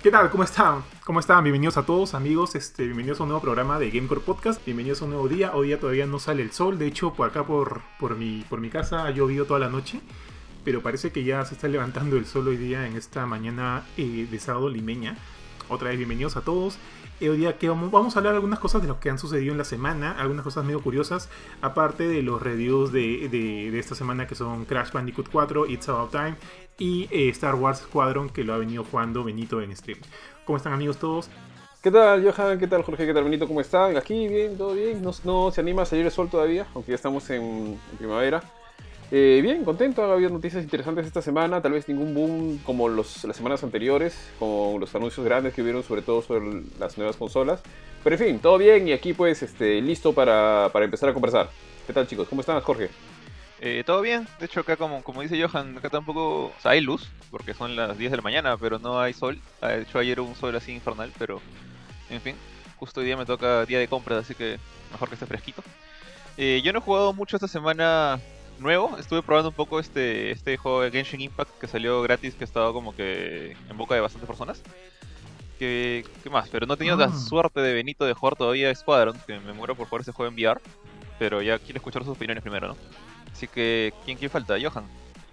¿Qué tal? ¿Cómo están? ¿Cómo están? Bienvenidos a todos, amigos. Bienvenidos a un nuevo programa de Gamecore Podcast. Bienvenidos a un nuevo día. Hoy día todavía no sale el sol. De hecho, por acá, por mi casa, ha llovido toda la noche. Pero parece que ya se está levantando el sol hoy día en esta mañana de sábado limeña. Otra vez, bienvenidos a todos. Hoy día que vamos a hablar algunas cosas de lo que han sucedido en la semana, algunas cosas medio curiosas, aparte de los reviews de esta semana que son Crash Bandicoot 4, It's About Time y Star Wars Squadron, que lo ha venido jugando Benito en stream. ¿Cómo están, amigos todos? ¿Qué tal, Johan? ¿Qué tal, Jorge? ¿Qué tal, Benito? ¿Cómo están? Aquí, bien, todo bien. No se anima a salir el sol todavía, aunque ya estamos en primavera. Bien, contento. Ha habido noticias interesantes esta semana. Tal vez ningún boom como las semanas anteriores, como los anuncios grandes que hubieron, sobre todo sobre las nuevas consolas. Pero en fin, todo bien y aquí pues listo para empezar a conversar. ¿Qué tal, chicos? ¿Cómo están, Jorge? Todo bien, de hecho acá como dice Johan, acá tampoco, o sea, hay luz, porque son las 10 de la mañana, pero no hay sol. De hecho ayer hubo un sol así infernal, pero en fin, justo hoy día me toca día de compras, así que mejor que esté fresquito. Yo no he jugado mucho esta semana nuevo, estuve probando un poco este juego de Genshin Impact que salió gratis, que ha estado como que en boca de bastantes personas. ¿Qué más? Pero no he tenido la suerte de Benito de jugar todavía Squadron, que me muero por jugar ese juego en VR, pero ya quiero escuchar sus opiniones primero, ¿no? Así que, ¿quién falta? ¿Johan?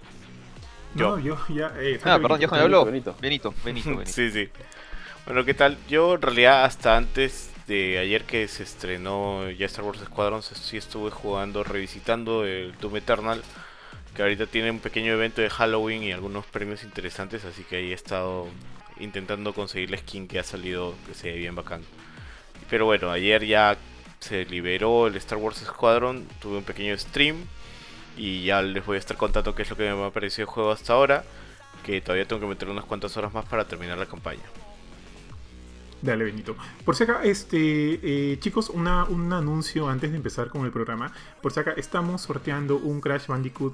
Yo ya... perdón, Johan habló. Benito. Benito. Sí. Bueno, ¿qué tal? Yo en realidad hasta antes de ayer que se estrenó ya Star Wars Squadron, sí estuve jugando, revisitando el Doom Eternal, que ahorita tiene un pequeño evento de Halloween y algunos premios interesantes, así que ahí he estado intentando conseguir la skin que ha salido, que se ve bien bacán. Pero bueno, ayer ya se liberó el Star Wars Squadron, tuve un pequeño stream y ya les voy a estar contando qué es lo que me ha parecido el juego hasta ahora, que todavía tengo que meter unas cuantas horas más para terminar la campaña. Dale, Benito. Por si acá, chicos, un anuncio antes de empezar con el programa. Por si acá, estamos sorteando un Crash Bandicoot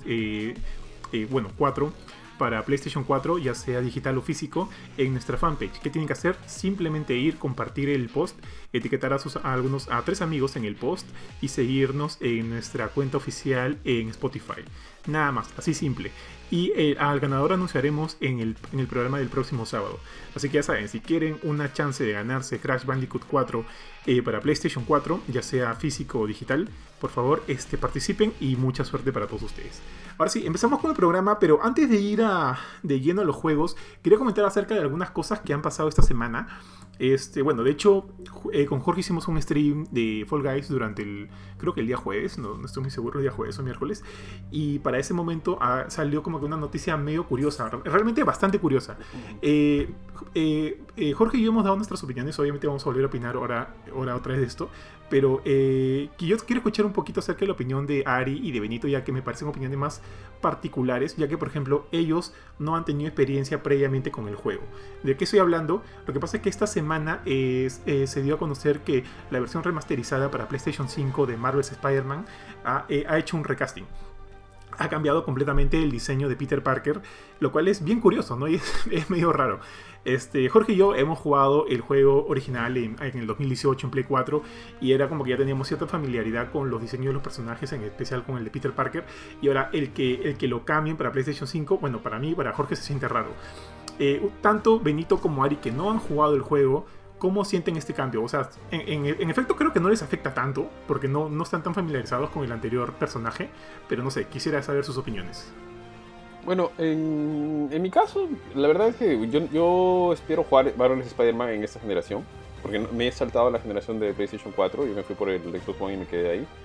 4 para PlayStation 4, ya sea digital o físico, en nuestra fanpage. ¿Qué tienen que hacer? Simplemente ir, compartir el post, etiquetar a 3 amigos en el post y seguirnos en nuestra cuenta oficial en Spotify. Nada más, así simple. Y al ganador anunciaremos en el programa del próximo sábado. Así que ya saben, si quieren una chance de ganarse Crash Bandicoot 4 para PlayStation 4, ya sea físico o digital, por favor participen y mucha suerte para todos ustedes. Ahora sí, empezamos con el programa, pero antes de ir de lleno a los juegos, quería comentar acerca de algunas cosas que han pasado esta semana. Bueno, de hecho, con Jorge hicimos un stream de Fall Guys durante creo que el día jueves, no estoy muy seguro, el día jueves o miércoles, y para ese momento salió como que una noticia medio curiosa, realmente bastante curiosa. Jorge y yo hemos dado nuestras opiniones, obviamente vamos a volver a opinar ahora otra vez de esto, pero yo quiero escuchar un poquito acerca de la opinión de Ari y de Benito, ya que me parecen opiniones más particulares, ya que por ejemplo ellos no han tenido experiencia previamente con el juego. ¿De qué estoy hablando? Lo que pasa es que esta semana se dio a conocer que la versión remasterizada para PlayStation 5 de Marvel's Spider-Man ha hecho un recasting. Ha cambiado completamente el diseño de Peter Parker, lo cual es bien curioso, ¿no? Y es medio raro. Jorge y yo hemos jugado el juego original en el 2018 en Play 4 y era como que ya teníamos cierta familiaridad con los diseños de los personajes, en especial con el de Peter Parker, y ahora el que lo cambien para PlayStation 5, bueno, para mí y para Jorge se siente raro. Tanto Benito como Ari, que no han jugado el juego, ¿cómo sienten este cambio? O sea, en efecto creo que no les afecta tanto, porque no están tan familiarizados con el anterior personaje, pero no sé, quisiera saber sus opiniones. Bueno, en mi caso, la verdad es que yo espero jugar Marvel's Spider-Man en esta generación, porque me he saltado la generación de PlayStation 4, yo me fui por el Xbox One y me quedé ahí.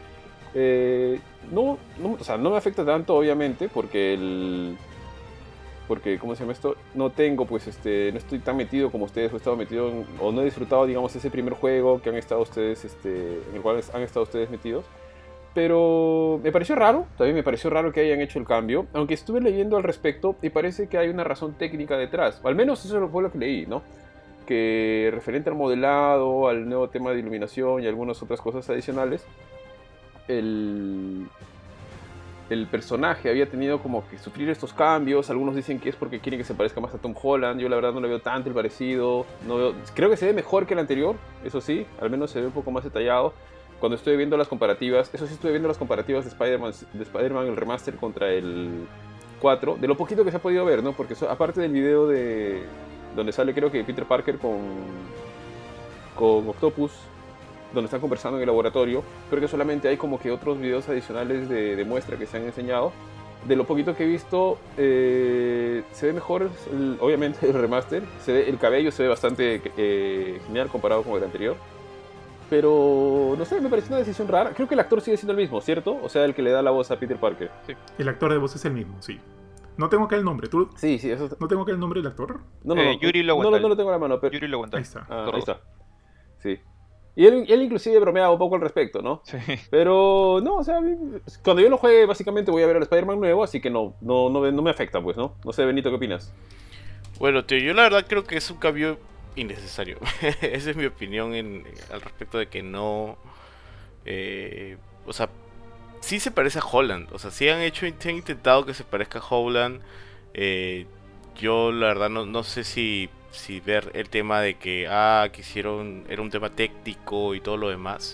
O sea, no me afecta tanto, obviamente, porque ¿cómo se llama esto? No tengo, pues, no estoy tan metido como ustedes, o he estado metido o no he disfrutado, digamos, ese primer juego que han estado ustedes, en el cual han estado ustedes metidos. Pero me pareció raro, también me pareció raro que hayan hecho el cambio, aunque estuve leyendo al respecto y parece que hay una razón técnica detrás, o al menos eso fue lo que leí, ¿no? Que referente al modelado, al nuevo tema de iluminación y algunas otras cosas adicionales, el personaje había tenido como que sufrir estos cambios. Algunos dicen que es porque quieren que se parezca más a Tom Holland. Yo la verdad no le veo tanto el parecido. Creo que se ve mejor que el anterior, eso sí, al menos se ve un poco más detallado. Cuando estoy viendo las comparativas, eso sí, estuve viendo las comparativas de Spider-Man el remaster contra el 4, de lo poquito que se ha podido ver, ¿no? Porque aparte del video de donde sale creo que Peter Parker con Octopus, donde están conversando en el laboratorio. Creo que solamente hay como que otros videos adicionales de muestra que se han enseñado. De lo poquito que he visto, se ve mejor, obviamente, el remaster. El cabello se ve bastante genial comparado con el anterior. Pero, no sé, me pareció una decisión rara. Creo que el actor sigue siendo el mismo, ¿cierto? O sea, el que le da la voz a Peter Parker. Sí. El actor de voz es el mismo, sí. No tengo acá el nombre. ¿Tú? Sí, eso... ¿No tengo acá el nombre del actor? No, Yuri Lowenthal. no lo tengo a la mano, pero... Yuri Lowenthal. Ahí está. Ah, ahí está. Sí. Y él inclusive bromeaba un poco al respecto, ¿no? Sí. Pero, no, o sea, cuando yo lo juegue, básicamente voy a ver al Spider-Man nuevo, así que no me afecta, pues, ¿no? No sé, Benito, ¿qué opinas? Bueno, tío, yo la verdad creo que es un cambio innecesario. Esa es mi opinión al respecto de que no... o sea, sí se parece a Holland. O sea, sí han intentado que se parezca a Holland. Yo la verdad no sé si ver el tema de que quisieron, era un tema técnico y todo lo demás.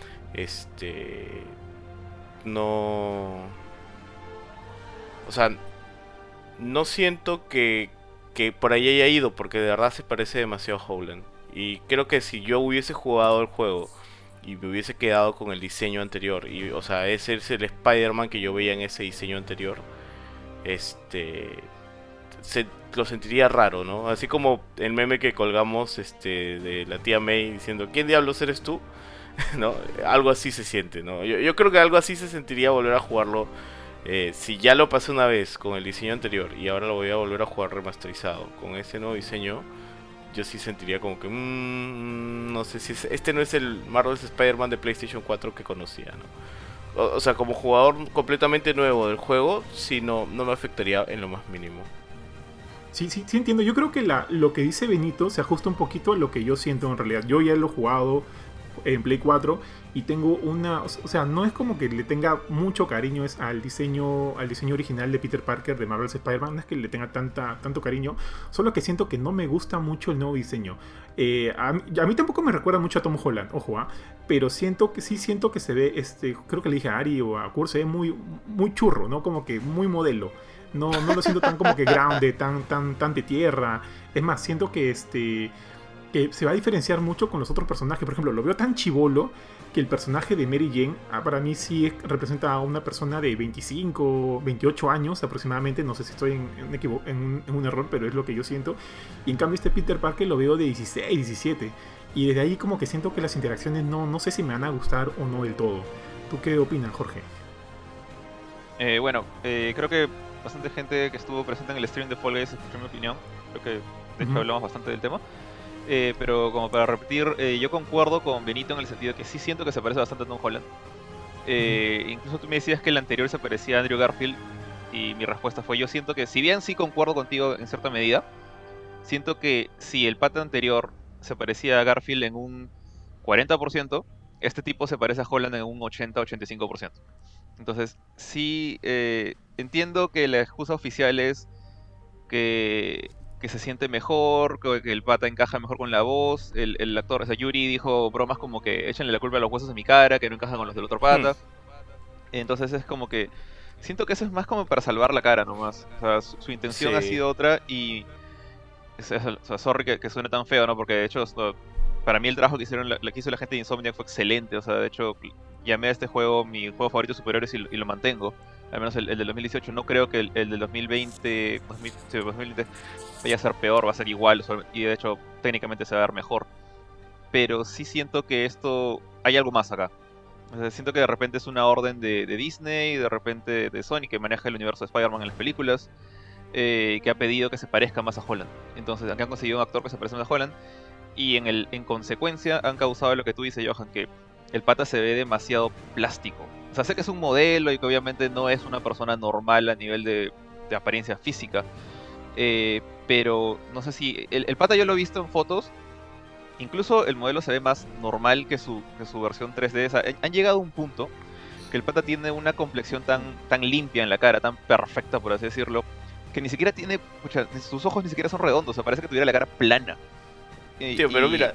No... O sea, no siento que por ahí haya ido, porque de verdad se parece demasiado a Holland. Y creo que si yo hubiese jugado el juego y me hubiese quedado con el diseño anterior, y, o sea, ese es el Spider-Man que yo veía en ese diseño anterior, lo sentiría raro, ¿no? Así como el meme que colgamos de la tía May diciendo, ¿quién diablos eres tú? ¿No? Algo así se siente, ¿no? Yo creo que algo así se sentiría volver a jugarlo. Si ya lo pasé una vez con el diseño anterior y ahora lo voy a volver a jugar remasterizado con ese nuevo diseño, yo sí sentiría como que no sé si este no es el Marvel's Spider-Man de PlayStation 4 que conocía, ¿no? O sea, como jugador completamente nuevo del juego, sí no me afectaría en lo más mínimo. Sí entiendo. Yo creo que lo que dice Benito se ajusta un poquito a lo que yo siento en realidad. Yo ya lo he jugado en Play 4 y tengo o sea, no es como que le tenga mucho cariño al diseño original de Peter Parker de Marvel's Spider-Man. No es que le tenga tanto cariño, solo que siento que no me gusta mucho el nuevo diseño. A mí tampoco me recuerda mucho a Tom Holland, ojo, pero siento que se ve, creo que le dije a Ari o a Kurt, se ve muy, muy churro, ¿no? Como que muy modelo. No lo siento tan como que grounded, tan de tierra. Es más, siento que que se va a diferenciar mucho con los otros personajes. Por ejemplo, lo veo tan chibolo que el personaje de Mary Jane, para mí sí representa a una persona de 25, 28 años aproximadamente. No sé si estoy en un error, pero es lo que yo siento. Y en cambio Peter Parker lo veo de 16, 17. Y desde ahí como que siento que las interacciones no sé si me van a gustar o no del todo. ¿Tú qué opinas, Jorge? Creo que bastante gente que estuvo presente en el stream de Fall Guys escuchó mi opinión. Creo que de hecho hablamos bastante del tema. Pero como para repetir, yo concuerdo con Benito en el sentido de que sí siento que se parece bastante a Tom Holland. Incluso tú me decías que el anterior se parecía a Andrew Garfield y mi respuesta fue, yo siento que si bien sí concuerdo contigo en cierta medida, siento que si el pata anterior se parecía a Garfield en un 40%, este tipo se parece a Holland en un 80-85%. Entonces sí entiendo que la excusa oficial es que se siente mejor, que el pata encaja mejor con la voz. El actor, o sea, Yuri dijo bromas como que échenle la culpa a los huesos de mi cara, que no encaja con los del otro pata. Entonces es como que siento que eso es más como para salvar la cara nomás. O sea, su intención ha sido otra y... O sea, sorry que suene tan feo, ¿no? Porque de hecho, para mí el trabajo que hizo la gente de Insomniac fue excelente. O sea, de hecho, llamé a este juego mi juego favorito de superhéroes y lo mantengo. Al menos el del 2018. No creo que el del 2020 vaya a ser peor, va a ser igual. Y de hecho, técnicamente se va a ver mejor. Pero sí siento que hay algo más acá. O sea, siento que de repente es una orden de Disney, de repente de Sony, que maneja el universo de Spider-Man en las películas, que ha pedido que se parezca más a Holland. Entonces, han conseguido un actor que se parezca más a Holland. Y en consecuencia han causado lo que tú dices, Johan, que el pata se ve demasiado plástico. O sea, sé que es un modelo y que obviamente no es una persona normal a nivel de apariencia física. Pero no sé si... El pata yo lo he visto en fotos. Incluso el modelo se ve más normal que su versión 3D. O sea, han llegado a un punto que el pata tiene una complexión tan limpia en la cara, tan perfecta por así decirlo, que ni siquiera tiene... sus ojos ni siquiera son redondos. O sea, parece que tuviera la cara plana. Tío, pero mira...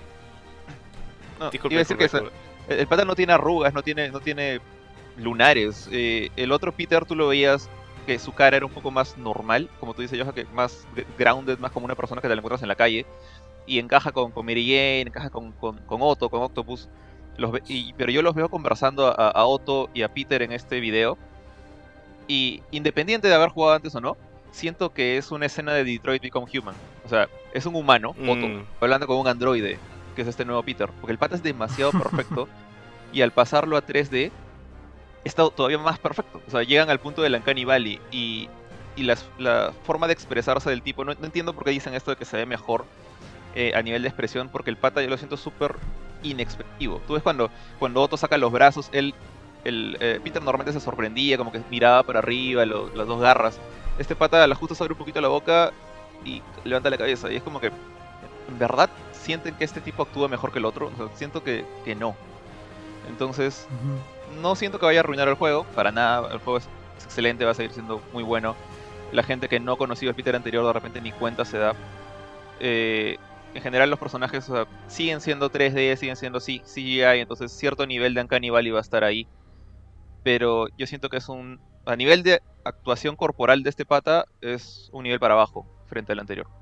No, disculpe, iba a decir que el pata no tiene arrugas, no tiene lunares. El otro Peter tú lo veías que su cara era un poco más normal, como tú dices, Johan, que más grounded, más como una persona que te la encuentras en la calle, y encaja con Mary Jane, encaja con Otto, con Octopus, pero yo los veo conversando a Otto y a Peter en este video, y independiente de haber jugado antes o no, siento que es una escena de Detroit Become Human. O sea, es un humano, Otto, hablando con un androide, que es este nuevo Peter, porque el pata es demasiado perfecto, y al pasarlo a 3D, está todavía más perfecto. O sea, llegan al punto del Uncanny Valley y la forma de expresarse del tipo, no entiendo por qué dicen esto de que se ve mejor a nivel de expresión, porque el pata yo lo siento súper inexpresivo. Tú ves cuando Otto saca los brazos, Peter normalmente se sorprendía, como que miraba para arriba, las dos garras. Este pata a la justo se abre un poquito la boca y levanta la cabeza. Y es como que, ¿en verdad sienten que este tipo actúa mejor que el otro? O sea, siento que no. Entonces, no siento que vaya a arruinar el juego, para nada. El juego es excelente, va a seguir siendo muy bueno. La gente que no ha conocido el Peter anterior de repente ni cuenta se da. En general los personajes, o sea, siguen siendo 3D, siguen siendo CGI, entonces cierto nivel de Uncanny Valley va a estar ahí. Pero yo siento que a nivel de actuación corporal de este pata, es un nivel para abajo frente al anterior.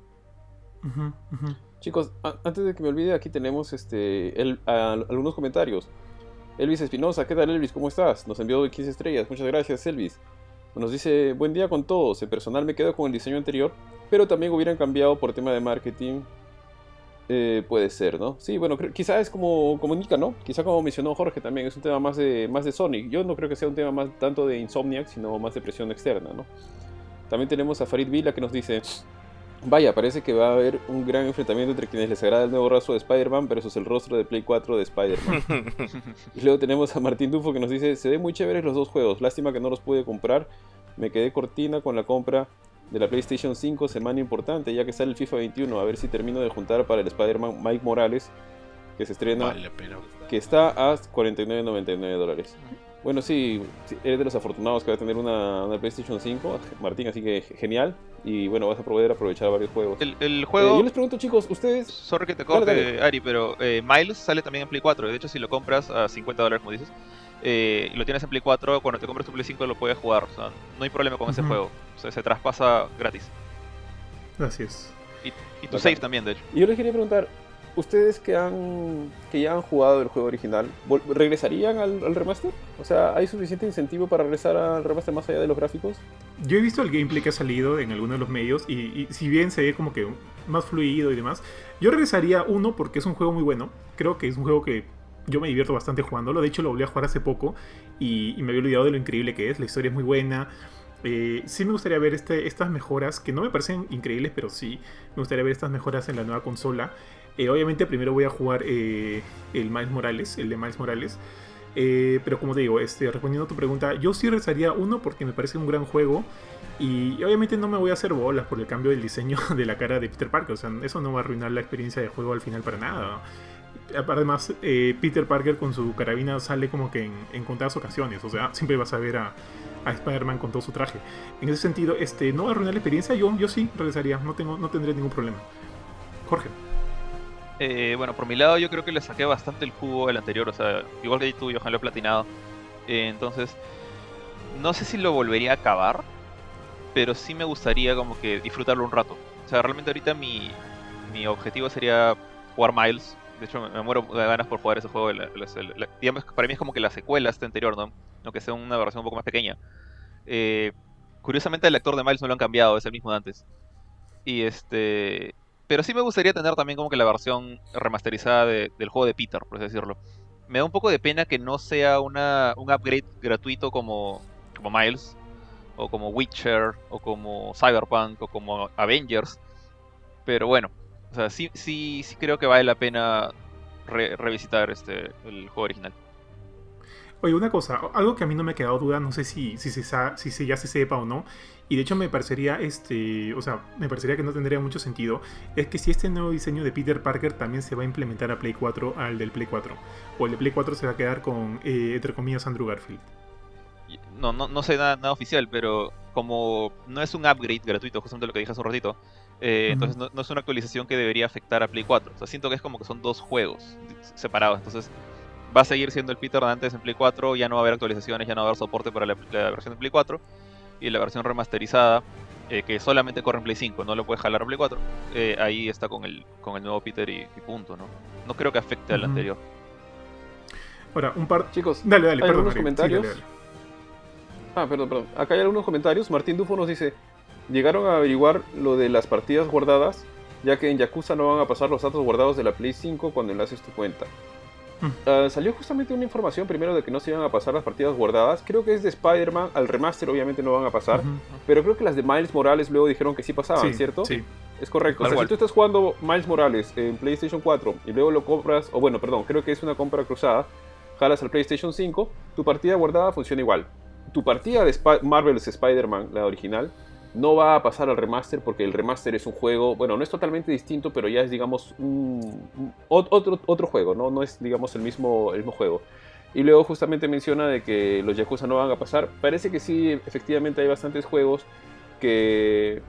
Chicos, antes de que me olvide, aquí tenemos algunos comentarios. Elvis Espinosa, ¿qué tal, Elvis? ¿Cómo estás? Nos envió 15 estrellas, muchas gracias, Elvis. Nos dice, buen día con todos, en personal me quedo con el diseño anterior, pero también hubieran cambiado por tema de marketing. Puede ser, ¿no? Sí, bueno, quizá es como Nika, ¿no? Quizá como mencionó Jorge también, es un tema más de Sonic. Yo no creo que sea un tema más tanto de Insomniac, sino más de presión externa, ¿no? También tenemos a Farid Vila que nos dice, vaya, parece que va a haber un gran enfrentamiento entre quienes les agrada el nuevo rostro de Spider-Man versus el rostro de Play 4 de Spider-Man. Y luego tenemos a Martín Dufo que nos dice, se ven muy chéveres los dos juegos, lástima que no los pude comprar, me quedé cortina con la compra de la PlayStation 5, semana importante, ya que sale el FIFA 21, a ver si termino de juntar para el Spider-Man Mike Morales, que se estrena, que está a $49.99. Bueno, sí, eres de los afortunados que va a tener una PlayStation 5, Martín, así que genial. Y bueno, vas a poder aprovechar varios juegos. El juego... yo les pregunto, chicos, ustedes... Sorry que te corte, Ari, pero Miles sale también en Play 4. De hecho, si lo compras a $50, como dices, y lo tienes en Play 4, cuando te compres tu Play 5 lo puedes jugar. O sea, no hay problema con ese juego. O sea, se traspasa gratis. Gracias. Y tu save también, de hecho. Y yo les quería preguntar, ustedes que ya han jugado el juego original, ¿regresarían al remaster? O sea, ¿hay suficiente incentivo para regresar al remaster más allá de los gráficos? Yo he visto el gameplay que ha salido en algunos de los medios y si bien se ve como que más fluido y demás, yo regresaría uno porque es un juego muy bueno. Creo que es un juego que yo me divierto bastante jugándolo. De hecho, lo volví a jugar hace poco y me había olvidado de lo increíble que es. La historia es muy buena. Sí me gustaría ver estas mejoras, que no me parecen increíbles, pero sí me gustaría ver estas mejoras en la nueva consola. Obviamente primero voy a jugar el Miles Morales, el de Miles Morales. Pero como te digo, respondiendo a tu pregunta, yo sí regresaría uno porque me parece un gran juego. Y obviamente no me voy a hacer bolas por el cambio del diseño de la cara de Peter Parker. O sea, eso no va a arruinar la experiencia de juego al final para nada. Además, Peter Parker con su carabina sale como que en contadas ocasiones. O sea, siempre vas a ver a Spider-Man con todo su traje. En ese sentido, no va a arruinar la experiencia. Yo sí regresaría, no tendré ningún problema. Jorge. Bueno, por mi lado yo creo que le saqué bastante el jugo al anterior. O sea, igual que tú, Johan, lo he platinado. Entonces, no sé si lo volvería a acabar, pero sí me gustaría como que disfrutarlo un rato. O sea, realmente ahorita mi objetivo sería jugar Miles. De hecho, me muero de ganas por jugar ese juego. Digamos, para mí es como que la secuela a este anterior, ¿no? Aunque sea una versión un poco más pequeña. Curiosamente el actor de Miles no lo han cambiado, es el mismo de antes. Pero sí me gustaría tener también como que la versión remasterizada del juego de Peter, por así decirlo. Me da un poco de pena que no sea un upgrade gratuito como Miles, o como Witcher, o como Cyberpunk, o como Avengers. Pero bueno, o sea, sí creo que vale la pena revisitar el juego original. Oye, una cosa, algo que a mí no me ha quedado duda, no sé si ya se sepa o no, y de hecho me parecería, me parecería que no tendría mucho sentido, es que si este nuevo diseño de Peter Parker también se va a implementar a Play 4, al del Play 4, o el de Play 4 se va a quedar con, entre comillas, Andrew Garfield. No sé nada oficial, pero como no es un upgrade gratuito, justamente lo que dije hace un ratito, entonces no es una actualización que debería afectar a Play 4. O sea, siento que es como que son dos juegos separados, entonces va a seguir siendo el Peter de antes en Play 4, ya no va a haber actualizaciones, ya no va a haber soporte para la versión de Play 4, y la versión remasterizada, que solamente corre en Play 5, no lo puedes jalar a Play 4, ahí está con el nuevo Peter y punto, ¿no? No creo que afecte al anterior. Ahora, un par... Chicos, Dale, hay perdón, algunos Ari. comentarios. Sí, dale. Perdón. Acá hay algunos comentarios. Martín Dufo nos dice: llegaron a averiguar lo de las partidas guardadas, ya que en Yakuza no van a pasar los datos guardados de la Play 5 cuando enlaces tu cuenta. Salió justamente una información primero de que no se iban a pasar las partidas guardadas. Creo que es de Spider-Man, al remaster obviamente no van a pasar, pero creo que las de Miles Morales luego dijeron que sí pasaban, ¿cierto? Sí. Es correcto. O Tal sea, cual. si tú estás jugando Miles Morales en PlayStation 4 y luego lo compras, o bueno, perdón, creo que es una compra cruzada, jalas al PlayStation 5, tu partida guardada funciona igual. Tu partida de Marvel's Spider-Man, la original, no va a pasar al remaster porque el remaster es un juego, bueno, no es totalmente distinto, pero ya es, digamos, otro juego, ¿no? No es, digamos, el mismo juego. Y luego justamente menciona de que los Yakuza no van a pasar. Parece que sí, efectivamente hay bastantes juegos que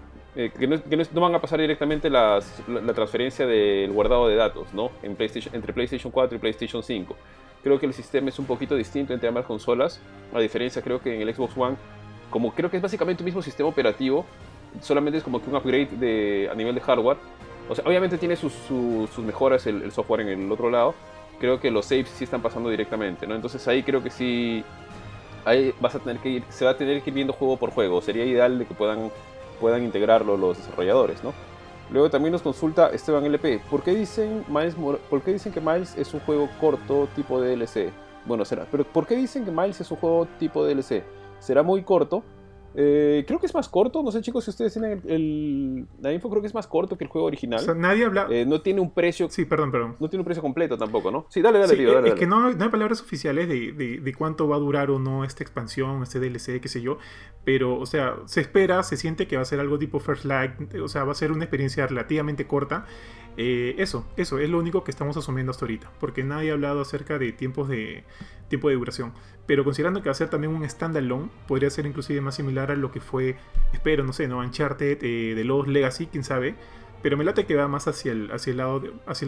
no van a pasar directamente la transferencia del guardado de datos, ¿no? Entre PlayStation 4 y PlayStation 5. Creo que el sistema es un poquito distinto entre ambas consolas. A diferencia, creo que en el Xbox One, como creo que es básicamente el mismo sistema operativo, solamente es como que un upgrade a nivel de hardware. O sea, obviamente tiene sus mejoras el software en el otro lado. Creo que los saves sí están pasando directamente, ¿no? Entonces ahí creo que sí, ahí se va a tener que ir viendo juego por juego. Sería ideal de que puedan integrarlo los desarrolladores, ¿no? Luego también nos consulta Esteban LP. ¿Por qué dicen que Miles es un juego corto tipo DLC? Bueno, será. Pero ¿por qué dicen que Miles es un juego tipo DLC? ¿Será muy corto? Creo que es más corto. No sé, chicos, si ustedes tienen la info. Creo que es más corto que el juego original. O sea, nadie habla... No tiene un precio... Sí, perdón. No tiene un precio completo tampoco, ¿no? Sí, dale, Sí, tío, dale. Es que no hay palabras oficiales de cuánto va a durar o no esta expansión, este DLC, qué sé yo. Pero, o sea, se siente que va a ser algo tipo First Light. O sea, va a ser una experiencia relativamente corta. Eso es lo único que estamos asumiendo hasta ahorita. Porque nadie ha hablado acerca de tiempo de duración. Pero considerando que va a ser también un standalone, podría ser inclusive más similar a lo que fue, espero, no sé, ¿no? Uncharted, de Lost Legacy, quién sabe. Pero me late que va más hacia el lado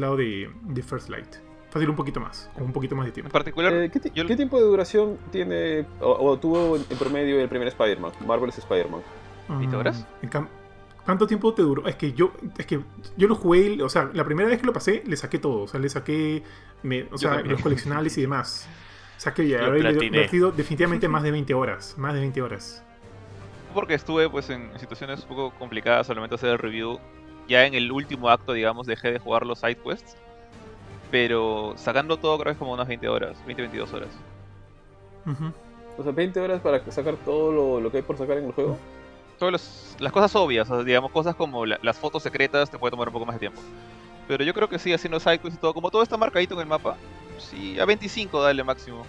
de First Light. Fácil un poquito más, con un poquito más de En tiempo. particular, ¿Qué tiempo de duración tiene o tuvo en promedio el primer Spider-Man? Marvel's Spider-Man. 20 horas. ¿Cuánto tiempo te duró? Es que yo lo jugué, o sea, la primera vez que lo pasé, le saqué todo. O sea, le saqué los coleccionables y demás. Saqué ya, Lo habré platiné. invertido definitivamente más de 20 horas. Más de 20 horas. Porque estuve pues en situaciones un poco complicadas, solamente hacer el review. Ya en el último acto, digamos, dejé de jugar los side quests. Pero sacando todo creo que es como unas 20 horas, 20-22 horas. Ujú. O sea, 20 horas para sacar todo lo que hay por sacar en el juego. Todas las cosas obvias, o sea, digamos, cosas como las fotos secretas te puede tomar un poco más de tiempo. Pero yo creo que sí, haciendo side quests y todo, como todo está marcadito en el mapa, sí, a 25 dale máximo.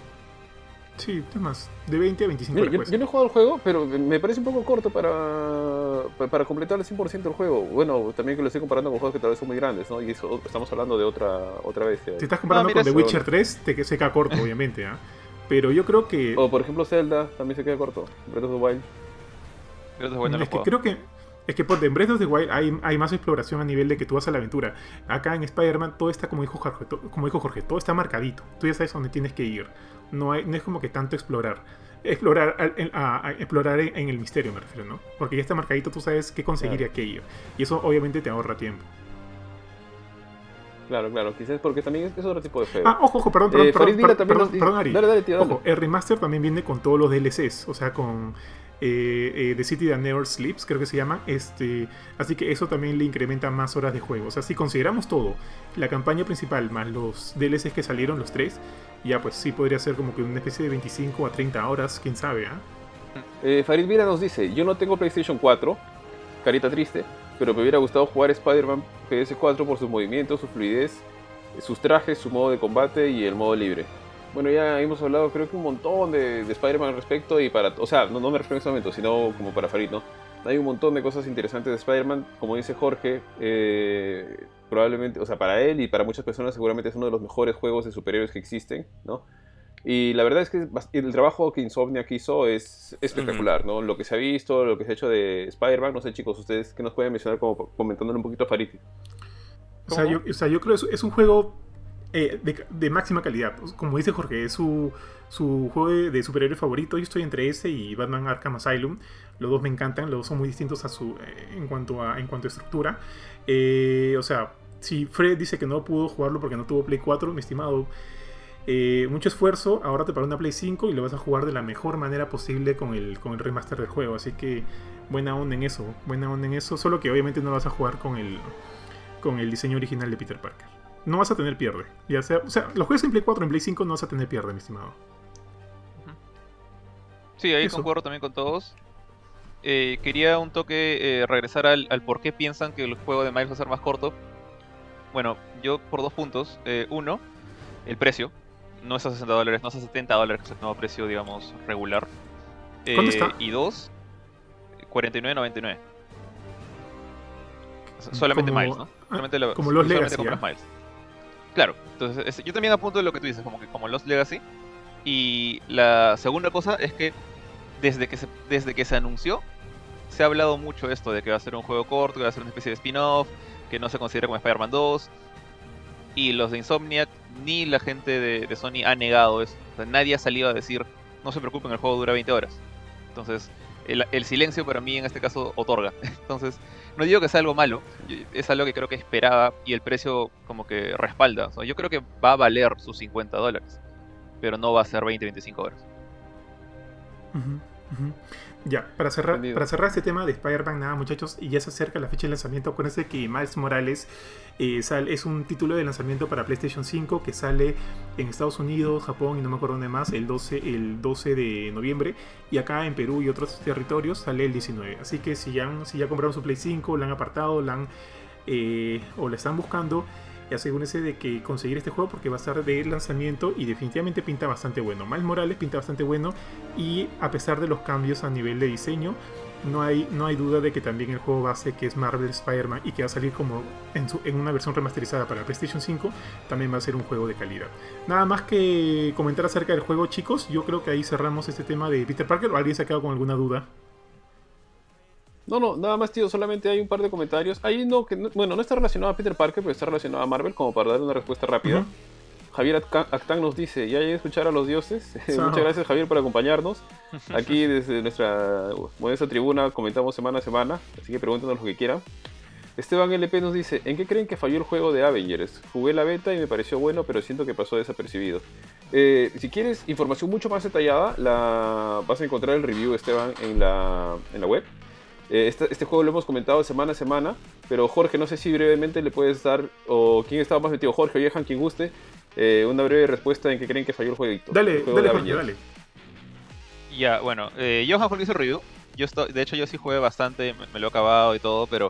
Sí, es más, de 20 a 25 Mira, horas. Pues. yo no he jugado el juego, pero me parece un poco corto para completar el 100% el juego. Bueno, también que lo estoy comparando con juegos que tal vez son muy grandes, ¿no? Y eso, estamos hablando de otra vez. Si estás comparando mira, con The eso, Witcher 3, te seca corto, obviamente, ¿ah? Pero yo creo que... O por ejemplo Zelda, también se queda corto. Breath of the Wild. Creo que es bueno, Es que creo que en Breath of the Wild hay más exploración a nivel de que tú vas a la aventura. Acá en Spider-Man todo está, como dijo Jorge, todo está marcadito. Tú ya sabes a dónde tienes que ir. No es como que tanto explorar. Explorar en el misterio, me refiero, ¿no? Porque ya está marcadito, tú sabes qué conseguir y a qué ir. Y eso obviamente te ahorra tiempo. Claro, quizás porque también es otro tipo de juego. Ojo, perdón, Ari. Dale, tío, dale. Ojo, el remaster también viene con todos los DLCs, o sea, con The City That Never Sleeps, creo que se llama. Así que eso también le incrementa más horas de juego. O sea, si consideramos todo, la campaña principal más los DLCs que salieron, los 3, ya pues sí podría ser como que una especie de 25 a 30 horas, quién sabe, ¿ah? Farid Vira nos dice: yo no tengo PlayStation 4, carita triste, pero me hubiera gustado jugar Spider-Man PS4 por sus movimientos, su fluidez, sus trajes, su modo de combate y el modo libre. Bueno, ya hemos hablado creo que un montón de Spider-Man al respecto y o sea, no me refiero en este momento, sino como para Farid, ¿no? Hay un montón de cosas interesantes de Spider-Man, como dice Jorge, probablemente, o sea, para él y para muchas personas seguramente es uno de los mejores juegos de superhéroes que existen, ¿no? Y la verdad es que el trabajo que Insomniac hizo es espectacular, ¿no? Lo que se ha visto, lo que se ha hecho de Spider-Man, no sé, chicos, ustedes qué nos pueden mencionar como comentándole un poquito a Farid. O sea, yo creo que es un juego de máxima calidad. Como dice Jorge, es su juego de superhéroe favorito. Yo estoy entre ese y Batman Arkham Asylum. Los dos me encantan, los dos son muy distintos en cuanto a estructura. O sea, si Fred dice que no pudo jugarlo porque no tuvo Play 4, mi estimado, mucho esfuerzo, ahora te para una Play 5 y lo vas a jugar de la mejor manera posible con el remaster del juego. Así que buena onda en eso, solo que obviamente no lo vas a jugar con el diseño original de Peter Parker. No vas a tener pierde. O sea, los juegos en Play 4 en Play 5 no vas a tener pierde, mi estimado. Sí, ahí Eso. concuerdo también con todos. Quería un toque regresar al por qué piensan que el juego de Miles va a ser más corto. Bueno, yo por 2 puntos. Uno, el precio. No es a $60, no es a $70, que es el nuevo precio, digamos, regular. ¿Cuánto está? Y 2, $49.99. Solamente Como- Miles, ¿no? Solamente como los solamente Legacy, compras ¿ah? Miles. Claro, entonces yo también apunto de lo que tú dices, como Lost Legacy. Y la segunda cosa es que desde que se anunció, se ha hablado mucho esto de que va a ser un juego corto, que va a ser una especie de spin-off, que no se considera como Spider-Man 2. Y los de Insomniac ni la gente de Sony ha negado eso. O sea, nadie ha salido a decir, no se preocupen, el juego dura 20 horas. Entonces, el silencio para mí en este caso otorga. Entonces, no digo que sea algo malo, es algo que creo que esperaba y el precio como que respalda. O sea, yo creo que va a valer sus $50, pero no va a ser 20-25 horas. Ujú, ujú. Ya, para Entendido. cerrar este tema de Spider-Man, nada muchachos, y ya se acerca la fecha de lanzamiento. Acuérdense que Miles Morales es un título de lanzamiento para PlayStation 5 que sale en Estados Unidos, Japón y no me acuerdo dónde más, el 12 de noviembre, y acá en Perú y otros territorios sale el 19. Así que si ya compraron su Play 5, la han apartado, o la están buscando, asegúrense de que conseguir este juego porque va a estar de lanzamiento y definitivamente pinta bastante bueno. Miles Morales pinta bastante bueno y a pesar de los cambios a nivel de diseño, no hay duda de que también el juego base, que es Marvel Spider-Man y que va a salir como en una versión remasterizada para PlayStation 5, también va a ser un juego de calidad. Nada más que comentar acerca del juego, chicos. Yo creo que ahí cerramos este tema de Peter Parker. ¿O alguien se ha quedado con alguna duda? No, nada más, tío, solamente hay un par de comentarios. Hay uno que, bueno, no está relacionado a Peter Parker, pero está relacionado a Marvel, como para dar una respuesta rápida. Ujú. Javier Actán nos dice, ya llegué a escuchar a los dioses. Chao. Muchas gracias, Javier, por acompañarnos. Aquí desde nuestra modesta tribuna comentamos semana a semana, así que pregúntenos lo que quieran. Esteban LP nos dice, ¿en qué creen que falló el juego de Avengers? Jugué la beta y me pareció bueno, pero siento que pasó desapercibido. Si quieres información mucho más detallada, vas a encontrar el review, Esteban, en la web. Este juego lo hemos comentado semana a semana, pero Jorge, no sé si brevemente le puedes dar, o quién estaba más metido, Jorge o Johan, quien guste, una breve respuesta en qué creen que falló el jueguito. Dale, el juego de Jorge, Avengers. dale. Ya, bueno, Johan fue el que hizo el review. De hecho, yo sí jugué bastante, me lo he acabado y todo, pero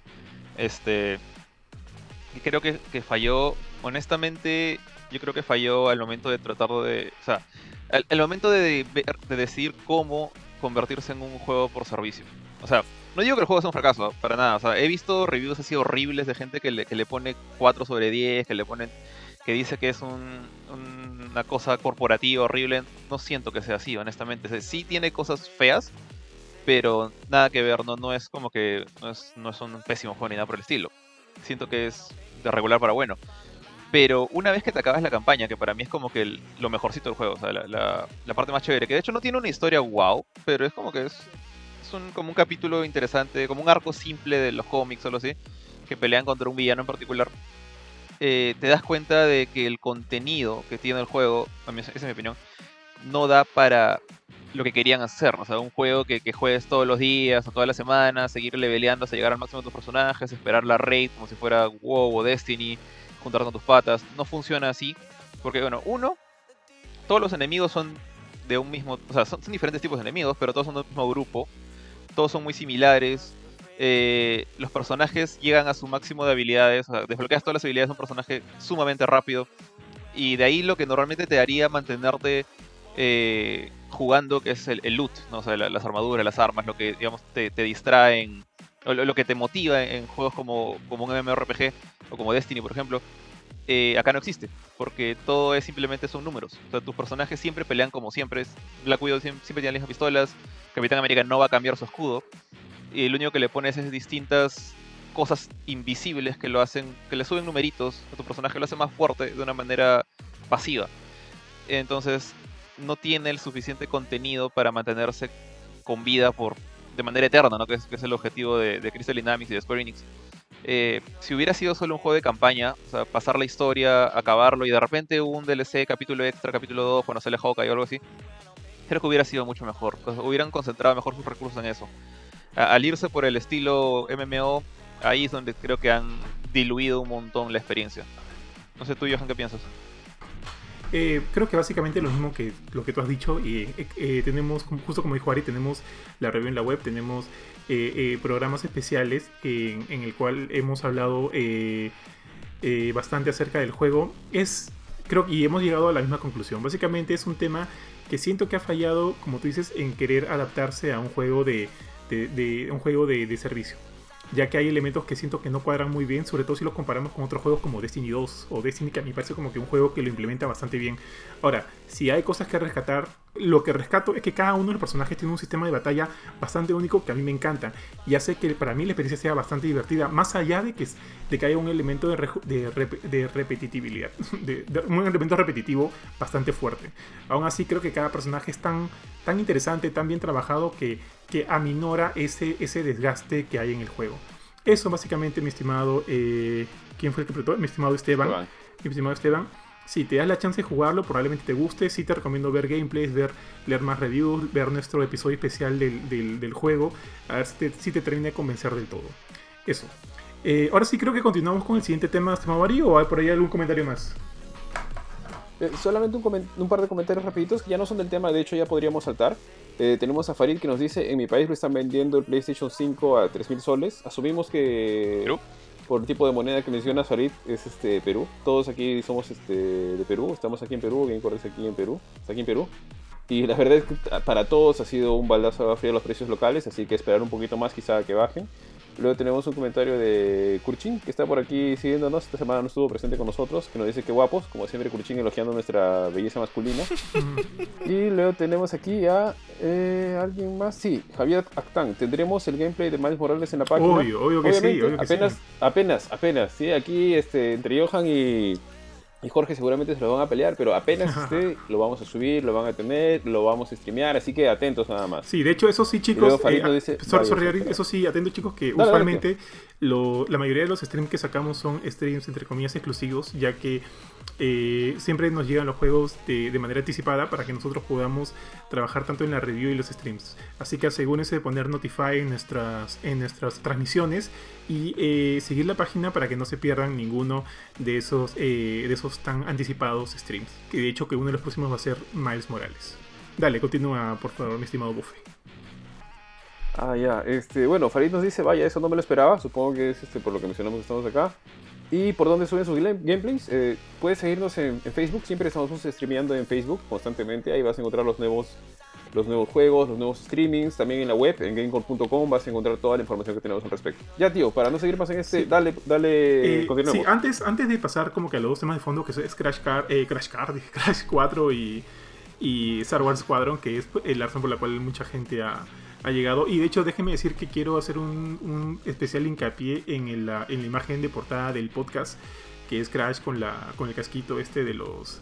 creo que falló. Honestamente, yo creo que falló al momento de tratar de. O sea, al momento de decidir cómo convertirse en un juego por servicio. O sea, no digo que el juego sea un fracaso, para nada. O sea, he visto reviews así horribles de gente que le pone 4 sobre 10, que dice que es una cosa corporativa horrible. No siento que sea así, honestamente. O sea, sí tiene cosas feas, pero nada que ver, no es como que no es un pésimo juego ni nada por el estilo. Siento que es de regular para bueno. Pero una vez que te acabas la campaña, que para mí es como que lo mejorcito del juego, o sea, la parte más chévere, que de hecho no tiene una historia wow, pero es como que es como un capítulo interesante, como un arco simple de los cómics o algo así, que pelean contra un villano en particular. Te das cuenta de que el contenido que tiene el juego, esa es mi opinión, no da para lo que querían hacer, ¿no? O sea, un juego que juegues todos los días o todas las semanas, seguir leveleando hasta llegar al máximo de tus personajes, esperar la raid como si fuera WoW o Destiny, juntar con tus patas. No funciona así, porque bueno, todos los enemigos son de un mismo, o sea, son diferentes tipos de enemigos, pero todos son del mismo grupo, todos son muy similares. Los personajes llegan a su máximo de habilidades, o sea, desbloqueas todas las habilidades de un personaje sumamente rápido, y de ahí lo que normalmente te haría mantenerte jugando, que es el loot, ¿no? O sea, las armaduras, las armas, lo que digamos te distraen, o lo que te motiva en juegos como un MMORPG o como Destiny, por ejemplo. Acá no existe, porque todo simplemente son números. O sea, tus personajes siempre pelean como siempre. Black Widow siempre tiene las mismas pistolas, Capitán América no va a cambiar su escudo, y lo único que le pones es distintas cosas invisibles que lo hacen, que le suben numeritos a tu personaje, lo hace más fuerte de una manera pasiva. Entonces no tiene el suficiente contenido para mantenerse con vida de manera eterna, ¿no? Que es el objetivo de Crystal Dynamics y de Square Enix. Si hubiera sido solo un juego de campaña, o sea, pasar la historia, acabarlo y de repente un DLC, capítulo extra, capítulo 2, cuando sale Hawkeye o algo así, creo que hubiera sido mucho mejor. Hubieran concentrado mejor sus recursos en eso. Al irse por el estilo MMO, ahí es donde creo que han diluido un montón la experiencia. No sé tú, Johan, ¿qué piensas? Creo que básicamente lo mismo que lo que tú has dicho. Y tenemos, justo como dijo Ari, tenemos la review en la web, tenemos programas especiales en el cual hemos hablado bastante acerca del juego. Creo que hemos llegado a la misma conclusión. Básicamente es un tema que siento que ha fallado, como tú dices, en querer adaptarse a un juego de servicio, ya que hay elementos que siento que no cuadran muy bien, sobre todo si los comparamos con otros juegos como Destiny 2 o Destiny, que a mí me parece como que un juego que lo implementa bastante bien. Ahora, si hay cosas que rescatar, lo que rescato es que cada uno de los personajes tiene un sistema de batalla bastante único que a mí me encanta y hace que para mí la experiencia sea bastante divertida, más allá de que haya un elemento de repetitividad, un elemento repetitivo bastante fuerte. Aún así, creo que cada personaje es tan interesante, tan bien trabajado que aminora ese desgaste que hay en el juego. Eso básicamente, mi estimado... ¿quién fue el que preguntó? Mi estimado Esteban. Mi estimado Esteban. Si te das la chance de jugarlo, probablemente te guste. Sí te recomiendo ver gameplays, leer más reviews, ver nuestro episodio especial del juego. A ver si te termina de convencer del todo. Eso. Ahora sí creo que continuamos con el siguiente tema, estimado Ari, ¿o hay por ahí algún comentario más? Solamente un par de comentarios rapiditos que ya no son del tema, de hecho ya podríamos saltar. Tenemos a Farid que nos dice: en mi país lo están vendiendo el PlayStation 5 a 3.000 soles. Asumimos que ¿Perú? Por el tipo de moneda que menciona Farid es Perú. Todos aquí somos de Perú, estamos aquí en Perú, GameCore está aquí en Perú. Y la verdad es que para todos ha sido un baldazo de agua fría los precios locales, así que esperar un poquito más quizá que bajen. Luego tenemos un comentario de Kurchin, que está por aquí siguiéndonos. Esta semana no estuvo presente con nosotros, que nos dice que guapos, como siempre Kurchin elogiando nuestra belleza masculina. Y luego tenemos aquí a alguien más, sí, Javier Actán. Tendremos el gameplay de Miles Morales en la página. Obvio que sí, obvio que apenas, sí, aquí entre Johan y Jorge seguramente se lo van a pelear, pero apenas lo vamos a subir, lo van a tener, lo vamos a streamear, así que atentos nada más. Sí, de hecho, eso sí, chicos, dice, eso sí, atentos, chicos, que usualmente la mayoría de los streams que sacamos son streams, entre comillas, exclusivos, ya que siempre nos llegan los juegos de manera anticipada para que nosotros podamos trabajar tanto en la review y los streams. Así que asegúrense de poner Notify en nuestras transmisiones y seguir la página para que no se pierdan ninguno de esos tan anticipados streams. Que de hecho que uno de los próximos va a ser Miles Morales. Dale, continúa por favor, mi estimado Buffy. Bueno, Farid nos dice: vaya, eso no me lo esperaba. Supongo que es por lo que mencionamos que estamos acá. ¿Y por dónde suben sus gameplays? Puedes seguirnos en Facebook. Siempre estamos streameando en Facebook constantemente. Ahí vas a encontrar los nuevos juegos, los nuevos streamings. También en la web, en gamecore.com, vas a encontrar toda la información que tenemos al respecto. Ya, tío, para no seguir más en sí. dale, continuemos. Sí, antes de pasar como que a los dos temas de fondo, que es Crash 4 y Star Wars Squadron, que es la razón por la cual mucha gente ha llegado. Y de hecho, déjenme decir que quiero hacer un especial hincapié en la imagen de portada del podcast, que es Crash con el casquito de los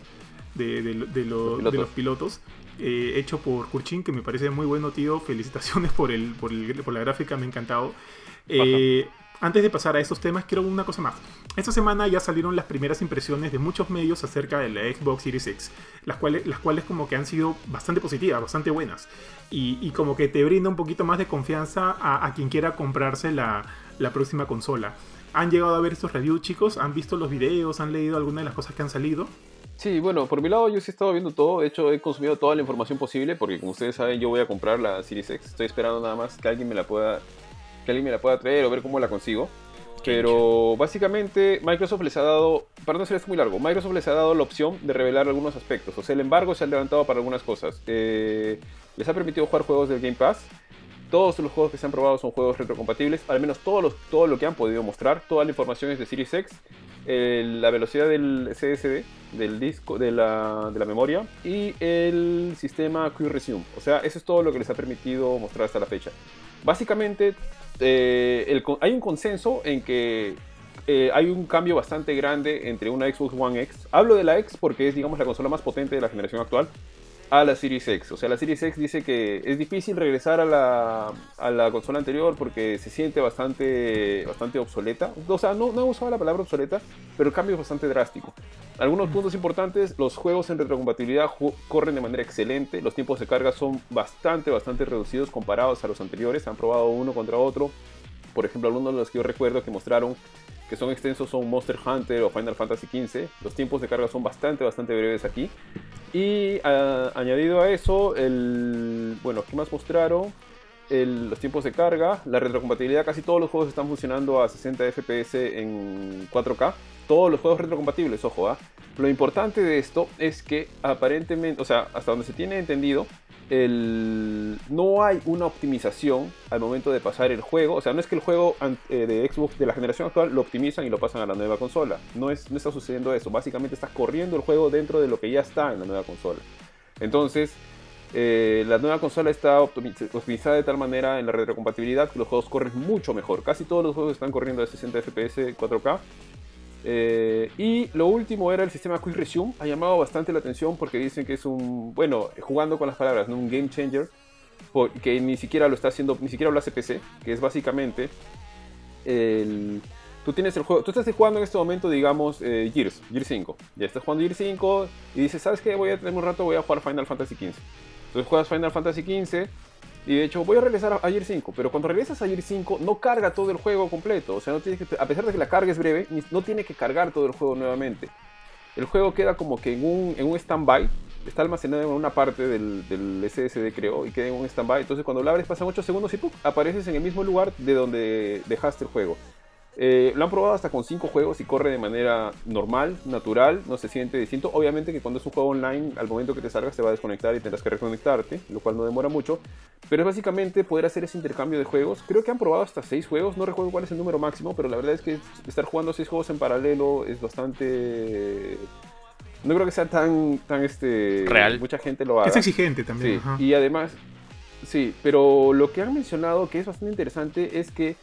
pilotos, hecho por Kurchin, que me parece muy bueno, tío. Felicitaciones por la gráfica, me ha encantado. Antes de pasar a estos temas, quiero una cosa más. Esta semana ya salieron las primeras impresiones de muchos medios acerca de la Xbox Series X, las cuales como que han sido bastante positivas, bastante buenas, y como que te brinda un poquito más de confianza a quien quiera comprarse la próxima consola. ¿Han llegado a ver estos reviews, chicos? ¿Han visto los videos? ¿Han leído alguna de las cosas que han salido? Sí, bueno, por mi lado yo sí he estado viendo todo. De hecho, he consumido toda la información posible, porque como ustedes saben, yo voy a comprar la Series X. Estoy esperando nada más que alguien me la pueda traer o ver cómo la consigo. Pero básicamente Microsoft les ha dado, para no ser esto muy largo, Microsoft les ha dado la opción de revelar algunos aspectos. O sea, el embargo se ha levantado para algunas cosas. Les ha permitido jugar juegos del Game Pass. Todos los juegos que se han probado son juegos retrocompatibles, al menos todo lo que han podido mostrar. Toda la información es de Series X, la velocidad del SSD, del disco, de la memoria, y el sistema Quick Resume. O sea, eso es todo lo que les ha permitido mostrar hasta la fecha. Básicamente, hay un consenso en que hay un cambio bastante grande entre una Xbox One X. Hablo de la X porque es, digamos, la consola más potente de la generación actual, a la Series X. O sea, la Series X dice que es difícil regresar a la consola anterior porque se siente bastante obsoleta. O sea, no he usado la palabra obsoleta, pero el cambio es bastante drástico. Algunos puntos importantes: los juegos en retrocompatibilidad corren de manera excelente. Los tiempos de carga son bastante reducidos comparados a los anteriores. Han probado uno contra otro. Por ejemplo, algunos de los que yo recuerdo que mostraron que son extensos son Monster Hunter o Final Fantasy XV. Los tiempos de carga son bastante breves aquí. Y añadido a eso, bueno, ¿qué más mostraron? Los tiempos de carga, la retrocompatibilidad. Casi todos los juegos están funcionando a 60 FPS en 4K. Todos los juegos retrocompatibles, ojo, ¿ah? Lo importante de esto es que aparentemente, o sea, hasta donde se tiene entendido, no hay una optimización al momento de pasar el juego. O sea, no es que el juego de Xbox de la generación actual lo optimizan y lo pasan a la nueva consola. No está sucediendo eso. Básicamente estás corriendo el juego dentro de lo que ya está en la nueva consola. Entonces, la nueva consola está optimizada de tal manera en la retrocompatibilidad que los juegos corren mucho mejor. Casi todos los juegos están corriendo a 60 FPS 4K. Y lo último era el sistema Quick Resume. Ha llamado bastante la atención porque dicen que es bueno, jugando con las palabras, ¿no? Un game changer, que ni siquiera lo está haciendo, ni siquiera lo hace PC, que es básicamente tú tienes el juego, tú estás jugando en este momento, digamos, Gears 5. Ya estás jugando Gears 5 y dices, ¿sabes qué? Voy a tener un rato, voy a jugar Final Fantasy XV. Entonces juegas Final Fantasy XV. Y de hecho voy a regresar a Gears 5, pero cuando regresas a Gears 5 no carga todo el juego completo. O sea, no tienes que, a pesar de que la carga es breve, no tiene que cargar todo el juego nuevamente. El juego queda como que en un stand-by. Está almacenado en una parte del SSD, creo, y queda en un stand-by. Entonces cuando lo abres pasan 8 segundos y ¡pum!, apareces en el mismo lugar de donde dejaste el juego. Lo han probado hasta con 5 juegos y corre de manera normal, natural, no se siente distinto. Obviamente que cuando es un juego online, al momento que te salgas te va a desconectar y tendrás que reconectarte, lo cual no demora mucho. Pero es básicamente poder hacer ese intercambio de juegos. Creo que han probado hasta 6 juegos, no recuerdo cuál es el número máximo, pero la verdad es que estar jugando 6 juegos en paralelo es bastante... No creo que sea tan real. Mucha gente lo haga. Es exigente también. Sí, ajá. y además... Sí, pero lo que han mencionado que es bastante interesante es que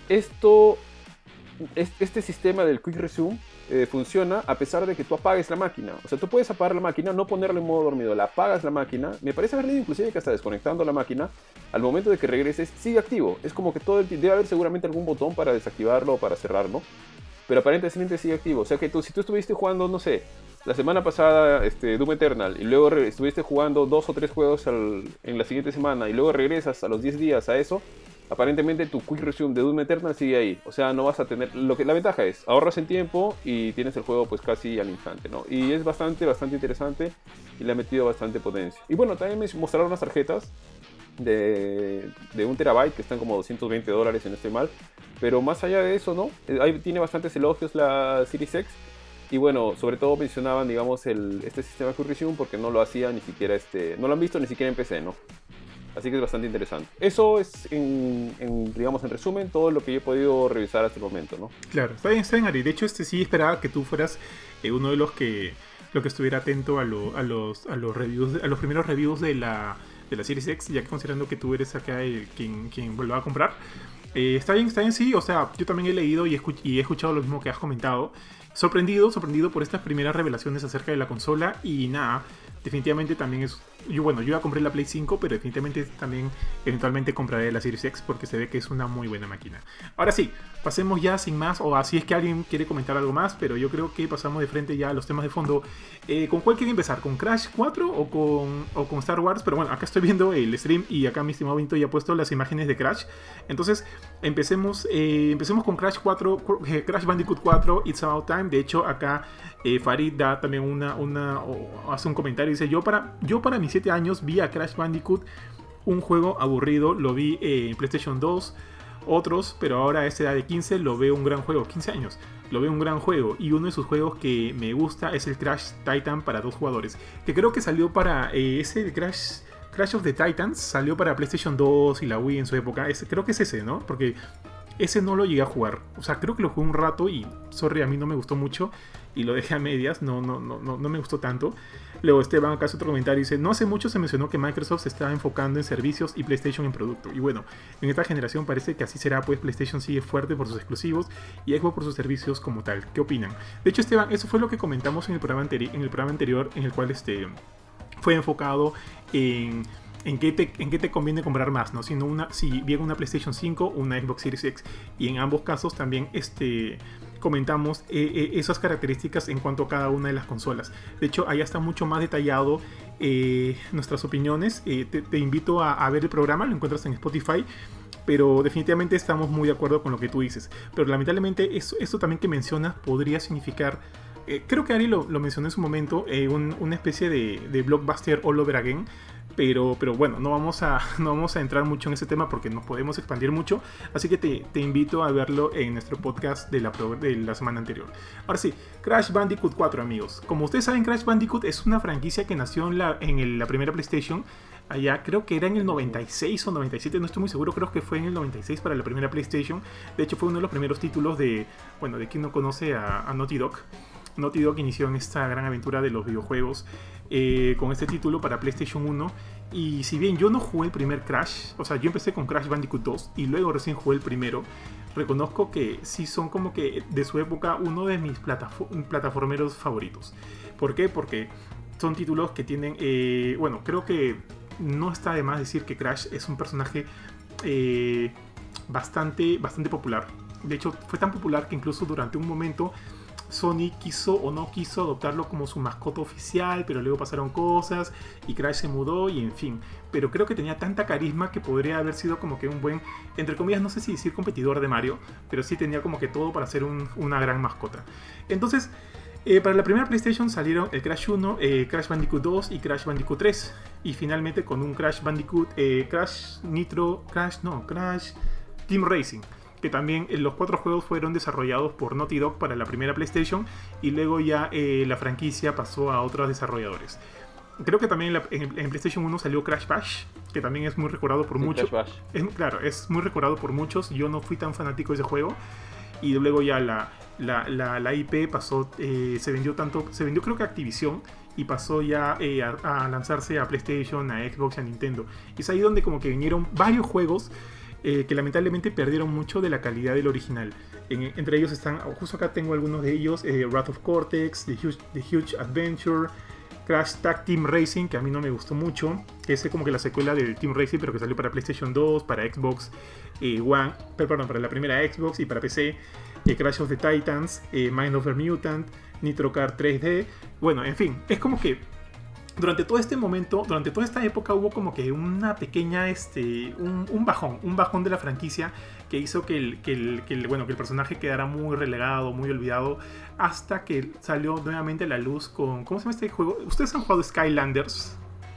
este sistema del Quick Resume funciona a pesar de que tú apagues la máquina. O sea, tú puedes apagar la máquina, no ponerla en modo dormido, la apagas la máquina. Me parece haber leído inclusive que hasta desconectando la máquina, al momento de que regreses, sigue activo. Es como que debe haber seguramente algún botón para desactivarlo o para cerrarlo, pero aparentemente sigue activo. O sea que si tú estuviste jugando, no sé, la semana pasada Doom Eternal, y luego estuviste jugando 2 o 3 juegos en la siguiente semana, y luego regresas a los 10 días a eso, aparentemente tu Quick Resume de Doom Eternal sigue ahí. O sea, no vas a tener... La ventaja es, ahorras en tiempo y tienes el juego pues casi al instante, ¿no? Y es bastante interesante y le ha metido bastante potencia. Y bueno, también me mostraron unas tarjetas de 1 terabyte que están como $220, si no estoy mal. Pero más allá de eso, ¿no? Tiene bastantes elogios la Series X. Y bueno, sobre todo mencionaban, digamos, este sistema Quick Resume porque no lo hacía ni siquiera no lo han visto ni siquiera en PC, ¿no? Así que es bastante interesante. Eso es, digamos, en resumen, todo lo que yo he podido revisar hasta el momento, ¿no? Claro, está bien, Ari. De hecho, sí esperaba que tú fueras uno de los que estuviera atento a los reviews, a los primeros reviews de la Series X, ya que considerando que tú eres acá quien vuelva a comprar. Está bien, sí. O sea, yo también he leído y he escuchado lo mismo que has comentado. Sorprendido por estas primeras revelaciones acerca de la consola. Y nada, definitivamente también es... Yo ya compré la Play 5, pero definitivamente también eventualmente compraré la Series X porque se ve que es una muy buena máquina. Ahora sí, pasemos ya sin más, o así es que alguien quiere comentar algo más, pero yo creo que pasamos de frente ya a los temas de fondo. ¿Con cuál quiere empezar? ¿Con Crash 4 o con Star Wars? Pero bueno, acá estoy viendo el stream y acá mi estimado Vinto ya ha puesto las imágenes de Crash. Entonces, empecemos con Crash 4, Crash Bandicoot 4, It's About Time. De hecho, acá Farid da también hace un comentario y dice, yo para mis 7 años vi a Crash Bandicoot un juego aburrido, lo vi en PlayStation 2, otros, pero ahora a esta edad de 15 lo veo un gran juego, 15 años, lo veo un gran juego, y uno de sus juegos que me gusta es el Crash Titan para 2 jugadores, que creo que salió para ese Crash of the Titans, salió para PlayStation 2 y la Wii en su época, creo que es ese, ¿no? Porque ese no lo llegué a jugar. O sea, creo que lo jugué un rato y, sorry, a mí no me gustó mucho y lo dejé a medias, no me gustó tanto. Luego Esteban acá hace otro comentario y dice: no hace mucho se mencionó que Microsoft se estaba enfocando en servicios y PlayStation en producto. Y bueno, en esta generación parece que así será, pues PlayStation sigue fuerte por sus exclusivos y Xbox por sus servicios como tal. ¿Qué opinan? De hecho, Esteban, eso fue lo que comentamos en el programa anterior, en el cual fue enfocado en qué te conviene comprar más, ¿no? Si bien una PlayStation 5 o una Xbox Series X. Y en ambos casos también comentamos esas características en cuanto a cada una de las consolas. De hecho, allá está mucho más detallado nuestras opiniones. Te invito a ver el programa, lo encuentras en Spotify. Pero definitivamente estamos muy de acuerdo con lo que tú dices. Pero lamentablemente esto también que mencionas podría significar... creo que Ari lo mencionó en su momento, una especie de blockbuster all over again. Pero bueno, no vamos a entrar mucho en ese tema porque nos podemos expandir mucho. Así que te invito a verlo en nuestro podcast de la semana anterior. Ahora sí, Crash Bandicoot 4, amigos. Como ustedes saben, Crash Bandicoot es una franquicia que nació en la primera PlayStation. Allá creo que era en el 96 o 97, no estoy muy seguro, creo que fue en el 96 para la primera PlayStation. De hecho fue uno de los primeros títulos de quien no conoce a Naughty Dog. Naughty Dog inició en esta gran aventura de los videojuegos con este título para PlayStation 1. Y si bien yo no jugué el primer Crash, o sea, yo empecé con Crash Bandicoot 2 y luego recién jugué el primero, reconozco que sí son como que de su época uno de mis plataformeros favoritos. ¿Por qué? Porque son títulos que tienen, creo que no está de más decir que Crash es un personaje bastante popular. De hecho, fue tan popular que incluso durante un momento Sony quiso o no quiso adoptarlo como su mascota oficial, pero luego pasaron cosas y Crash se mudó y en fin. Pero creo que tenía tanta carisma que podría haber sido como que un buen, entre comillas, no sé si decir competidor de Mario, pero sí tenía como que todo para ser una gran mascota. Entonces, para la primera PlayStation salieron el Crash 1, Crash Bandicoot 2 y Crash Bandicoot 3. Y finalmente con un Crash Bandicoot, Crash Team Racing. Que también los 4 juegos fueron desarrollados por Naughty Dog para la primera PlayStation y luego ya la franquicia pasó a otros desarrolladores. Creo que también en PlayStation 1 salió Crash Bash, que también es muy recordado por muchos. Claro, es muy recordado por muchos. Yo no fui tan fanático de ese juego. Y luego ya la IP pasó, se vendió creo que a Activision y pasó ya a lanzarse a PlayStation, a Xbox, a Nintendo. Y es ahí donde como que vinieron varios juegos que lamentablemente perdieron mucho de la calidad del original. Entre ellos están, justo acá tengo algunos de ellos, Wrath of Cortex, The Huge Adventure, Crash Tag Team Racing, que a mí no me gustó mucho, que es como que la secuela del Team Racing, pero que salió para PlayStation 2, para Xbox One, para la primera Xbox y para PC, Crash of the Titans, Mind Over Mutant, Nitro Kart 3D, bueno, en fin, es como que durante todo este momento, durante toda esta época hubo como que una pequeña, un bajón de la franquicia que hizo que el personaje quedara muy relegado, muy olvidado, hasta que salió nuevamente a la luz con, ¿cómo se llama este juego? ¿Ustedes han jugado Skylanders?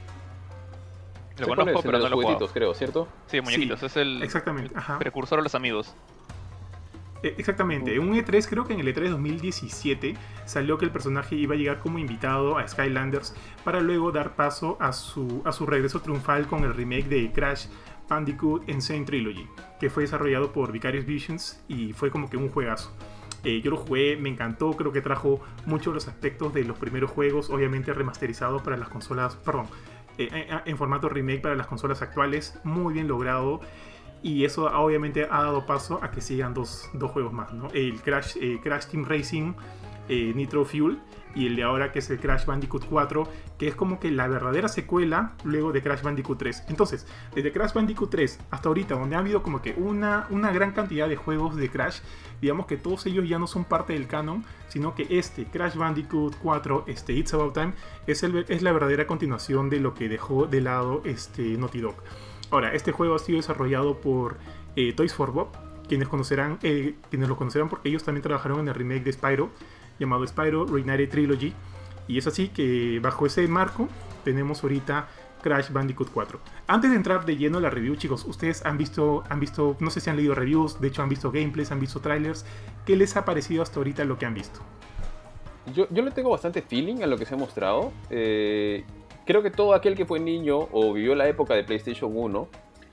Lo conozco, pero no lo he jugado. Creo, ¿cierto? Sí, muñequitos, sí, es el exactamente, precursor a los amigos. Exactamente, en un E3, creo que en el E3 2017 salió que el personaje iba a llegar como invitado a Skylanders para luego dar paso a su regreso triunfal con el remake de Crash Bandicoot Insane Trilogy, que fue desarrollado por Vicarious Visions y fue como que un juegazo. Yo lo jugué, me encantó, creo que trajo muchos de los aspectos de los primeros juegos, obviamente remasterizados para las consolas, en formato remake para las consolas actuales, muy bien logrado. Y eso obviamente ha dado paso a que sigan dos juegos más, ¿no? El Crash Team Racing Nitro Fuel y el de ahora que es el Crash Bandicoot 4, que es como que la verdadera secuela luego de Crash Bandicoot 3. Entonces, desde Crash Bandicoot 3 hasta ahorita, donde ha habido como que una gran cantidad de juegos de Crash, digamos que todos ellos ya no son parte del canon, sino que Crash Bandicoot 4, It's About Time, es la verdadera continuación de lo que dejó de lado Naughty Dog. Ahora, este juego ha sido desarrollado por Toys for Bob, quienes lo conocerán porque ellos también trabajaron en el remake de Spyro, llamado Spyro Reignited Trilogy. Y es así que bajo ese marco tenemos ahorita Crash Bandicoot 4. Antes de entrar de lleno a la review, chicos, ustedes han visto, no sé si han leído reviews, de hecho han visto gameplays, han visto trailers. ¿Qué les ha parecido hasta ahorita lo que han visto? Yo le tengo bastante feeling a lo que se ha mostrado. Creo que todo aquel que fue niño o vivió la época de PlayStation 1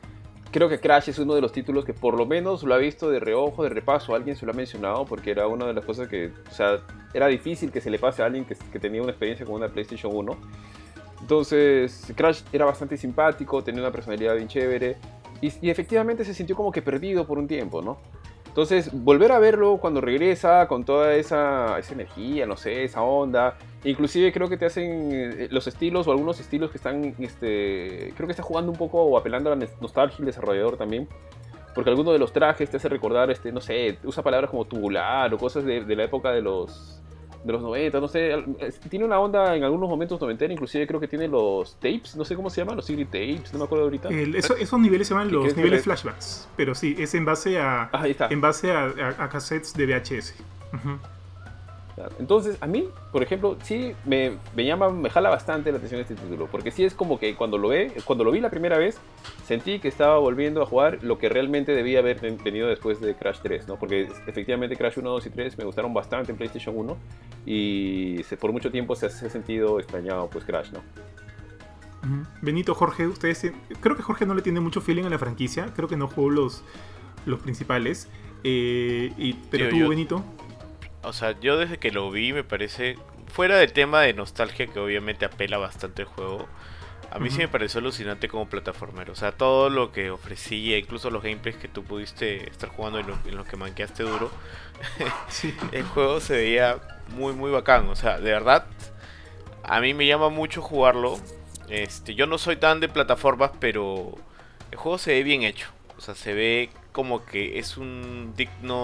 creo que Crash es uno de los títulos que por lo menos lo ha visto de reojo, de repaso, alguien se lo ha mencionado, porque era una de las cosas que, o sea, era difícil que se le pase a alguien que tenía una experiencia con una PlayStation 1. Entonces, Crash era bastante simpático, tenía una personalidad bien chévere, y efectivamente se sintió como que perdido por un tiempo, ¿no? Entonces, volver a verlo cuando regresa con toda esa energía, no sé, esa onda. Inclusive creo que te hacen los estilos o algunos estilos que están, creo que está jugando un poco o apelando a la nostalgia el desarrollador también. Porque alguno de los trajes te hace recordar, no sé, usa palabras como tubular o cosas de la época de los 90, no sé. Tiene una onda en algunos momentos noventera, inclusive creo que tiene los tapes, no sé cómo se llaman, los CD tapes, no me acuerdo ahorita. Esos niveles se llaman los niveles flashbacks, pero sí, es en base a cassettes de VHS. Uh-huh. Claro. Entonces, a mí, por ejemplo, sí me jala bastante la atención este título, porque sí es como que cuando lo vi la primera vez, sentí que estaba volviendo a jugar lo que realmente debía haber tenido después de Crash 3, ¿no? Porque efectivamente Crash 1, 2 y 3 me gustaron bastante en PlayStation 1 y por mucho tiempo se ha sentido extrañado pues Crash, ¿no? Benito, Jorge, ustedes... Creo que Jorge no le tiene mucho feeling a la franquicia, creo que no jugó los principales, pero tú, Benito... O sea, yo desde que lo vi me parece, fuera del tema de nostalgia que obviamente apela bastante el juego, a mí sí me pareció alucinante como plataformero. O sea, todo lo que ofrecía, incluso los gameplays que tú pudiste estar jugando en los que manqueaste duro, sí. El juego se veía muy muy bacán. O sea, de verdad, a mí me llama mucho jugarlo. Yo no soy tan de plataformas, pero el juego se ve bien hecho. O sea, se ve como que es una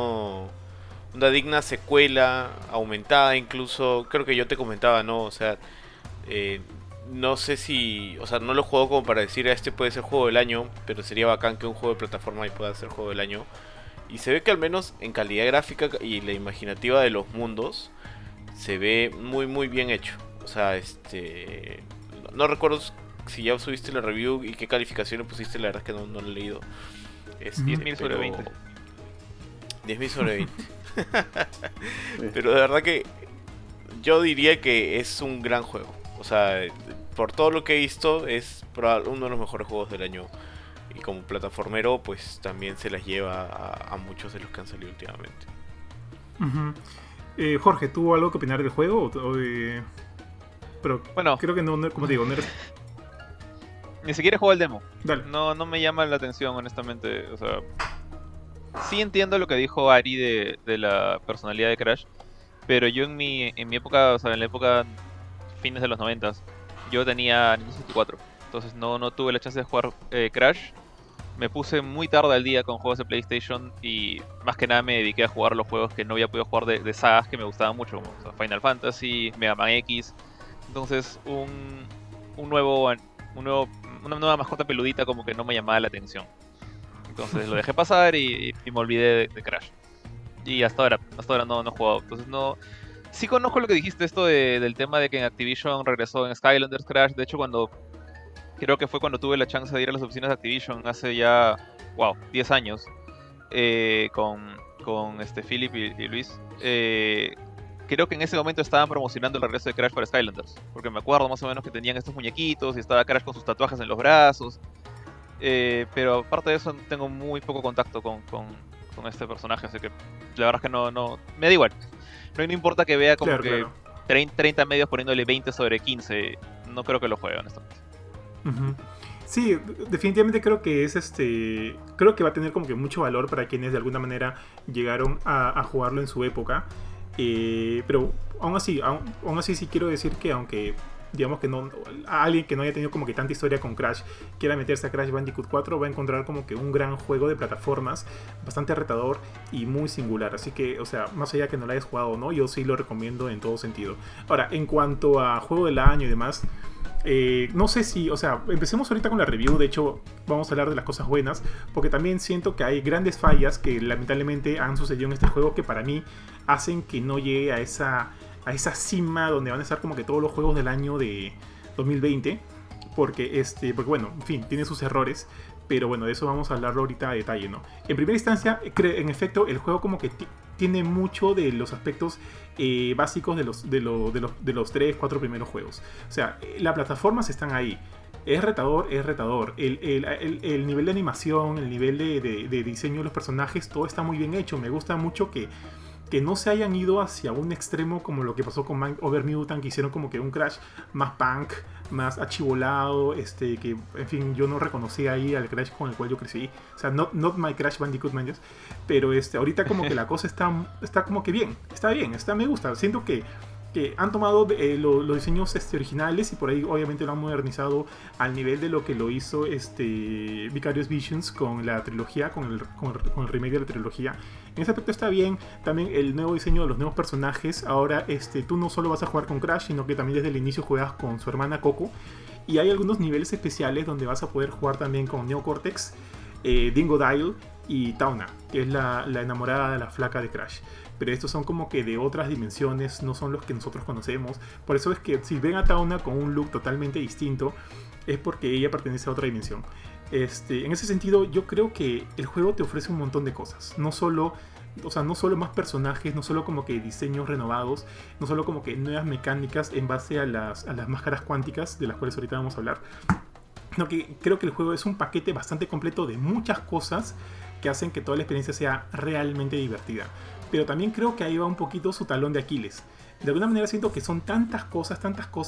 digna secuela, aumentada incluso. Creo que yo te comentaba, ¿no? O sea, no sé si... O sea, no lo he jugado como para decir, este puede ser juego del año, pero sería bacán que un juego de plataforma pueda ser juego del año. Y se ve que al menos en calidad gráfica y la imaginativa de los mundos, se ve muy muy bien hecho. O sea, no recuerdo si ya subiste la review y qué calificación le pusiste, la verdad es que no lo he leído. 10.000 sobre 20. 10.000 sobre 20. Pero de verdad que yo diría que es un gran juego. O sea, por todo lo que he visto, es uno de los mejores juegos del año. Y como plataformero, pues también se las lleva a muchos de los que han salido últimamente. Jorge, ¿tuvo algo que opinar del juego? Pero bueno, creo que no, como te digo, no eres... Ni siquiera juego el demo. Dale. No me llama la atención, honestamente. O sea, sí entiendo lo que dijo Ari de la personalidad de Crash, pero yo en mi época, o sea, en la época fines de los 90s, yo tenía Nintendo 64, entonces no tuve la chance de jugar Crash. Me puse muy tarde al día con juegos de PlayStation y más que nada me dediqué a jugar los juegos que no había podido jugar de sagas que me gustaban mucho, como Final Fantasy, Mega Man X. Entonces una nueva mascota peludita como que no me llamaba la atención. Entonces lo dejé pasar y me olvidé de Crash. Y hasta ahora no he jugado. Entonces no... Sí conozco lo que dijiste, esto del tema de que en Activision regresó en Skylanders Crash. De hecho, creo que fue cuando tuve la chance de ir a las oficinas de Activision hace ya, 10 años. Con Philip y Luis. Creo que en ese momento estaban promocionando el regreso de Crash para Skylanders. Porque me acuerdo más o menos que tenían estos muñequitos y estaba Crash con sus tatuajes en los brazos. Pero aparte de eso tengo muy poco contacto con este personaje, así que la verdad es que no me da igual. No importa que vea como claro. 30 medios poniéndole 20 sobre 15, no creo que lo juegue, honestamente. Sí, definitivamente creo que creo que va a tener como que mucho valor para quienes de alguna manera llegaron a jugarlo en su época. Pero aún así sí quiero decir que aunque digamos que no, a alguien que no haya tenido como que tanta historia con Crash quiera meterse a Crash Bandicoot 4, va a encontrar como que un gran juego de plataformas bastante retador y muy singular. Así que, o sea, más allá que no lo hayas jugado o no, yo sí lo recomiendo en todo sentido. Ahora, en cuanto a juego del año y demás, no sé si, o sea, empecemos ahorita con la review. De hecho, vamos a hablar de las cosas buenas, porque también siento que hay grandes fallas que lamentablemente han sucedido en este juego que para mí hacen que no llegue a esa cima donde van a estar como que todos los juegos del año de 2020, porque bueno, en fin, tiene sus errores, pero bueno, de eso vamos a hablarlo ahorita a detalle, ¿no? En primera instancia, en efecto, el juego como que tiene mucho de los aspectos básicos de los 3-4 primeros juegos. O sea, las plataformas están ahí, Es retador, es retador. El nivel de animación, el nivel de diseño de los personajes, todo está muy bien hecho. Me gusta mucho que no se hayan ido hacia un extremo como lo que pasó con Mind Over Mutant, que hicieron como que un Crash más punk, más achivolado, que en fin, yo no reconocía ahí al Crash con el cual yo crecí. O sea, not my Crash Bandicoot Manjas. Pero ahorita como que la cosa está como que bien, me gusta. Siento que han tomado los diseños originales y por ahí obviamente lo han modernizado al nivel de lo que lo hizo Vicarious Visions con la trilogía, con el remake de la trilogía. En ese aspecto está bien. También el nuevo diseño de los nuevos personajes. Ahora tú no solo vas a jugar con Crash, sino que también desde el inicio juegas con su hermana Coco. Y hay algunos niveles especiales donde vas a poder jugar también con Neo Cortex, Dingodile y Tauna, que es la enamorada de la flaca de Crash. Pero estos son como que de otras dimensiones, no son los que nosotros conocemos. Por eso es que si ven a Tauna con un look totalmente distinto, es porque ella pertenece a otra dimensión. En ese sentido, yo creo que el juego te ofrece un montón de cosas. No solo más personajes, no solo como que diseños renovados, no solo como que nuevas mecánicas en base a las máscaras cuánticas, de las cuales ahorita vamos a hablar. No, que creo que el juego es un paquete bastante completo de muchas cosas que hacen que toda la experiencia sea realmente divertida. Pero también creo que ahí va un poquito su talón de Aquiles. De alguna manera siento que son tantas cosas,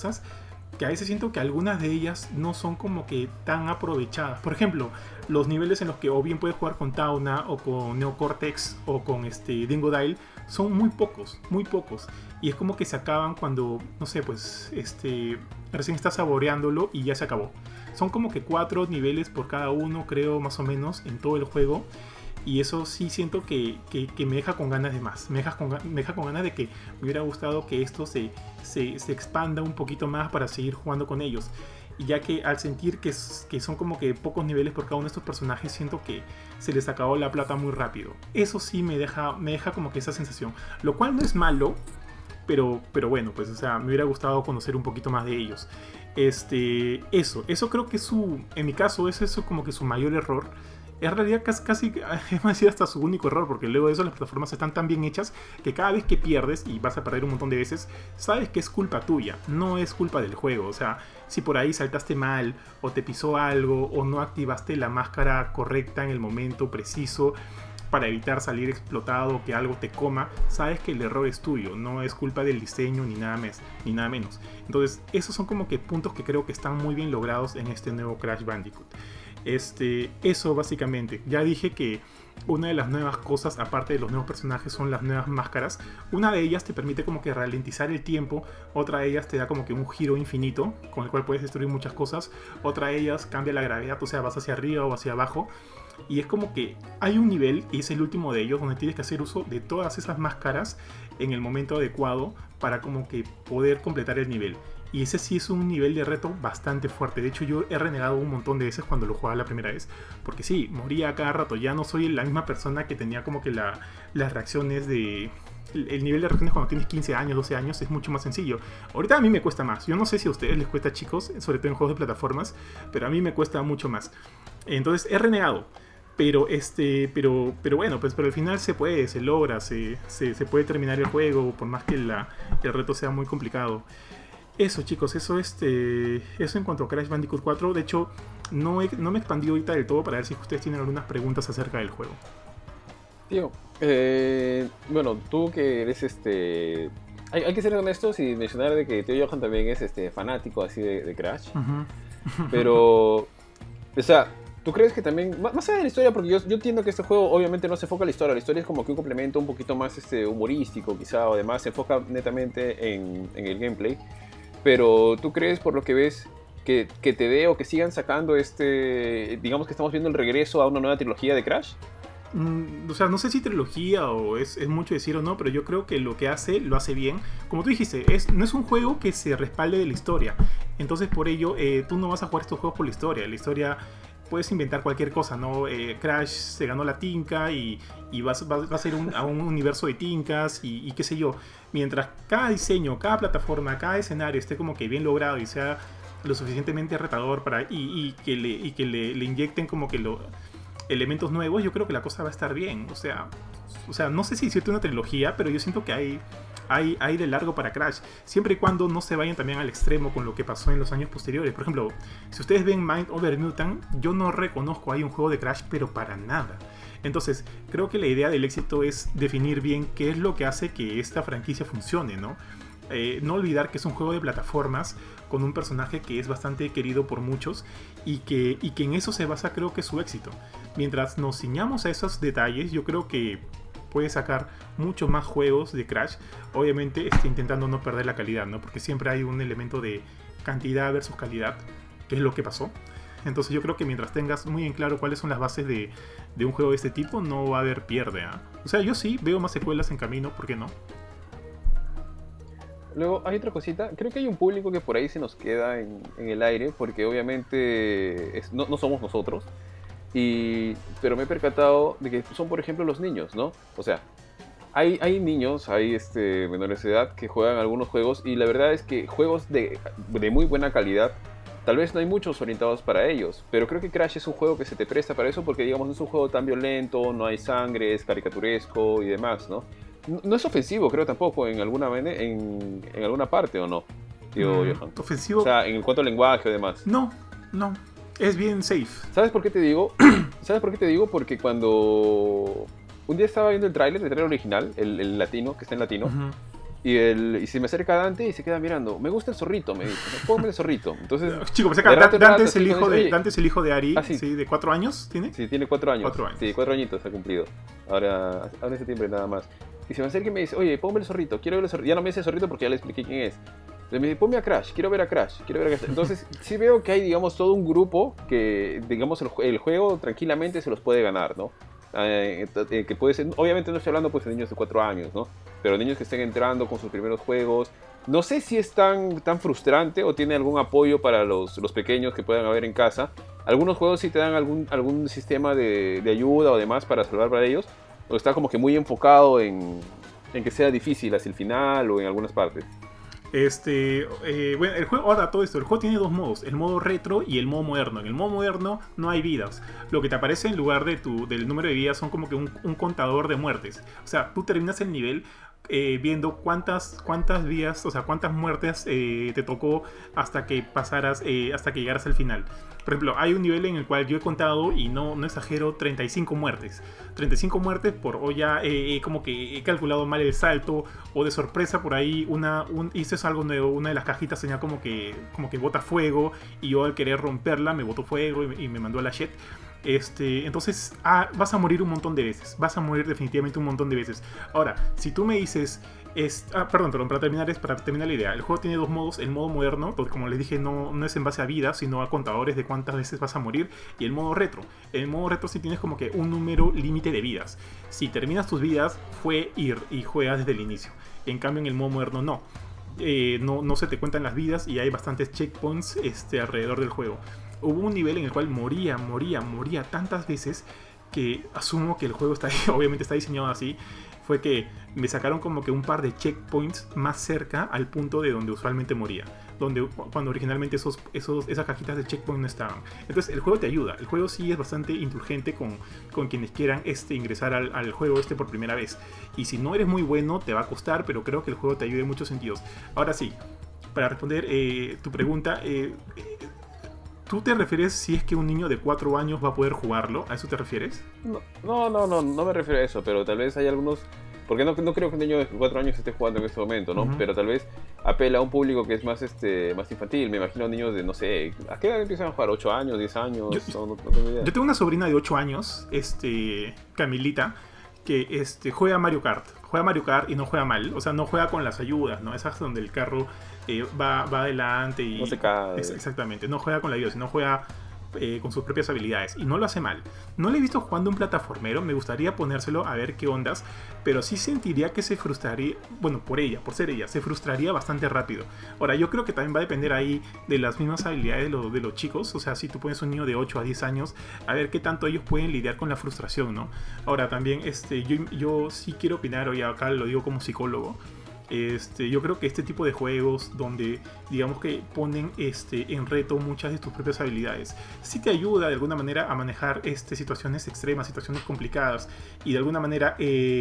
que a veces siento que algunas de ellas no son como que tan aprovechadas. Por ejemplo, los niveles en los que o bien puedes jugar con Tauna o con Neo Cortex o con Dingodile son muy pocos. Y es como que se acaban cuando, no sé, pues recién estás saboreándolo y ya se acabó. Son como que 4 niveles por cada uno, creo, más o menos, en todo el juego. Y eso sí siento que me deja con ganas de más. Me deja con ganas de que me hubiera gustado que esto se expanda un poquito más para seguir jugando con ellos. Y ya que al sentir que son como que pocos niveles por cada uno de estos personajes, siento que se les acabó la plata muy rápido. Eso sí me deja como que esa sensación. Lo cual no es malo, pero bueno, pues o sea, me hubiera gustado conocer un poquito más de ellos. Eso creo que en mi caso es eso como que su mayor error. En realidad casi es decir, hasta su único error, porque luego de eso las plataformas están tan bien hechas que cada vez que pierdes, y vas a perder un montón de veces, sabes que es culpa tuya, no es culpa del juego. O sea, si por ahí saltaste mal, o te pisó algo, o no activaste la máscara correcta en el momento preciso para evitar salir explotado o que algo te coma, sabes que el error es tuyo, no es culpa del diseño ni nada menos. Entonces esos son como que puntos que creo que están muy bien logrados en este nuevo Crash Bandicoot. Eso básicamente. Ya dije que una de las nuevas cosas, aparte de los nuevos personajes, son las nuevas máscaras. Una de ellas te permite como que ralentizar el tiempo, otra de ellas te da como que un giro infinito con el cual puedes destruir muchas cosas, otra de ellas cambia la gravedad, o sea, vas hacia arriba o hacia abajo. Y es como que hay un nivel, y es el último de ellos, donde tienes que hacer uso de todas esas máscaras en el momento adecuado para como que poder completar el nivel. Y ese sí es un nivel de reto bastante fuerte. De hecho, yo he renegado un montón de veces cuando lo jugaba la primera vez, porque sí, moría a cada rato. Ya no soy la misma persona que tenía como que las reacciones de... El nivel de reacciones cuando tienes 15 años, 12 años es mucho más sencillo. Ahorita a mí me cuesta más. Yo no sé si a ustedes les cuesta, chicos, sobre todo en juegos de plataformas, pero a mí me cuesta mucho más. Entonces he renegado. Pero bueno, pues pero al final se puede, se logra, se puede terminar el juego, por más que el reto sea muy complicado. Eso, chicos, eso en cuanto a Crash Bandicoot 4. De hecho, no me expandí ahorita del todo para ver si ustedes tienen algunas preguntas acerca del juego. Tío, bueno, tú que eres hay que ser honestos y mencionar de que Tío Johan también es fanático así de Crash. Pero, o sea, ¿tú crees que también, más allá de la historia, porque yo entiendo que este juego obviamente no se enfoca en la historia es como que un complemento un poquito más humorístico quizá, o además se enfoca netamente en el gameplay, pero ¿tú crees por lo que ves que te dé o que sigan sacando digamos que estamos viendo el regreso a una nueva trilogía de Crash? O sea, no sé si trilogía o es mucho decir o no, pero yo creo que lo hace bien. Como tú dijiste, no es un juego que se respalde de la historia. Entonces por ello tú no vas a jugar estos juegos por la historia. La historia puedes inventar cualquier cosa, ¿no? Crash se ganó la tinca y va a ser a un universo de tincas y qué sé yo. Mientras cada diseño, cada plataforma, cada escenario esté como que bien logrado y sea lo suficientemente retador y que le inyecten como que elementos nuevos, yo creo que la cosa va a estar bien. O sea, o sea, no sé si decirte una trilogía, pero yo siento que hay de largo para Crash, siempre y cuando no se vayan también al extremo con lo que pasó en los años posteriores. Por ejemplo, si ustedes ven Mind Over Mutant, yo no reconozco ahí un juego de Crash, pero para nada. Entonces, creo que la idea del éxito es definir bien qué es lo que hace que esta franquicia funcione, ¿no? No olvidar que es un juego de plataformas con un personaje que es bastante querido por muchos y que en eso se basa, creo que, su éxito. Mientras nos ciñamos a esos detalles, yo creo que puede sacar muchos más juegos de Crash, obviamente intentando no perder la calidad, ¿no? Porque siempre hay un elemento de cantidad versus calidad, que es lo que pasó. Entonces yo creo que mientras tengas muy en claro cuáles son las bases de un juego de este tipo, no va a haber pierde, ¿eh? O sea, yo sí veo más secuelas en camino, ¿por qué no? Luego hay otra cosita, creo que hay un público que por ahí se nos queda en el aire, porque obviamente no somos nosotros, pero me he percatado de que son, por ejemplo, los niños, ¿no? O sea, hay niños, hay menores de edad que juegan algunos juegos, y la verdad es que juegos de muy buena calidad, tal vez no hay muchos orientados para ellos, pero creo que Crash es un juego que se te presta para eso, porque digamos no es un juego tan violento, no hay sangre, es caricaturesco y demás, ¿no? No es ofensivo, creo tampoco, en alguna parte, ¿o no? Tío Johan. Ofensivo. O sea, en cuanto al lenguaje o demás. No. Es bien safe. ¿Sabes por qué te digo? Porque cuando un día estaba viendo el tráiler original, el latino, que está en latino, Uh-huh. y se me acerca Dante y se queda mirando. Me gusta el zorrito, me dice. ¿No? Póngame el zorrito. Entonces, Chico, pensé que Dante es el hijo de Ari, sí. ¿sí? ¿De 4 años tiene? Sí, tiene 4 años. 4 años. Sí, 4 añitos ha cumplido. Ahora en septiembre nada más. Y se me acerca y me dice, oye, ponme el zorrito, quiero ver el zorrito. Ya no me dice el zorrito porque ya le expliqué quién es. Entonces me dice, ponme a Crash, quiero ver a Crash. Entonces sí veo que hay, digamos, todo un grupo que, digamos, el juego tranquilamente se los puede ganar, ¿no? Que puede ser, obviamente no estoy hablando pues de niños de 4 años, ¿no? Pero niños que estén entrando con sus primeros juegos. No sé si es tan frustrante o tiene algún apoyo para los pequeños que puedan haber en casa. Algunos juegos sí te dan algún sistema de ayuda o demás para salvar para ellos. O está como que muy enfocado en que sea difícil hacia el final o en algunas partes. Bueno, el juego, ahora todo esto, el juego tiene 2 modos, el modo retro y el modo moderno. En el modo moderno no hay vidas. Lo que te aparece en lugar del número de vidas son como que un contador de muertes. O sea, tú terminas el nivel viendo cuántas vidas, o sea, cuántas muertes te tocó hasta que hasta que llegaras al final. Por ejemplo, hay un nivel en el cual yo he contado, y no exagero, 35 muertes. 35 muertes o ya como que he calculado mal el salto, o de sorpresa por ahí, y esto es algo nuevo, una de las cajitas tenía como que bota fuego, y yo al querer romperla me botó fuego y me mandó a la shit. Entonces vas a morir un montón de veces. Vas a morir definitivamente un montón de veces. Ahora, si tú me dices perdón, para terminar la idea, el juego tiene 2 modos. El modo moderno, porque como les dije, no es en base a vidas, sino a contadores de cuántas veces vas a morir. Y el modo retro. En el modo retro sí tienes como que un número límite de vidas. Si terminas tus vidas, fue ir y juegas desde el inicio. En cambio en el modo moderno no. No se te cuentan las vidas, y hay bastantes checkpoints alrededor del juego. Hubo un nivel en el cual moría tantas veces que asumo que el juego obviamente está diseñado así. Fue que me sacaron como que un par de checkpoints más cerca al punto de donde usualmente moría, cuando originalmente esas cajitas de checkpoint no estaban. Entonces el juego te ayuda. El juego sí es bastante indulgente con quienes quieran ingresar al juego por primera vez. Y si no eres muy bueno, te va a costar, pero creo que el juego te ayuda en muchos sentidos. Ahora sí, para responder tu pregunta, ¿tú te refieres si es que un niño de 4 años va a poder jugarlo? ¿A eso te refieres? No me refiero a eso, pero tal vez hay algunos... Porque no creo que un niño de 4 años esté jugando en este momento, ¿no? Uh-huh. Pero tal vez apela a un público que es más infantil. Me imagino niños de, no sé, ¿a qué edad empiezan a jugar? ¿8 años? ¿10 años? No tengo idea. Yo tengo una sobrina de 8 años, Camilita, que juega Mario Kart. Juega Mario Kart y no juega mal. O sea, no juega con las ayudas, ¿no? Esas donde el carro va adelante y... No se cae. Exactamente. No juega con la ayuda, sino juega con sus propias habilidades. Y no lo hace mal. No le he visto jugando un plataformero. Me gustaría ponérselo a ver qué ondas. Pero sí sentiría que se frustraría... Bueno, por ser ella, se frustraría bastante rápido. Ahora, yo creo que también va a depender ahí de las mismas habilidades de los chicos. O sea, si tú pones un niño de 8 a 10 años, a ver qué tanto ellos pueden lidiar con la frustración, ¿no? Ahora, también yo sí quiero opinar, hoy acá lo digo como psicólogo. Yo creo que este tipo de juegos donde digamos que ponen en reto muchas de tus propias habilidades, sí te ayuda de alguna manera a manejar situaciones extremas, situaciones complicadas, y de alguna manera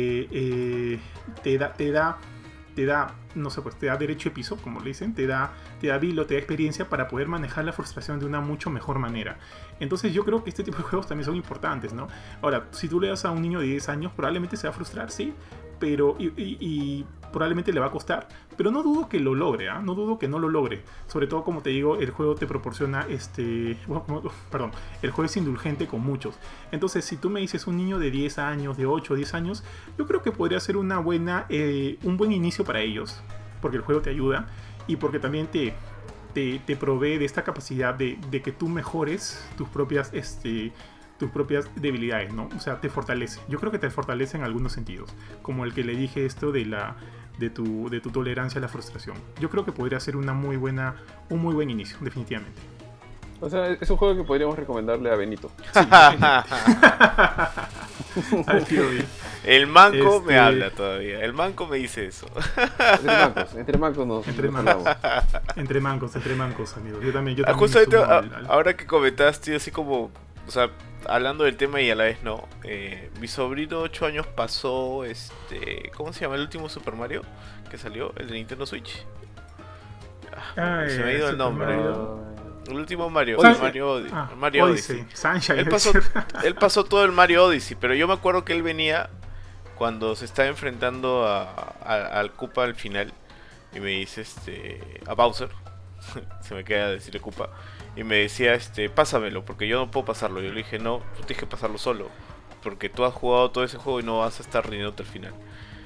te da, no sé, pues te da derecho de piso, como le dicen, te da vilo, te da experiencia para poder manejar la frustración de una mucho mejor manera. Entonces yo creo que este tipo de juegos también son importantes, ¿no? Ahora, si tú le das a un niño de 10 años, probablemente se va a frustrar, sí, pero y probablemente le va a costar, pero no dudo que lo logre, ¿eh? No dudo que no lo logre. Sobre todo, como te digo, el juego te proporciona perdón, el juego es indulgente con muchos. Entonces, si tú me dices un niño de 10 años, de 8 o 10 años, yo creo que podría ser un buen inicio para ellos, porque el juego te ayuda y porque también te provee de esta capacidad de que tú mejores tus propias debilidades, ¿no? O sea, te fortalece. Yo creo que te fortalece en algunos sentidos, como el que le dije esto de tu tolerancia a la frustración. Yo creo que podría ser un muy buen inicio, definitivamente. O sea, es un juego que podríamos recomendarle a Benito. Al tío B. El manco me habla todavía. El manco me dice eso. Entre mancos nos hablamos. Entre mancos, amigos. Yo también Justamente, sumo ahora que comentaste, así como, o sea, hablando del tema y a la vez no, mi sobrino de 8 años pasó, ¿cómo se llama el último Super Mario que salió? El de Nintendo Switch. Se me ha ido el nombre. El último Mario, Mario Odyssey. Sunshine. Él pasó todo el Mario Odyssey, pero yo me acuerdo que él venía cuando se está enfrentando al Koopa al final y me dice a Bowser. Se me queda decirle Koopa. Y me decía, pásamelo, porque yo no puedo pasarlo. Yo le dije, no, tú tienes que pasarlo solo, porque tú has jugado todo ese juego y no vas a estar rindiéndote al final.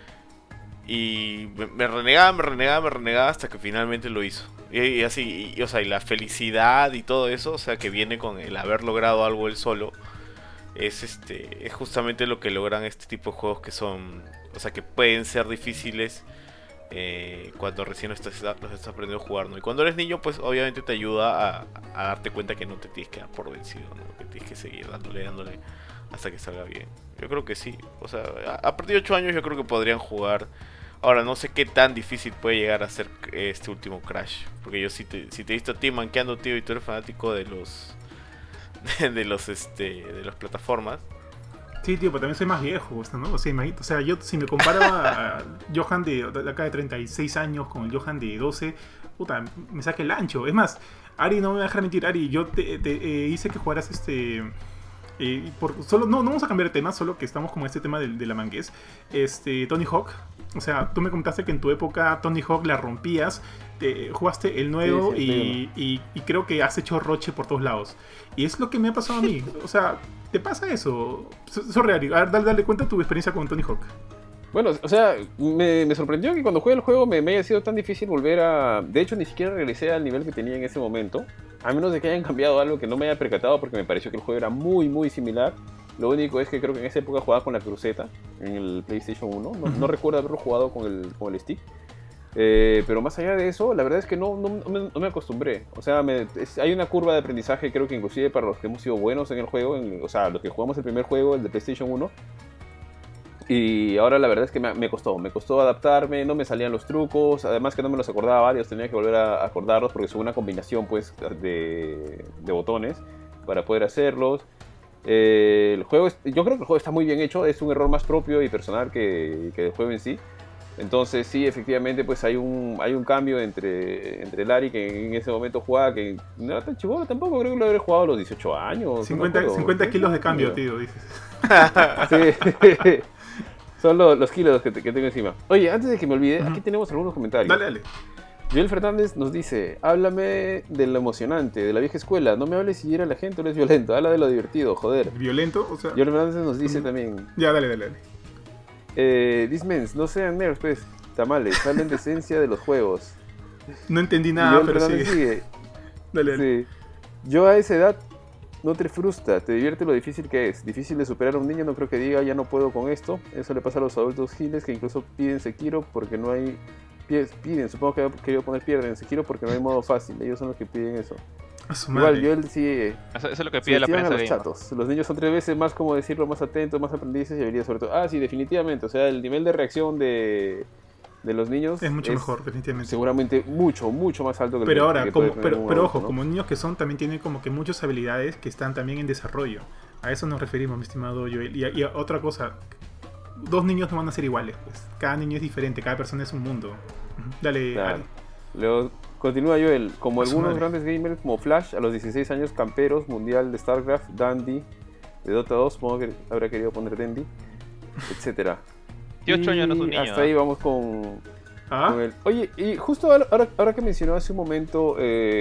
Y me renegaba hasta que finalmente lo hizo. Y así, o sea, y la felicidad y todo eso, o sea, que viene con el haber logrado algo él solo, es justamente lo que logran este tipo de juegos que son, o sea, que pueden ser difíciles cuando recién los estás aprendiendo a jugar, ¿no? Y cuando eres niño, pues obviamente te ayuda a darte cuenta que no te tienes que dar por vencido, ¿no? Que tienes que seguir dándole hasta que salga bien. Yo creo que sí, o sea, a partir de 8 años yo creo que podrían jugar. Ahora, no sé qué tan difícil puede llegar a ser este último Crash, porque yo si te he visto a ti manqueando, tío, y tú eres fanático de de las plataformas. Sí, tío, pero también soy más viejo, ¿no? O sea, imagínate, o sea, yo si me comparo a Johan de acá de 36 años con el Johan de 12, puta, me saca el ancho. Es más, Ari, no me va a dejar mentir, Ari, yo te hice que jugaras solo, no vamos a cambiar de tema, solo que estamos como en este tema de la manguez. Tony Hawk. O sea, tú me comentaste que en tu época Tony Hawk la rompías, jugaste el nuevo sí, y creo que has hecho roche por todos lados. Y es lo que me ha pasado a mí. O sea, ¿te pasa eso? Sorry, Ari, a ver, dale cuenta tu experiencia con Tony Hawk. Bueno, o sea, me sorprendió que cuando jugué el juego me haya sido tan difícil volver a... De hecho, ni siquiera regresé al nivel que tenía en ese momento. A menos de que hayan cambiado algo que no me haya percatado, porque me pareció que el juego era muy, muy similar. Lo único es que creo que en esa época jugaba con la cruceta, en el PlayStation 1. No recuerdo haberlo jugado con el stick. Pero más allá de eso, la verdad es que no me acostumbré. O sea, hay una curva de aprendizaje, creo que inclusive para los que hemos sido buenos en el juego, o sea, los que jugamos el primer juego, el de PlayStation 1. Y ahora la verdad es que me costó adaptarme, no me salían los trucos, además que no me los acordaba varios, tenía que volver a acordarlos porque son una combinación pues de botones para poder hacerlos. Yo creo que el juego está muy bien hecho, es un error más propio y personal que el juego en sí. Entonces sí, efectivamente pues hay un cambio entre Larry, que en ese momento jugaba, que no era tan chibolo tampoco, creo que lo habría jugado a los 18 años. 50 kilos de cambio, tío, dices. Sí. Son los kilos que tengo encima. Oye, antes de que me olvide, aquí tenemos algunos comentarios. Dale. Joel Fernández nos dice: háblame de lo emocionante, de la vieja escuela. No me hables si hiera la gente o eres violento. Habla de lo divertido, joder. ¿Violento? O sea... Joel Fernández nos dice también: ya, dale. Dismens, no sean nerds, pues. Tamales, hablen de esencia de los juegos. No entendí nada, Joel pero Fernández sí. sigue. Dale. Sí. Yo a esa edad no te frustra, te divierte lo difícil que es. Difícil de superar a un niño, no creo que diga ya no puedo con esto. Eso le pasa a los adultos giles que incluso piden Sekiro porque no hay... Piden, supongo que querido poner pierden Sekiro porque no hay modo fácil. Ellos son los que piden eso. A su madre. Igual, Joel sí... Eso es lo que pide la prensa a los gamer. chatos. Los niños son 3 veces más, como decirlo, más atentos, más aprendices y habilidades sobre todo. Ah, sí, definitivamente. O sea, el nivel de reacción de de los niños Es mucho mejor, definitivamente. seguramente mucho más alto que el Pero ahora, que puede tener un pero adulto, ojo, ¿no? como niños que son, también tienen como que muchas habilidades que están también en desarrollo. A eso nos referimos, mi estimado Joel. Y a otra cosa, dos niños no van a ser iguales, pues. Cada niño es diferente, cada persona es un mundo. Ujú. Dale, Claro. Ali. Luego continúa Joel, como A su algunos madre. grandes gamers como Flash, a los 16 años camperos, mundial de StarCraft, Dandy, de Dota 2, supongo que habrá querido poner Dandy, etcétera. Tío Choño no es un niño. Hasta ahí vamos con ¿Ah? él. Oye, y justo ahora que mencionó hace un momento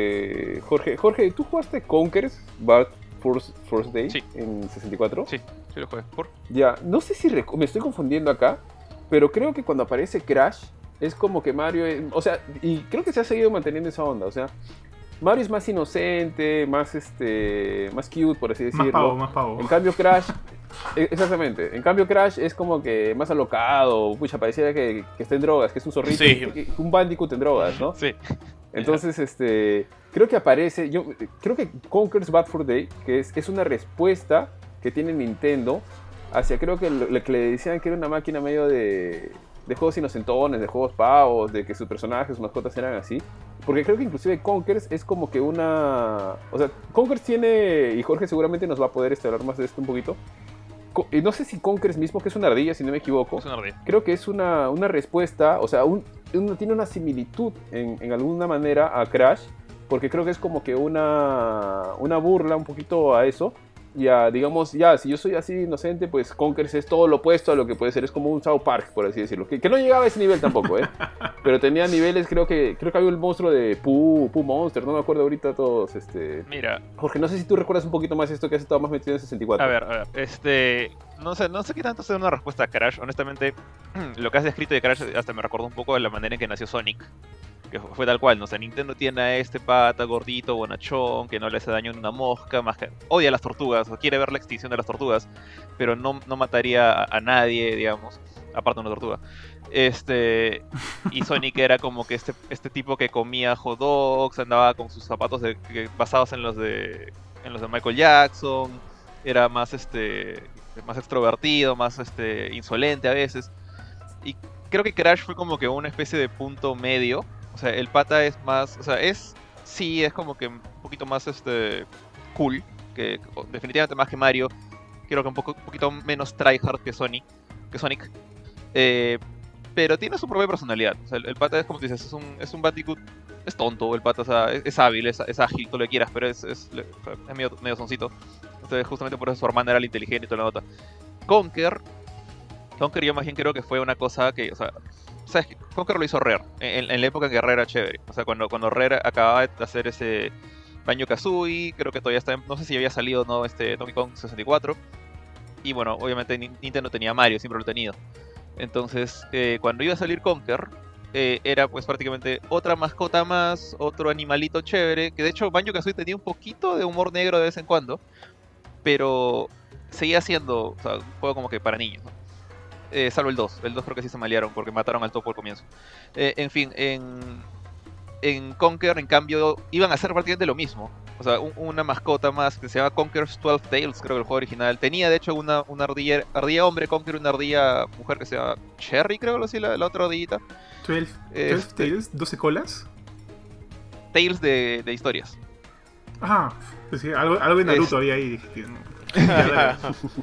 Jorge, ¿tú jugaste Conkers Bad First Day Sí. en 64? Sí, sí lo jugué. ¿Por? Ya, no sé si me estoy confundiendo acá, pero creo que cuando aparece Crash es como que Mario, o sea, y creo que se ha seguido manteniendo esa onda, o sea, Mario es más inocente, más más cute, por así decirlo. Más pavo. En cambio Crash, exactamente, en cambio Crash es como que más alocado, pucha, pareciera que está en drogas, que es un zorrito, Sí. un Bandicoot en drogas, ¿no? Sí. Entonces, creo que aparece, creo que Conker's Bad Fur Day, que es una respuesta que tiene Nintendo hacia, creo que lo que le decían que era una máquina medio de juegos inocentones, de juegos pavos, de que sus personajes, sus mascotas eran así. Porque creo que inclusive Conkers es como que una... O sea, Conkers tiene, y Jorge seguramente nos va a poder hablar más de esto un poquito. Y no sé si Conkers mismo, que es una ardilla, si no me equivoco, Es una ardilla. creo que es una respuesta, o sea, tiene una similitud en alguna manera a Crash, porque creo que es como que una burla un poquito a eso. Y a, digamos, ya, si yo soy así inocente, pues Conkers es todo lo opuesto a lo que puede ser, es como un South Park, por así decirlo. Que no llegaba a ese nivel tampoco, ¿eh? Pero tenía niveles, creo que había el monstruo de Pooh Monster, no me acuerdo ahorita todos, Mira, Jorge, no sé si tú recuerdas un poquito más esto que has estado más metido en 64. a ver, no sé qué tanto sea una respuesta a Crash. Honestamente, lo que has descrito de Crash hasta me recordó un poco de la manera en que nació Sonic. Que fue tal cual, ¿no? O sea, Nintendo tiene a este pata gordito, bonachón, que no le hace daño a una mosca, más que odia las tortugas, o quiere ver la extinción de las tortugas, pero no mataría a nadie, digamos, aparte de una tortuga. Y Sonic era como que este tipo que comía hot dogs, andaba con sus zapatos basados en los de Michael Jackson, era más más extrovertido, más insolente a veces. Y creo que Crash fue como que una especie de punto medio. O sea, el pata es más, o sea, sí, es como que un poquito más cool, definitivamente más que Mario. Creo que un poquito menos tryhard que Sonic. Pero tiene su propia personalidad. O sea, el pata es como tú dices, es un Bandicoot, es tonto el pata, o sea, es hábil, es ágil, todo lo que quieras, pero es medio soncito. Entonces justamente por eso su hermana era la inteligente y toda la nota. Conker yo más bien creo que fue una cosa que, o sea, ¿sabes qué? Conker lo hizo Rare, en la época en que Rare era chévere. O sea, cuando Rare acababa de hacer ese Banjo-Kazooie, creo que todavía está, no sé si había salido o no Donkey Kong 64. Y bueno, obviamente Nintendo tenía Mario, siempre lo ha tenido. Entonces, cuando iba a salir Conker, era pues prácticamente otra mascota más, otro animalito chévere, que de hecho Banjo-Kazooie tenía un poquito de humor negro de vez en cuando, pero seguía siendo, o sea, un juego como que para niños, ¿no? Salvo el 2 creo que sí se malearon porque mataron al topo al comienzo. En fin, en Conker, en cambio, iban a hacer prácticamente lo mismo. O sea, una mascota más que se llama Conker's 12 Tales, creo que el juego original. Tenía de hecho una ardilla hombre Conker, una ardilla mujer que se llama Cherry, creo que así, la otra ardillita. 12 Tales, 12 colas. Tales de historias. Ajá, pues sí, algo de Naruto había ahí. Dije, ya,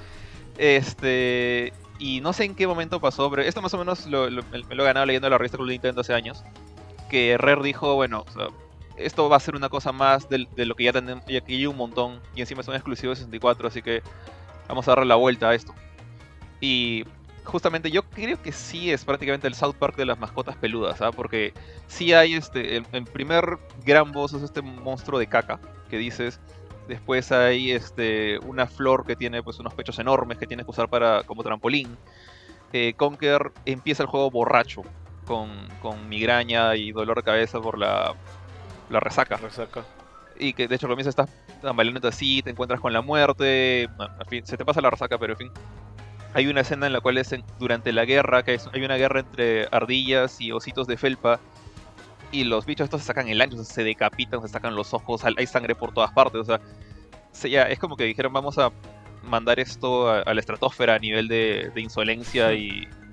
dale. Y no sé en qué momento pasó, pero esto más o menos me lo he ganado leyendo la revista Club Nintendo hace años. Que Rare dijo, bueno, o sea, esto va a ser una cosa más de lo que ya tenemos, ya que hay un montón, y encima es un exclusivo de 64, así que vamos a darle la vuelta a esto. Y justamente yo creo que sí es prácticamente el South Park de las mascotas peludas, ¿ah? Porque sí hay el primer gran boss es este monstruo de caca, que dices. Después hay una flor que tiene pues unos pechos enormes que tienes que usar como trampolín. Conker empieza el juego borracho, con migraña y dolor de cabeza por la resaca. Y que de hecho comienza estás tambaleando así, te encuentras con la muerte. Bueno, al fin, se te pasa la resaca, pero en fin. Hay una escena en la cual es durante la guerra, hay una guerra entre ardillas y ositos de felpa. Y los bichos estos se sacan el ancho, se decapitan, se sacan los ojos, hay sangre por todas partes. O sea, ya es como que dijeron, vamos a mandar esto a la estratosfera a nivel de insolencia y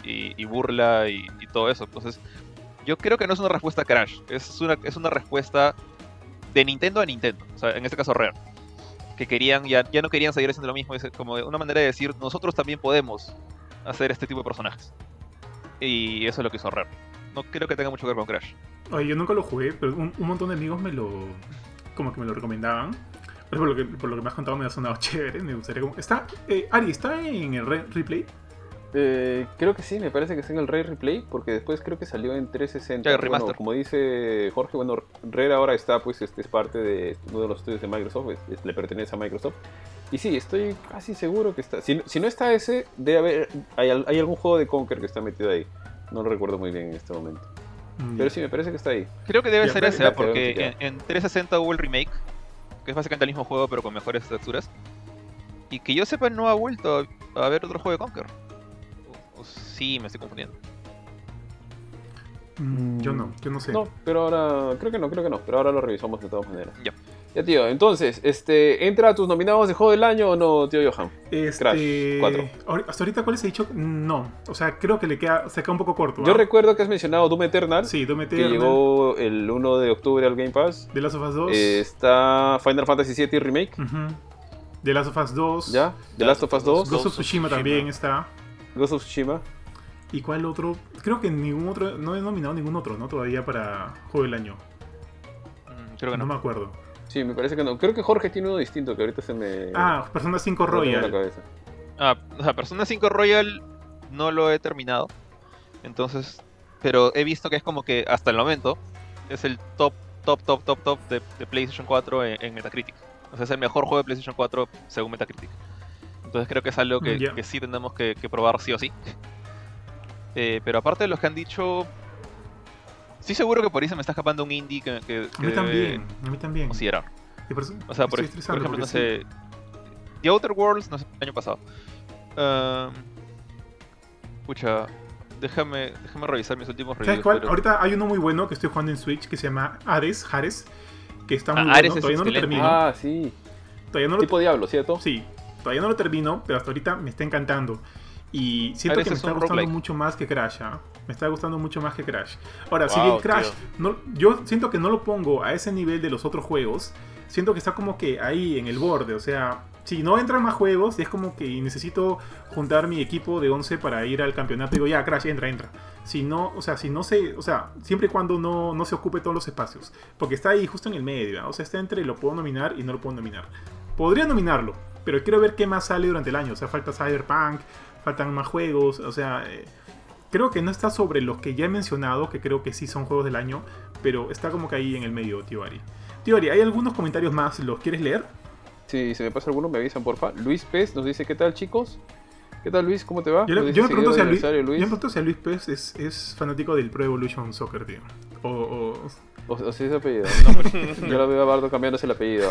y burla y todo eso. Entonces, yo creo que no es una respuesta a Crash, es una respuesta de Nintendo a Nintendo, o sea, en este caso Rare, que ya no querían seguir haciendo lo mismo, es como una manera de decir, nosotros también podemos hacer este tipo de personajes. Y eso es lo que hizo Rare. No creo que tenga mucho que ver con Crash. Oye, yo nunca lo jugué, pero un montón de amigos como que me lo recomendaban. Por lo que me has contado me ha sonado chévere, me gustaría como... Ari, ¿está en el replay? Creo que sí, me parece que está en el Rare Replay, porque después creo que salió en 360. Ya, remaster. Bueno, como dice Jorge, bueno, Rare ahora está, pues, es parte de uno de los estudios de Microsoft, le pertenece a Microsoft. Y sí, estoy casi seguro que está. Si no está ese, debe haber. Hay algún juego de Conker que está metido ahí. No lo recuerdo muy bien en este momento. Pero sí, me parece que está ahí. Creo que debe ser ya, ese, porque en 360 hubo el remake, que es básicamente el mismo juego pero con mejores texturas. Y que yo sepa no ha vuelto a ver otro juego de Conker. O sí, me estoy confundiendo. Yo no sé. No, pero ahora. Creo que no. Pero ahora lo revisamos de todas maneras. Ya. Ya, tío, entonces, ¿entra a tus nominados de juego del año o no, tío Johan? Crash 4. Hasta ahorita, ¿cuáles he dicho? No. O sea, creo que se queda un poco corto. Yo recuerdo que has mencionado Doom Eternal. Sí, Doom Que Eternal. llegó el 1 de octubre al Game Pass. The Last of Us 2. Está Final Fantasy VII Remake. The Last of Us 2. ¿Ya? The Last of Us 2. Ghost of Tsushima también está. Ghost of Tsushima. ¿Y cuál otro? Creo que ningún otro. No he nominado ningún otro, ¿no? Todavía para Juego del Año. Creo que No no. me acuerdo. Sí, me parece que no. Creo que Jorge tiene uno distinto que ahorita se me... Persona 5 no tengo en la Royal. cabeza. O sea, Persona 5 Royal no lo he terminado. Entonces, pero he visto que es como que hasta el momento es el top de PlayStation 4 en Metacritic. O sea, es el mejor juego de PlayStation 4 según Metacritic. Entonces creo que es algo que sí tenemos que probar sí o sí. Pero aparte de los que han dicho, estoy seguro que por ahí se me está escapando un indie que A mí también. considerar. Y por eso O sea, por estoy estresando ejemplo, no porque sé, The Outer Worlds, no sé, el año pasado. Pucha, déjame revisar mis últimos ¿Sabes reviews. cuál? pero- Ahorita hay uno muy bueno que estoy jugando en Switch que se llama Hades, que está muy Hades bueno. es Todavía no lo excelente. termino. Ah, sí. Todavía no lo Tipo Diablo, ¿cierto? Sí, todavía no lo termino, pero hasta ahorita me está encantando. Y siento Hades que me es está un gustando roguelike. mucho más que Crash. Me está gustando mucho más que Crash. Ahora, si Wow, bien Crash, tío. yo siento que no lo pongo a ese nivel de los otros juegos. Siento que está como que ahí en el borde. O sea, si no entran más juegos, es como que necesito juntar mi equipo de 11 para ir al campeonato. Digo, ya, Crash, entra. Si no, o sea, siempre y cuando no se ocupe todos los espacios. Porque está ahí justo en el medio. ¿No? O sea, está entre lo puedo nominar y no lo puedo nominar. Podría nominarlo, pero quiero ver qué más sale durante el año. O sea, falta Cyberpunk, faltan más juegos. O sea, creo que no está sobre los que ya he mencionado, que creo que sí son juegos del año, pero está como que ahí en el medio, tío Ari. Tío Ari, hay algunos comentarios más, ¿los quieres leer? Si se me pasa alguno, me avisan, porfa. Luis Pez nos dice, ¿qué tal, chicos? ¿Qué tal, Luis? ¿Cómo te va? Yo Nos me dice, pregunto si a seguidor de Luis, aniversario, yo me pregunto si a Luis Pez es fanático del Pro Evolution Soccer, tío. O si es apellido. Yo lo veo a Bardo cambiándose el apellido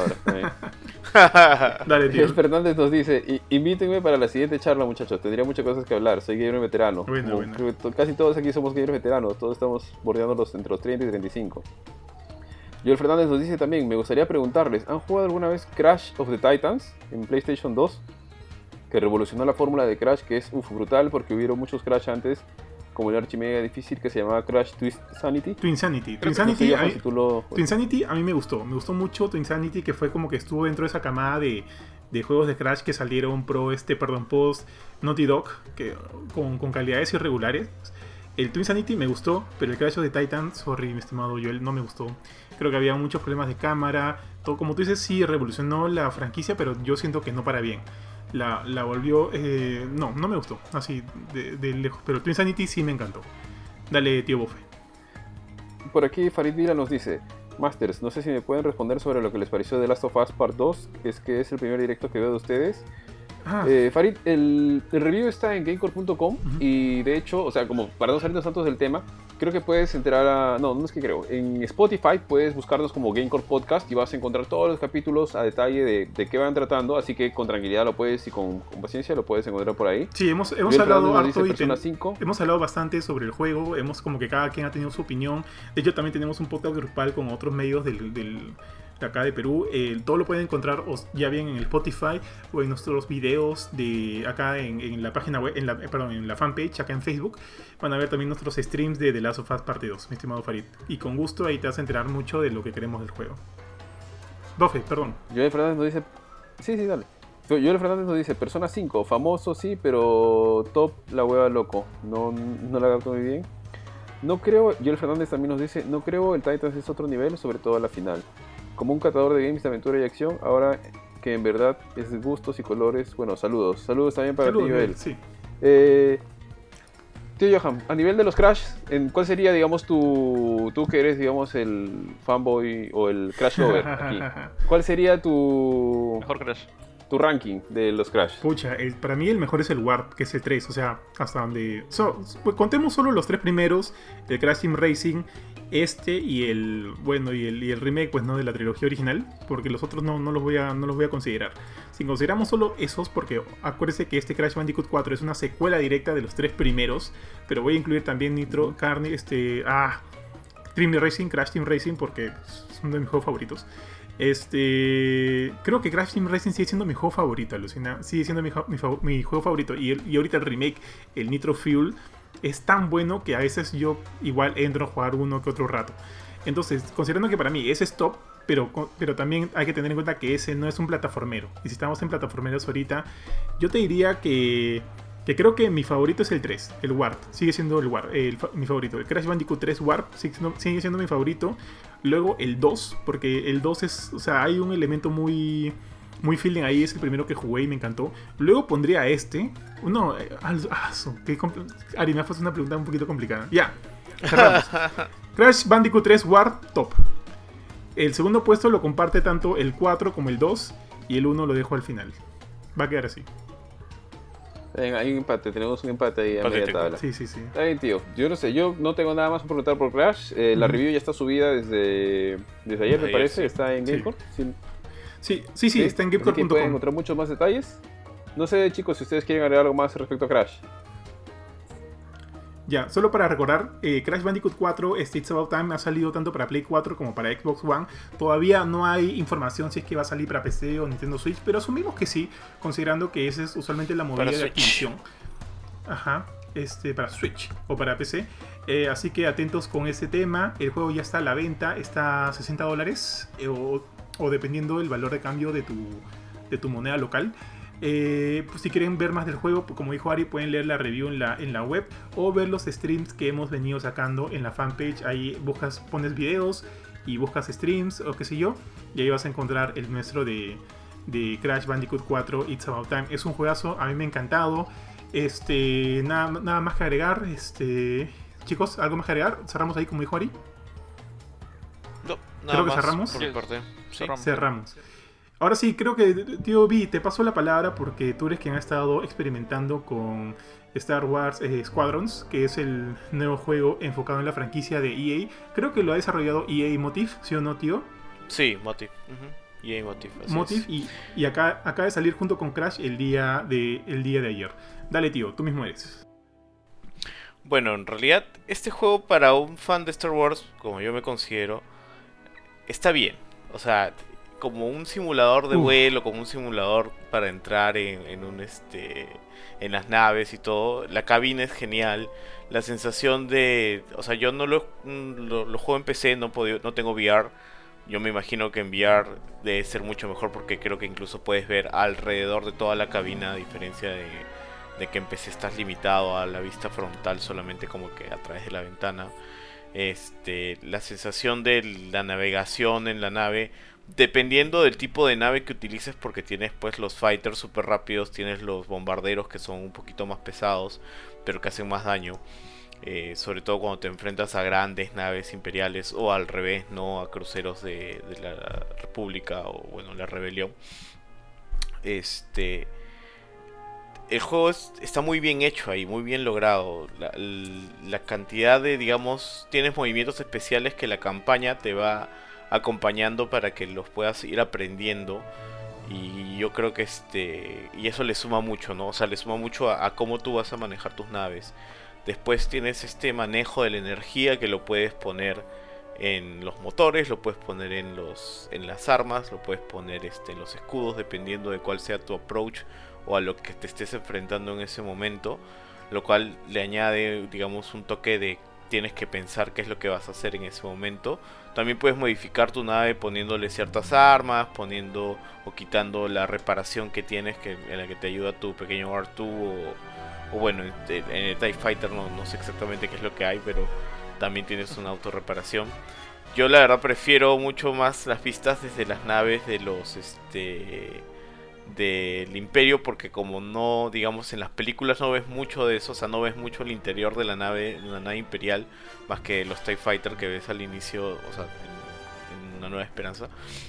ahora. Dale, tío. Miguel Fernández nos dice, invítenme para la siguiente charla, muchachos. Tendría muchas cosas que hablar. Soy gamer veterano. Bueno, Como bueno. creo que casi todos aquí somos gamers veteranos. Todos estamos bordeando entre los 30 y 35. Joel Fernández nos dice también, me gustaría preguntarles, ¿han jugado alguna vez Crash of the Titans en PlayStation 2? Que revolucionó la fórmula de Crash, que es brutal porque hubieron muchos Crash antes, como el archimega difícil que se llamaba Crash Twist Sanity. Twinsanity. No sé, Johan, si tú lo... Twinsanity a mí me gustó mucho Twinsanity, que fue como que estuvo dentro de esa camada de juegos de Crash que salieron post Naughty Dog, que, con calidades irregulares. El Twinsanity me gustó, pero el Crash of the Titans, sorry mi estimado Joel, no me gustó. Creo que había muchos problemas de cámara, todo como tú dices, sí revolucionó la franquicia, pero yo siento que no para bien. La volvió... no me gustó, así de lejos, pero Twinsanity sí me encantó. Dale, tío Bofe. Por aquí Farid Vila nos dice, Masters, no sé si me pueden responder sobre lo que les pareció de Last of Us Part 2, que es el primer directo que veo de ustedes. Farid, el review está en gamecore.com y de hecho, o sea, como para no salirnos tantos del tema, creo que puedes entrar a... No es que creo. En Spotify puedes buscarnos como Gamecore Podcast y vas a encontrar todos los capítulos a detalle de qué van tratando, así que con tranquilidad lo puedes y con paciencia lo puedes encontrar por ahí. Sí, hemos Joel hablado Fernández nos dice harto y Persona 5. hemos hablado bastante sobre el juego, hemos como que cada quien ha tenido su opinión. De hecho, también tenemos un podcast grupal con otros medios de acá de Perú. Todo lo pueden encontrar ya bien en el Spotify o en nuestros videos de acá en la página web, en la fanpage acá en Facebook. Van a ver también nuestros streams de The Last of Us Parte 2, mi estimado Farid. Y con gusto ahí te vas a enterar mucho de lo que queremos del juego. Dofe, perdón. Joel Fernández nos dice... Sí, dale. Joel Fernández nos dice, Persona 5, famoso sí, pero top la hueva loco. No la capto muy bien. No creo, Joel Fernández también nos dice, no creo el Titans es otro nivel, sobre todo a la final. Como un catador de games de aventura y acción, ahora que en verdad es de gustos y colores. Bueno, saludos. Saludos también para ti, Joel. Sí. Tío Johan, a nivel de los Crash, ¿cuál sería, digamos, tú que eres, digamos, el fanboy o el Crash lover aquí? ¿Cuál sería tu... Mejor Crash. Tu ranking de los Crash? Pucha, para mí el mejor es el Warp, que es el 3, o sea, hasta donde... pues contemos solo los 3 primeros, el Crash Team Racing, y el remake, pues no, de la trilogía original, porque los otros no los voy a considerar. Si consideramos solo esos, porque acuérdense que este Crash Bandicoot 4 es una secuela directa de los 3 primeros, pero voy a incluir también Nitro, Crash Team Racing, porque son de mis juegos favoritos. Creo que Crash Team Racing sigue siendo mi juego favorito, alucina. Sigue siendo mi juego favorito. Y ahorita el remake, el Nitro Fuel, es tan bueno que a veces yo igual entro a jugar uno que otro rato. Entonces, considerando que para mí ese es top, pero también hay que tener en cuenta que ese no es un plataformero. Y si estamos en plataformeros ahorita, yo te diría que creo que mi favorito es el 3, el Warp. Sigue siendo el Warp, mi favorito. El Crash Bandicoot 3 Warp sigue siendo mi favorito. Luego el 2, porque el 2 es... O sea, hay un elemento muy feeling ahí, es el primero que jugué y me encantó. Luego pondría Ari, me ha puesto una pregunta un poquito complicada. Ya, cerramos. Crash Bandicoot 3 Warp, top. El segundo puesto lo comparte tanto el 4 como el 2, y el 1 lo dejo al final. Va a quedar así. Hay un empate, tenemos un empate ahí a media tabla. Sí. Está bien, tío. Yo no sé, yo no tengo nada más que preguntar por Crash. La review ya está subida desde ayer, me parece. Sí. Está en Gamecore. Sí, está en Gamecore.com. Pueden Gamecore.com. encontrar muchos más detalles. No sé, chicos, si ustedes quieren agregar algo más respecto a Crash. Ya, solo para recordar, Crash Bandicoot 4 It's About Time ha salido tanto para Play 4 como para Xbox One. Todavía no hay información si es que va a salir para PC o Nintendo Switch, pero asumimos que sí, considerando que esa es usualmente la movida de Activision. Ajá, para Switch o para PC. Así que atentos con ese tema. El juego ya está a la venta, está a $60 o dependiendo del valor de cambio de tu moneda local. Pues si quieren ver más del juego, pues como dijo Ari, pueden leer la review en la web o ver los streams que hemos venido sacando en la fanpage. Ahí pones videos y buscas streams o qué sé yo, y ahí vas a encontrar el nuestro de Crash Bandicoot 4 It's About Time. Es un juegazo, a mí me ha encantado. Nada más que agregar. Chicos, ¿algo más que agregar? ¿Cerramos ahí como dijo Ari? No, creo que cerramos. Por mi parte. Sí. Cerramos. Ahora sí, creo que, tío B, te paso la palabra porque tú eres quien ha estado experimentando con Star Wars Squadrons, que es el nuevo juego enfocado en la franquicia de EA. Creo que lo ha desarrollado EA Motive, ¿sí o no, tío? Sí, Motive. EA Motive. Y acaba de salir junto con Crash el día de ayer. Dale, tío, tú mismo eres. Bueno, en realidad, este juego para un fan de Star Wars, como yo me considero, está bien. O sea, como un simulador de vuelo, como un simulador para entrar en las naves y todo. La cabina es genial. La sensación de... O sea, yo no lo juego en PC, no tengo VR. Yo me imagino que en VR debe ser mucho mejor porque creo que incluso puedes ver alrededor de toda la cabina, a diferencia de que en PC estás limitado a la vista frontal solamente como que a través de la ventana. La sensación de la navegación en la nave, dependiendo del tipo de nave que utilices, porque tienes pues los fighters super rápidos, tienes los bombarderos que son un poquito más pesados pero que hacen más daño, sobre todo cuando te enfrentas a grandes naves imperiales o al revés, no a cruceros de la República o bueno, la Rebelión. El juego está muy bien hecho ahí, muy bien logrado. La cantidad de, digamos, tienes movimientos especiales que la campaña te va acompañando para que los puedas ir aprendiendo. Y yo creo que y eso le suma mucho, ¿no? O sea, le suma mucho a cómo tú vas a manejar tus naves. Después tienes este manejo de la energía que lo puedes poner en los motores, lo puedes poner en las armas, lo puedes poner en los escudos, dependiendo de cuál sea tu approach o a lo que te estés enfrentando en ese momento, lo cual le añade, digamos, un toque de tienes que pensar qué es lo que vas a hacer en ese momento. También puedes modificar tu nave poniéndole ciertas armas, poniendo o quitando la reparación que tienes, en la que te ayuda tu pequeño R2 o bueno, en el TIE Fighter no sé exactamente qué es lo que hay, pero también tienes una autorreparación. Yo la verdad prefiero mucho más las vistas desde las naves de los del Imperio, porque como no, digamos, en las películas no ves mucho de eso, o sea, no ves mucho el interior de la nave imperial, más que los TIE Fighter que ves al inicio, o sea, en Una Nueva Esperanza.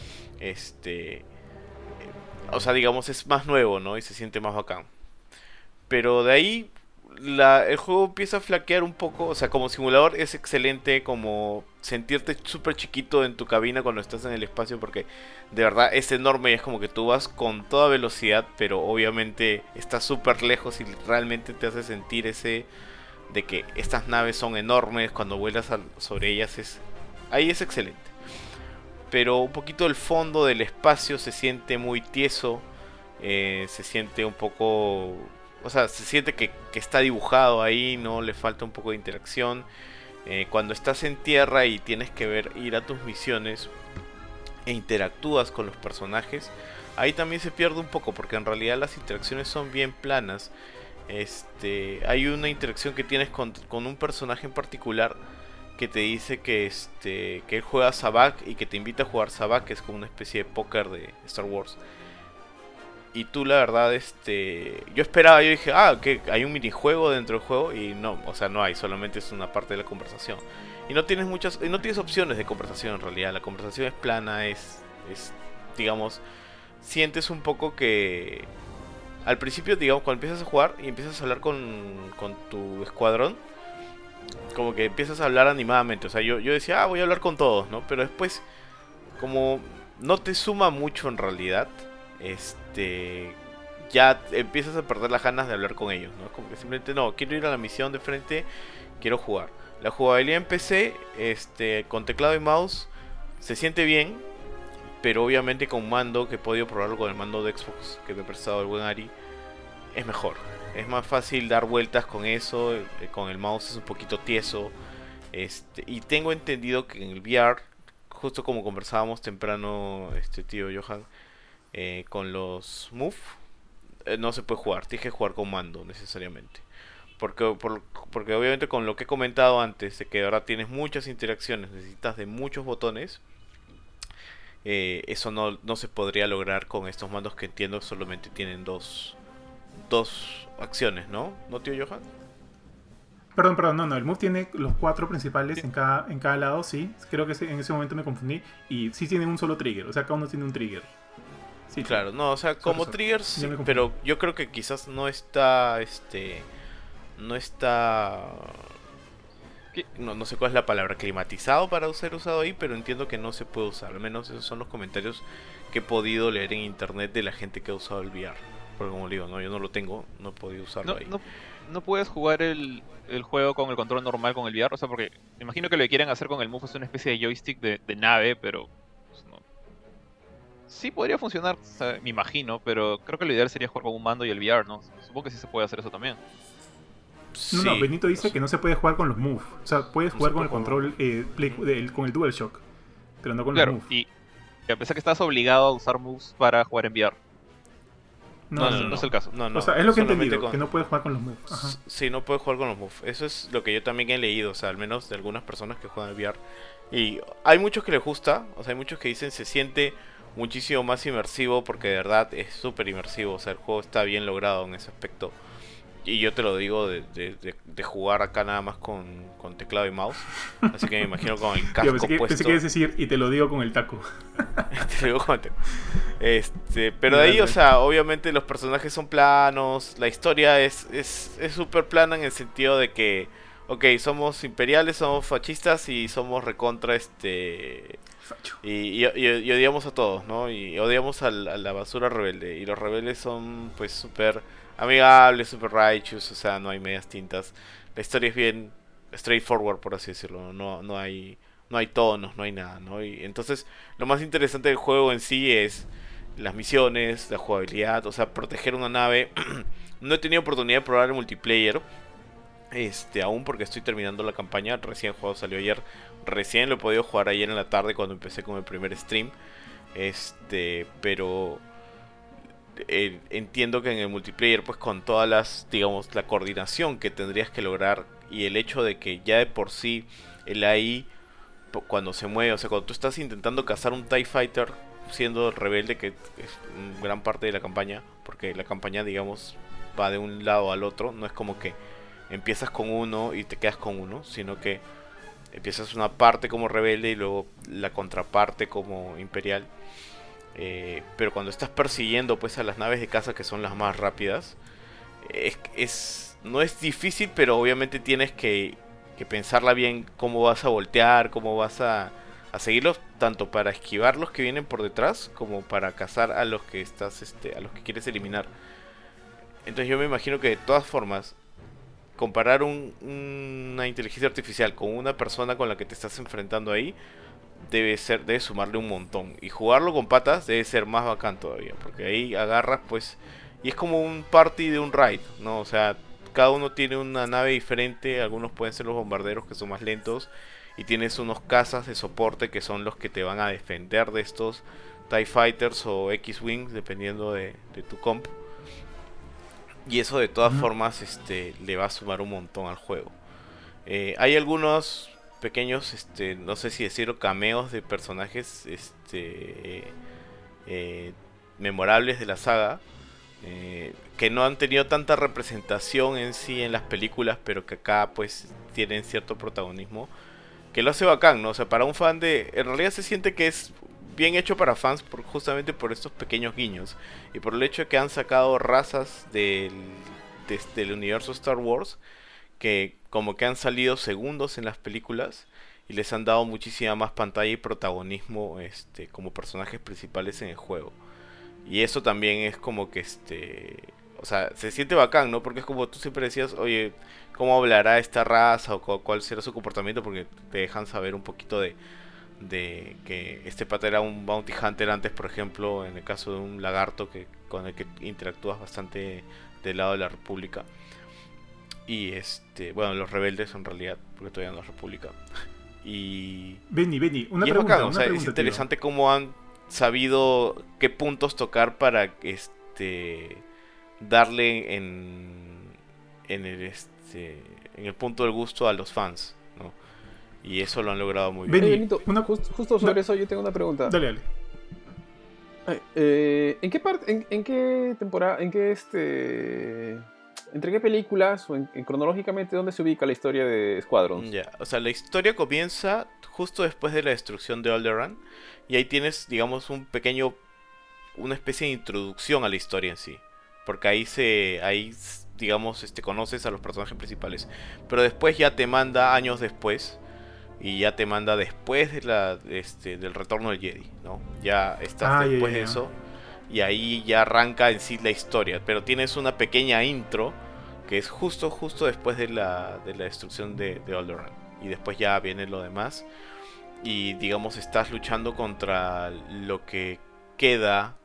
O sea, digamos, es más nuevo, ¿no? Y se siente más bacán. Pero de ahí el juego empieza a flaquear un poco. O sea, como simulador es excelente, como sentirte súper chiquito en tu cabina cuando estás en el espacio, porque de verdad es enorme y es como que tú vas con toda velocidad, pero obviamente estás súper lejos y realmente te hace sentir ese de que estas naves son enormes cuando vuelas sobre ellas. Ahí es excelente. Pero un poquito el fondo del espacio se siente muy tieso, se siente un poco... O sea, se siente que está dibujado ahí, no le falta un poco de interacción. Cuando estás en tierra y tienes que ir a tus misiones e interactúas con los personajes, ahí también se pierde un poco, porque en realidad las interacciones son bien planas. Hay una interacción que tienes con un personaje en particular que te dice que él juega Sabacc y que te invita a jugar Sabacc, que es como una especie de póker de Star Wars. Y tú, la verdad, yo dije, que hay un minijuego dentro del juego, y no, o sea, no hay, solamente es una parte de la conversación. Y no tienes opciones de conversación en realidad. La conversación es plana, digamos, sientes un poco que al principio, digamos, cuando empiezas a jugar y empiezas a hablar con tu escuadrón, como que empiezas a hablar animadamente. O sea, yo decía, voy a hablar con todos, ¿no? Pero después, como no te suma mucho en realidad, ya empiezas a perder las ganas de hablar con ellos, ¿no? Como que simplemente no, quiero ir a la misión de frente, quiero jugar. La jugabilidad en PC, con teclado y mouse, se siente bien, pero obviamente con mando, que he podido probarlo con el mando de Xbox que me ha prestado el buen Ari, es mejor. Es más fácil dar vueltas con eso, con el mouse es un poquito tieso. Y tengo entendido que en el VR, justo como conversábamos temprano, tío Johan, con los Move, no se puede jugar, tienes que jugar con mando necesariamente. Porque obviamente con lo que he comentado antes, de que ahora tienes muchas interacciones, necesitas de muchos botones, eso no se podría lograr con estos mandos que entiendo solamente tienen dos acciones, ¿no? ¿No, tío Johan? Perdón, no, el Move tiene los 4 principales en cada lado, sí. Creo que en ese momento me confundí. Y sí tiene un solo trigger, o sea, cada uno tiene un trigger. Sí, claro, no, o sea, como triggers, sí, pero yo creo que quizás no está, no sé cuál es la palabra, climatizado para ser usado ahí, pero entiendo que no se puede usar. Al menos esos son los comentarios que he podido leer en internet de la gente que ha usado el VR. Porque como digo, yo no lo tengo, no he podido usarlo ahí. No puedes jugar el juego con el control normal con el VR, o sea, porque me imagino que lo que quieren hacer con el Move es una especie de joystick de nave, pero pues, no. Sí podría funcionar, o sea, me imagino, pero creo que lo ideal sería jugar con un mando y el VR, ¿no? Supongo que sí se puede hacer eso también. Sí, no, Benito dice que no se puede jugar con los Move. O sea, puedes jugar con el control, con el DualShock, pero no con los Move. Y a pesar que estás obligado a usar Moves para jugar en VR. No es el caso. O sea, es lo que he entendido, que no puedes jugar con los Move. Ajá. Sí, no puedes jugar con los Move. Eso es lo que yo también he leído, o sea, al menos de algunas personas que juegan el VR. Y hay muchos que les gusta, o sea, hay muchos que dicen se siente muchísimo más inmersivo, porque de verdad es súper inmersivo, o sea, el juego está bien logrado en ese aspecto. Y yo te lo digo de jugar acá nada más con teclado y mouse. Así que me imagino con el casco puesto. Pensé que ibas a decir, y te lo digo con el taco. Te lo digo con el taco. Pero de ahí, o sea, obviamente los personajes son planos. La historia es súper plana en el sentido de que, ok, somos imperiales, somos fascistas y somos recontra y odiamos a todos, ¿no? Y odiamos a la basura rebelde. Y los rebeldes son pues súper amigables, super righteous, o sea, no hay medias tintas. La historia es bien straightforward, por así decirlo. No hay no hay tonos, no hay nada, ¿no? Y entonces lo más interesante del juego en sí es las misiones, la jugabilidad, o sea, proteger una nave. No he tenido oportunidad de probar el multiplayer, aún porque estoy terminando la campaña. Recién el juego salió ayer, recién lo he podido jugar ayer en la tarde cuando empecé con el primer stream. Pero entiendo que en el multiplayer, pues con todas las, digamos, la coordinación que tendrías que lograr y el hecho de que ya de por sí el AI cuando se mueve, o sea, cuando tú estás intentando cazar un TIE Fighter siendo rebelde, que es gran parte de la campaña, porque la campaña, digamos, va de un lado al otro, no es como que empiezas con uno y te quedas con uno, sino que empiezas una parte como rebelde y luego la contraparte como imperial. Pero cuando estás persiguiendo pues a las naves de caza, que son las más rápidas, no es difícil, pero obviamente tienes que pensarla bien, cómo vas a voltear, cómo vas a seguirlos, tanto para esquivar los que vienen por detrás como para cazar a los que a los que quieres eliminar. Entonces yo me imagino que de todas formas, comparar una inteligencia artificial con una persona con la que te estás enfrentando ahí debe sumarle un montón. Y jugarlo con patas debe ser más bacán todavía, porque ahí agarras pues, y es como un party de un raid, ¿no? O sea, cada uno tiene una nave diferente. Algunos pueden ser los bombarderos, que son más lentos, y tienes unos cazas de soporte que son los que te van a defender de estos TIE Fighters o X-Wings, dependiendo de tu comp. Y eso de todas formas le va a sumar un montón al juego. Hay algunos pequeños, no sé si decirlo, cameos de personajes memorables de la saga, que no han tenido tanta representación en sí en las películas, pero que acá pues tienen cierto protagonismo, que lo hace bacán, ¿no? O sea, para un fan en realidad se siente que es bien hecho para fans justamente por estos pequeños guiños y por el hecho de que han sacado razas del universo Star Wars que como que han salido segundos en las películas y les han dado muchísima más pantalla y protagonismo como personajes principales en el juego. Y eso también es como que o sea, se siente bacán, ¿no? Porque es como tú siempre decías, oye, ¿cómo hablará esta raza? O cuál será su comportamiento, porque te dejan saber un poquito de que este pata era un bounty hunter antes, por ejemplo, en el caso de un lagarto con el que interactúas bastante del lado de la República. Y bueno, los rebeldes en realidad, porque todavía no es República. Y Benny, una y pregunta, es bacán, o sea, pregunta, es interesante cómo han sabido qué puntos tocar para darle en el punto del gusto a los fans, ¿no? Y eso lo han logrado muy bien. Benito, justo sobre eso yo tengo una pregunta. Dale. ¿En qué parte, en qué temporada, entre qué películas o cronológicamente dónde se ubica la historia de Squadrons? Ya, o sea, la historia comienza justo después de la destrucción de Alderaan y ahí tienes, digamos, una especie de introducción a la historia en sí, porque ahí digamos, conoces a los personajes principales, pero después ya te manda años después. Y ya te manda después del retorno del Jedi, ¿no? Ya estás después de eso. Y ahí ya arranca en sí la historia. Pero tienes una pequeña intro que es justo después de la destrucción de Alderaan. Y después ya viene lo demás. Y digamos, estás luchando contra lo que queda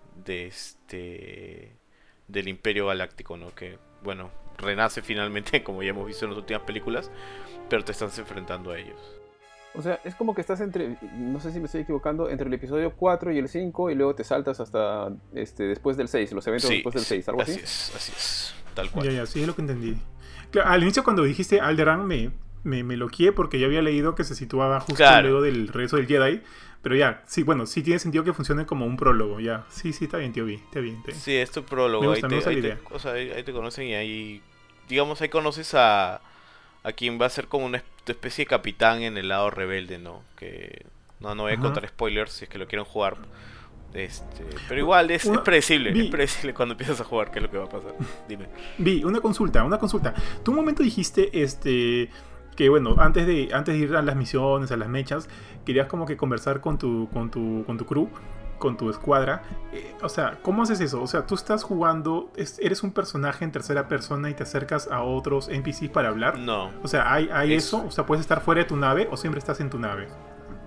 del Imperio Galáctico, ¿no? Que, bueno, renace finalmente, como ya hemos visto en las últimas películas. Pero te estás enfrentando a ellos. O sea, es como que estás no sé si me estoy equivocando, entre el episodio 4 y el 5 y luego te saltas hasta después del 6, los eventos después del 6, algo así. Así es, tal cual. Ya, sí es lo que entendí. Claro, al inicio cuando dijiste Alderaan me loqueé porque yo había leído que se situaba justo luego del regreso del Jedi, pero ya, sí, bueno, sí tiene sentido que funcione como un prólogo, ya. Sí, está bien, tío, está bien. Sí, es tu prólogo. Me gusta la idea. Ahí te conocen y ahí, digamos, ahí conoces a quien va a ser como una especie de capitán en el lado rebelde, ¿no? Que no voy a contar spoilers si es que lo quieren jugar. Pero igual es predecible, es predecible cuando empiezas a jugar qué es lo que va a pasar. Dime. Una consulta. Tú un momento dijiste que bueno, antes de ir a las misiones, a las mechas, querías como que conversar con tu crew, con tu escuadra. O sea, ¿cómo haces eso? O sea, tú estás jugando, eres un personaje en tercera persona y te acercas a otros NPCs para hablar. No. O sea, ¿hay eso? O sea, ¿puedes estar fuera de tu nave o siempre estás en tu nave?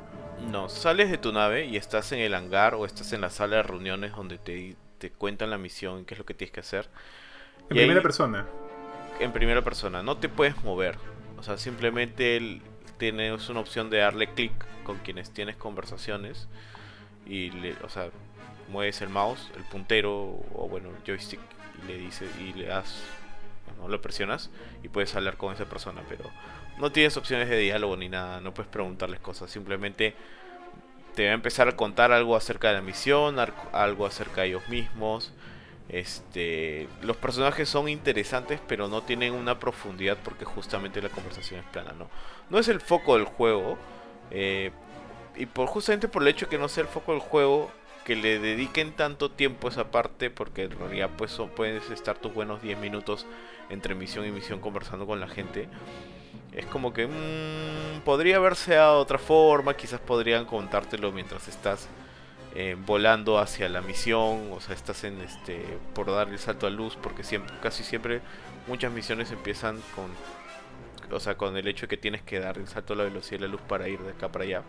No, sales de tu nave y estás en el hangar o estás en la sala de reuniones donde te cuentan la misión y qué es lo que tienes que hacer. En Y primera ahí, persona. en primera persona, no te puedes mover. O sea, simplemente tienes una opción de darle clic con quienes tienes conversaciones y o sea, mueves el mouse, el puntero o bueno, el joystick y le dices y le das, bueno, lo presionas y puedes hablar con esa persona, pero no tienes opciones de diálogo ni nada, no puedes preguntarles cosas, simplemente te va a empezar a contar algo acerca de la misión, algo acerca de ellos mismos. Los personajes son interesantes, pero no tienen una profundidad porque justamente la conversación es plana, no es el foco del juego. Y justamente por el hecho de que no sea el foco del juego, que le dediquen tanto tiempo a esa parte, porque en realidad pues puedes estar tus buenos 10 minutos entre misión y misión conversando con la gente. Es como que podría haberse dado de otra forma, quizás podrían contártelo mientras estás volando hacia la misión, o sea, estás por dar el salto a luz, porque casi siempre muchas misiones empiezan con el hecho de que tienes que dar el salto a la velocidad de la luz para ir de acá para allá.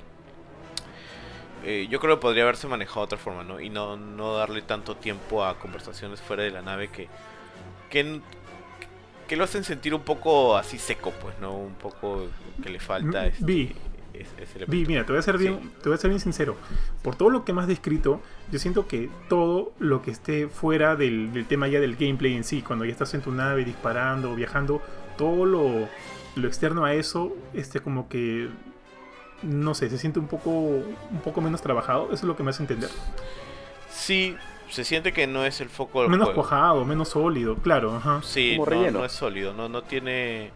Yo creo que podría haberse manejado de otra forma, ¿no? Y no darle tanto tiempo a conversaciones fuera de la nave que lo hacen sentir un poco así seco, pues, ¿no? Un poco que le falta ese elemento. Mira, te voy a ser bien sincero. Por todo lo que me has descrito, yo siento que todo lo que esté fuera del tema ya del gameplay en sí, cuando ya estás en tu nave disparando, viajando, todo lo externo a eso, como que no sé, se siente un poco menos trabajado. Eso es lo que me hace entender. Sí, se siente que no es el foco del menos juego. Cuajado, menos sólido, claro, ajá. Sí, como relleno. No es sólido, no tiene.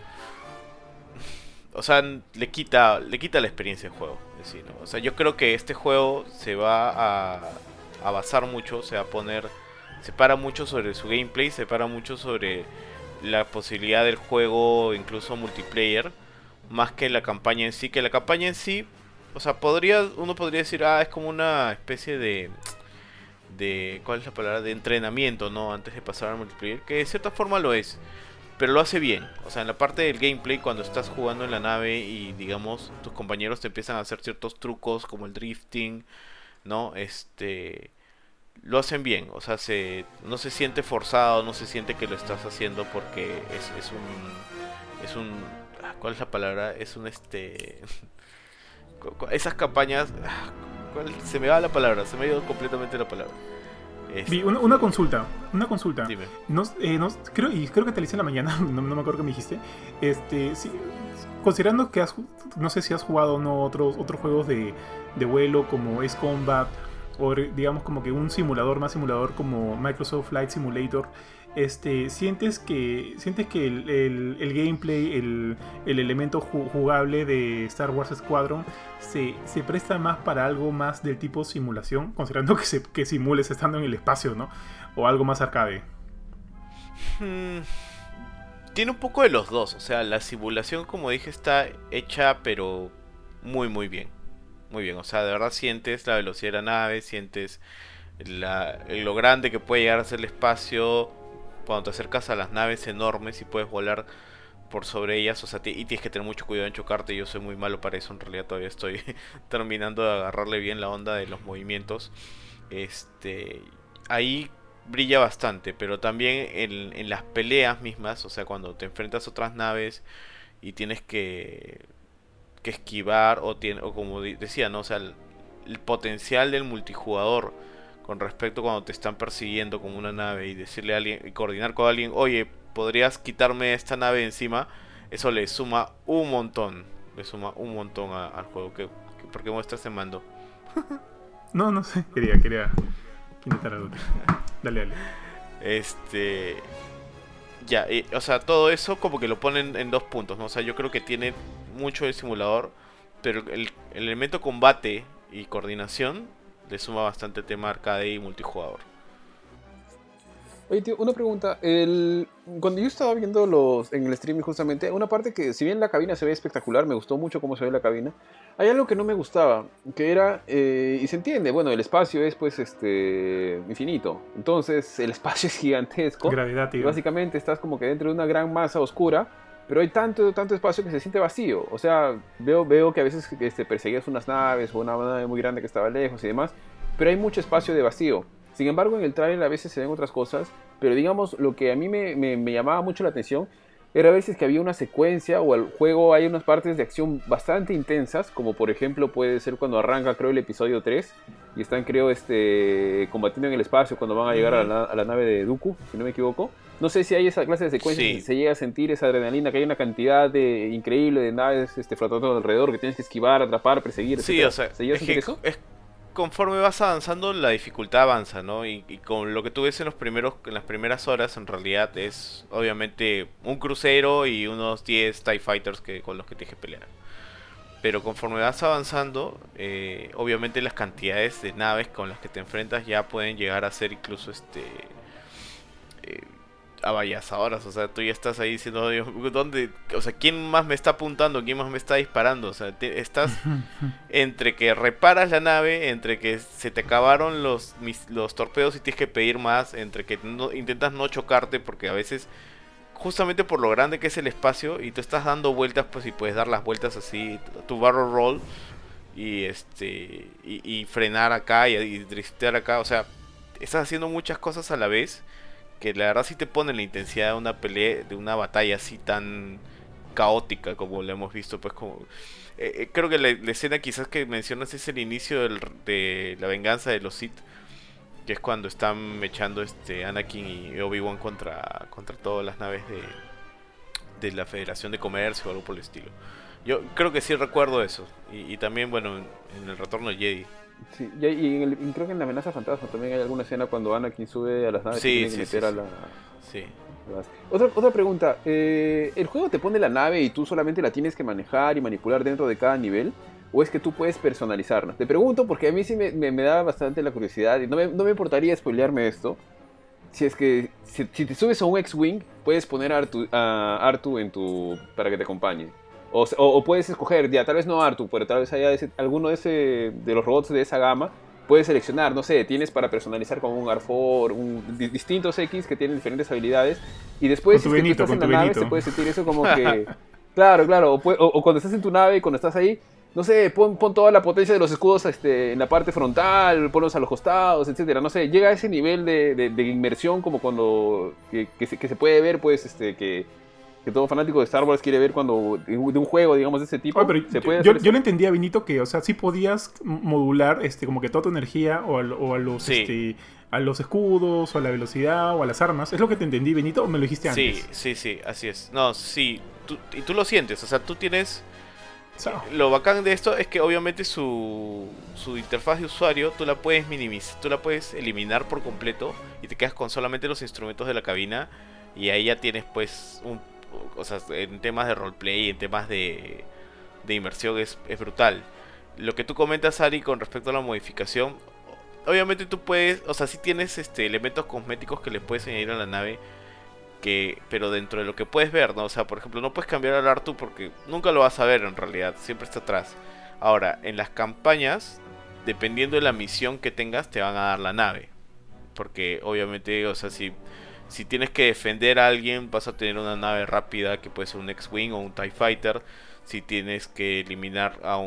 O sea, le quita la experiencia del juego en sí, ¿no? O sea, yo creo que este juego se va a basar mucho, se para mucho sobre su gameplay, se para mucho sobre la posibilidad del juego, incluso multiplayer, más que la campaña en sí. Que la campaña en sí, o sea, uno podría decir, es como una especie de ¿cuál es la palabra? De entrenamiento, ¿no? Antes de pasar al multiplayer, que de cierta forma lo es, pero lo hace bien. O sea, en la parte del gameplay, cuando estás jugando en la nave y digamos tus compañeros te empiezan a hacer ciertos trucos como el drifting, ¿no? Lo hacen bien. O sea, no se siente forzado, no se siente que lo estás haciendo porque es un ¿cuál es la palabra? Es un esas campañas, se me va la palabra, se me ha ido completamente la palabra. Una consulta. Dime. Creo que te la hice en la mañana, no me acuerdo qué me dijiste. Sí, considerando que no sé si has jugado o no otros juegos de vuelo como Ace Combat, o digamos como que un más simulador como Microsoft Flight Simulator, sientes que el gameplay, el elemento jugable de Star Wars Squadron se presta más para algo más del tipo simulación, considerando que simules estando en el espacio, ¿no? O algo más arcade. Tiene un poco de los dos. O sea, la simulación, como dije, está hecha pero muy muy bien. Muy bien, o sea, de verdad sientes la velocidad de la nave, sientes lo grande que puede llegar a ser el espacio cuando te acercas a las naves enormes y puedes volar por sobre ellas. O sea, y tienes que tener mucho cuidado en chocarte. Yo soy muy malo para eso, en realidad todavía estoy terminando de agarrarle bien la onda de los movimientos. Ahí brilla bastante, pero también en las peleas mismas, o sea, cuando te enfrentas a otras naves y tienes que esquivar o como decía, ¿no? O sea, el potencial del multijugador con respecto a cuando te están persiguiendo con una nave y decirle a alguien y coordinar con alguien, oye, ¿podrías quitarme esta nave encima? Eso le suma un montón al juego. ¿Por qué muestras ese mando? No sé, quería intentar algo. Dale. Ya, o sea, todo eso como que lo ponen en dos puntos, ¿no? O sea, yo creo que tiene mucho el simulador, pero el elemento combate y coordinación le suma bastante tema arcade y multijugador. Oye, tío, una pregunta. Cuando yo estaba viendo en el streaming justamente, una parte que, si bien la cabina se ve espectacular, me gustó mucho cómo se ve la cabina, hay algo que no me gustaba, que era, y se entiende, bueno, el espacio es pues infinito, entonces el espacio es gigantesco. Gravedad, tío. Y básicamente estás como que dentro de una gran masa oscura, pero hay tanto espacio que se siente vacío. O sea, veo que a veces perseguías unas naves o una nave muy grande que estaba lejos y demás, pero hay mucho espacio de vacío. Sin embargo, en el tráiler a veces se ven otras cosas, pero digamos, lo que a mí me llamaba mucho la atención era a veces que había una secuencia o el juego hay unas partes de acción bastante intensas, como por ejemplo puede ser cuando arranca, creo, el episodio 3 y están, creo, combatiendo en el espacio cuando van a llegar a la nave de Dooku, si no me equivoco. No sé si hay esa clase de secuencias, Sí. si se llega a sentir esa adrenalina, que hay una cantidad increíble de naves flotando alrededor que tienes que esquivar, atrapar, perseguir, Sí, etcétera. o sea, ¿Se llega a es sentir que eso? conforme vas avanzando, la dificultad avanza, ¿no? Y con lo que tú ves en las primeras horas, en realidad es obviamente un crucero y unos 10 TIE Fighters con los que tienes que pelear. Pero conforme vas avanzando, obviamente las cantidades de naves con las que te enfrentas ya pueden llegar a ser incluso eh, avallazadoras. O sea, tú ya estás ahí diciendo, Dios, ¿dónde? O sea, ¿quién más me está apuntando? ¿Quién más me está disparando? O sea, estás entre que reparas la nave, entre que se te acabaron los torpedos y tienes que pedir más, entre que intentas no chocarte porque a veces, justamente por lo grande que es el espacio y tú estás dando vueltas, pues, y puedes dar las vueltas así, tu barrel roll y y frenar acá y driftear acá. O sea, estás haciendo muchas cosas a la vez que la verdad sí te pone la intensidad de una pelea, de una batalla así tan caótica como la hemos visto. Pues como creo que la escena quizás que mencionas es el inicio de la venganza de los Sith, que es cuando están echando Anakin y Obi-Wan contra todas las naves de la Federación de Comercio o algo por el estilo. Yo creo que sí recuerdo eso. Y también, bueno, en el Retorno del Jedi. Sí, y creo que en la amenaza fantasma también hay alguna escena cuando Anakin sube a las naves Sí, y tiene que sí, meter sí, a sí. la... Sí. Otra pregunta, ¿el juego te pone la nave y tú solamente la tienes que manejar y manipular dentro de cada nivel? ¿O es que tú puedes personalizarla? Te pregunto porque a mí sí me da bastante la curiosidad y no me importaría spoilearme esto. Si es que si te subes a un X-Wing, puedes poner a Artu para que te acompañe. O puedes escoger, ya tal vez no Artu, pero tal vez haya alguno de los robots de esa gama. Puedes seleccionar, no sé, tienes para personalizar como un Arfor, distintos X que tienen diferentes habilidades. Y después, Con tu si es que tú Benito, estás en con la tu nave, Benito. se puede sentir eso como que... Claro, o cuando estás en tu nave y cuando estás ahí, no sé, pon toda la potencia de los escudos en la parte frontal, ponlos a los costados, etcétera. No sé, llega a ese nivel de inmersión como cuando que se puede ver, pues, que todo fanático de Star Wars quiere ver cuando de un juego, digamos, de ese tipo. Oye, pero ¿Se puede yo hacer le eso? entendía a Benito que, o sea, sí podías modular como que toda tu energía o a los Sí. a los escudos o a la velocidad o a las armas. ¿Es lo que te entendí, Benito, o me lo dijiste Sí, antes? sí, así es. No, sí, y tú lo sientes, o sea, tú tienes... Chao. Lo bacán de esto es que obviamente su interfaz de usuario tú la puedes minimizar, tú la puedes eliminar por completo y te quedas con solamente los instrumentos de la cabina y ahí ya tienes pues o sea, en temas de roleplay, en temas de inmersión es brutal. Lo que tú comentas, Ari, con respecto a la modificación, obviamente tú puedes, o sea, sí tienes elementos cosméticos que le puedes añadir a la nave, pero dentro de lo que puedes ver, ¿no? O sea, por ejemplo, no puedes cambiar al Artu porque nunca lo vas a ver en realidad, siempre está atrás. Ahora, en las campañas, dependiendo de la misión que tengas, te van a dar la nave. Porque obviamente, o sea, si tienes que defender a alguien, vas a tener una nave rápida que puede ser un X-Wing o un TIE Fighter. Si tienes que eliminar a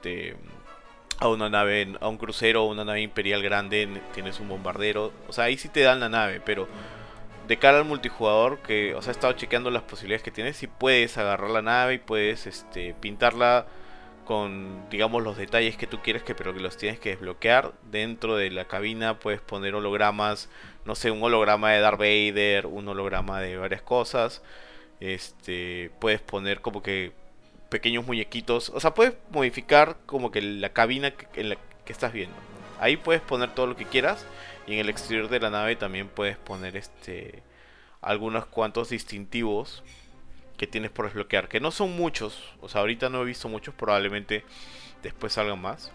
a una nave, a un crucero o una nave imperial grande, tienes un bombardero. O sea, ahí sí te dan la nave, pero de cara al multijugador, que, o sea, he estado chequeando las posibilidades que tienes, si puedes agarrar la nave y puedes pintarla con, digamos, los detalles que tú quieres, pero que los tienes que desbloquear. Dentro de la cabina puedes poner hologramas, no sé, un holograma de Darth Vader, un holograma de varias cosas. Puedes poner como que pequeños muñequitos, o sea, puedes modificar como que la cabina en la que estás viendo. Ahí puedes poner todo lo que quieras. Y en el exterior de la nave también puedes poner algunos cuantos distintivos que tienes por desbloquear, que no son muchos, o sea, ahorita no he visto muchos, probablemente después salgan más.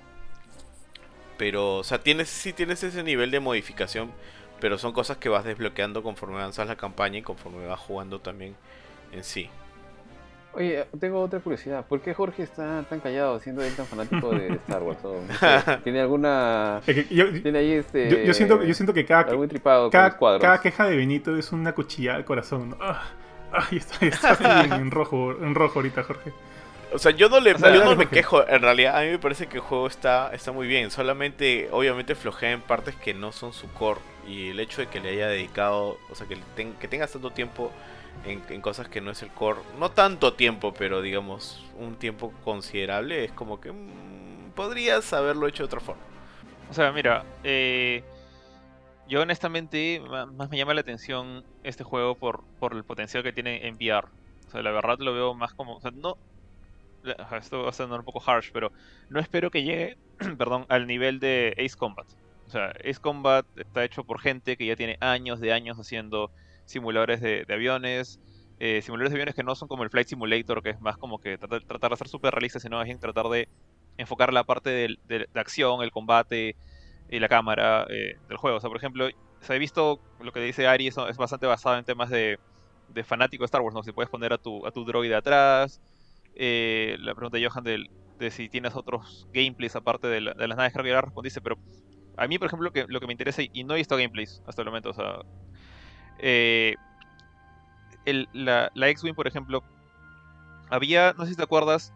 Pero, o sea, sí tienes ese nivel de modificación, pero son cosas que vas desbloqueando conforme avanzas la campaña y conforme vas jugando también en sí. Oye, tengo otra curiosidad. ¿Por qué Jorge está tan callado siendo él tan fanático de Star Wars? O, no sé, ¿tiene alguna... Es que yo Tiene ahí siento que algo intripado con cada los cuadros? cada queja de Benito es una cuchillada al corazón, ¿no? Ay, está bien en rojo ahorita, Jorge. O sea, yo no O sea, yo no me Jorge. quejo, en realidad a mí me parece que el juego está muy bien, solamente obviamente flojea en partes que no son su core y el hecho de que le haya dedicado, o sea, que tengas tanto tiempo en cosas que no es el core, no tanto tiempo, pero digamos un tiempo considerable, es como que podrías haberlo hecho de otra forma. O sea, mira, yo honestamente más me llama la atención este juego por el potencial que tiene en VR. O sea, la verdad lo veo más como, o sea, no, esto va a sonar un poco harsh, pero no espero que llegue, perdón, al nivel de Ace Combat. O sea, Ace Combat está hecho por gente que ya tiene años de años haciendo simuladores de aviones, simuladores de aviones que no son como el Flight Simulator, que es más como que tratar de ser súper realistas, sino más bien tratar de enfocar la parte de acción, el combate y la cámara del juego. O sea, por ejemplo, o sea, he visto lo que dice Ari, eso es bastante basado en temas de fanático de Star Wars, ¿no? Si puedes poner a tu droide atrás, la pregunta de Johan de si tienes otros gameplays aparte de las naves, creo que ya la respondiste, pero a mí, por ejemplo, lo que me interesa, y no he visto gameplays hasta el momento, o sea, eh, la X-Wing, por ejemplo, había, no sé si te acuerdas,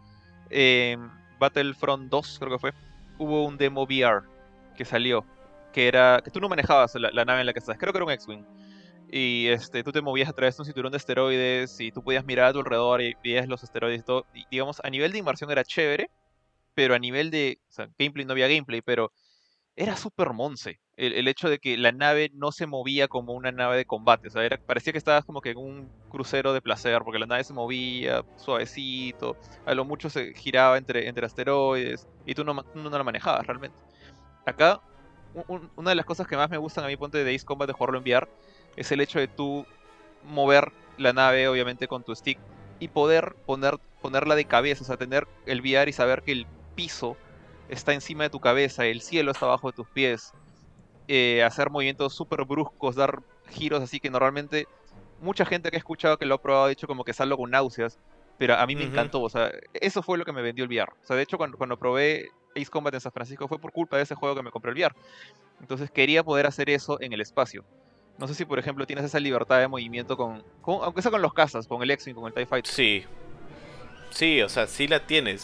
Battlefront 2, creo que fue, hubo un demo VR que salió, que era, que tú no manejabas la nave en la que estás, creo que era un X-Wing, y tú te movías a través de un cinturón de asteroides y tú podías mirar a tu alrededor y veías los asteroides y todo. Y, digamos, a nivel de inmersión era chévere, pero a nivel de, o sea, gameplay no había gameplay, pero era súper monce. El hecho de que la nave no se movía como una nave de combate. O sea, parecía que estabas como que en un crucero de placer, porque la nave se movía suavecito, a lo mucho se giraba entre asteroides, y tú no la manejabas realmente. Acá, una de las cosas que más me gustan a mí, ponte de Ace Combat de jugarlo en VR, es el hecho de tú mover la nave, obviamente, con tu stick y poder ponerla de cabeza, o sea, tener el VR y saber que el piso está encima de tu cabeza, el cielo está abajo de tus pies, hacer movimientos súper bruscos, dar giros así que normalmente mucha gente que he escuchado que lo ha probado ha dicho como que salgo con náuseas, pero a mí me Ujú. encantó, o sea, eso fue lo que me vendió el VR. O sea, de hecho, cuando probé Ace Combat en San Francisco fue por culpa de ese juego que me compré el VR. Entonces quería poder hacer eso en el espacio. No sé si, por ejemplo, tienes esa libertad de movimiento aunque sea con los cazas, con el X-Wing, con el TIE Fighter. Sí, sí, o sea, sí la tienes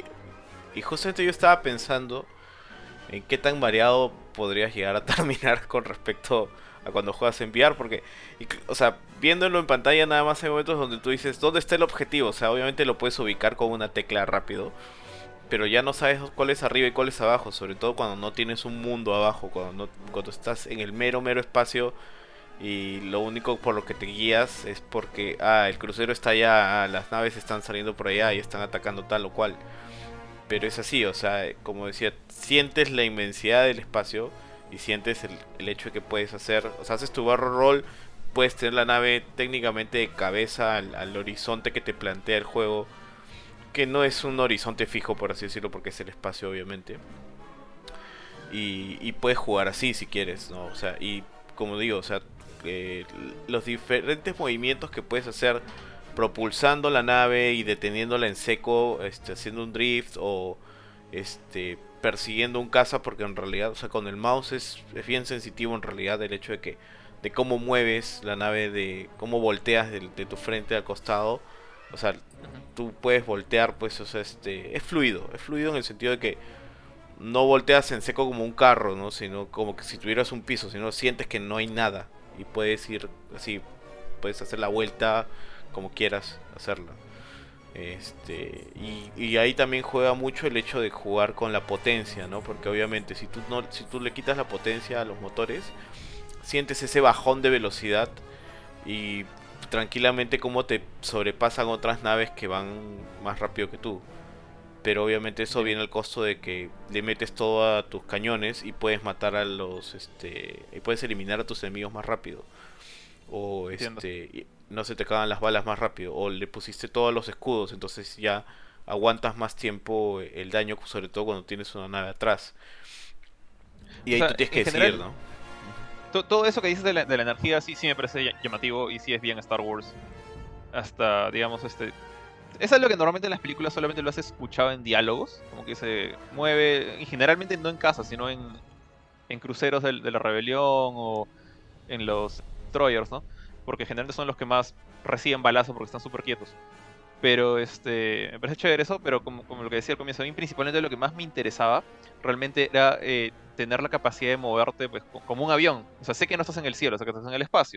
y justamente yo estaba pensando en qué tan variado podrías llegar a terminar con respecto a cuando juegas en VR, porque, o sea, viéndolo en pantalla nada más hay momentos donde tú dices, ¿dónde está el objetivo? O sea, obviamente lo puedes ubicar con una tecla rápido, pero ya no sabes cuál es arriba y cuál es abajo, sobre todo cuando no tienes un mundo abajo, cuando estás en el mero espacio y lo único por lo que te guías es porque, el crucero está allá, las naves están saliendo por allá y están atacando tal o cual. Pero es así, o sea, como decía, sientes la inmensidad del espacio y sientes el hecho de que puedes hacer, o sea, haces tu barrel roll, puedes tener la nave técnicamente de cabeza al horizonte que te plantea el juego, que no es un horizonte fijo, por así decirlo, porque es el espacio, obviamente. Y puedes jugar así si quieres, ¿no? O sea, y como digo, o sea, los diferentes movimientos que puedes hacer propulsando la nave y deteniéndola en seco, haciendo un drift o persiguiendo un caza, porque en realidad, o sea, con el mouse es bien sensitivo en realidad el hecho de cómo mueves la nave, de cómo volteas de tu frente al costado, o sea, Ujú. tú puedes voltear, pues, o sea, es fluido en el sentido de que no volteas en seco como un carro, ¿no? Sino como que si tuvieras un piso, sino sientes que no hay nada y puedes ir así, puedes hacer la vuelta como quieras hacerla. Y ahí también juega mucho el hecho de jugar con la potencia, ¿no? Porque obviamente si tú le quitas la potencia a los motores, sientes ese bajón de velocidad y tranquilamente como te sobrepasan otras naves que van más rápido que tú. Pero obviamente eso Entiendo. viene al costo de que le metes todo a tus cañones y puedes matar a los y puedes eliminar a tus enemigos más rápido, o Entiendo. no se te acaban las balas más rápido, o le pusiste todos los escudos, entonces ya aguantas más tiempo el daño, sobre todo cuando tienes una nave atrás. Y O ahí tú sea, tienes que en decidir, general, ¿no? todo eso que dices de la energía sí, sí me parece llamativo y sí es bien Star Wars. Hasta, digamos, es algo que normalmente en las películas solamente lo has escuchado en diálogos, como que se mueve, y generalmente no en casa, sino en cruceros de la rebelión o en los destroyers, ¿no? Porque generalmente son los que más reciben balazos porque están súper quietos. Pero me parece chévere eso, pero como lo que decía al comienzo, a mí principalmente lo que más me interesaba realmente era tener la capacidad de moverte pues, como un avión. O sea, sé que no estás en el cielo, o sea, que estás en el espacio.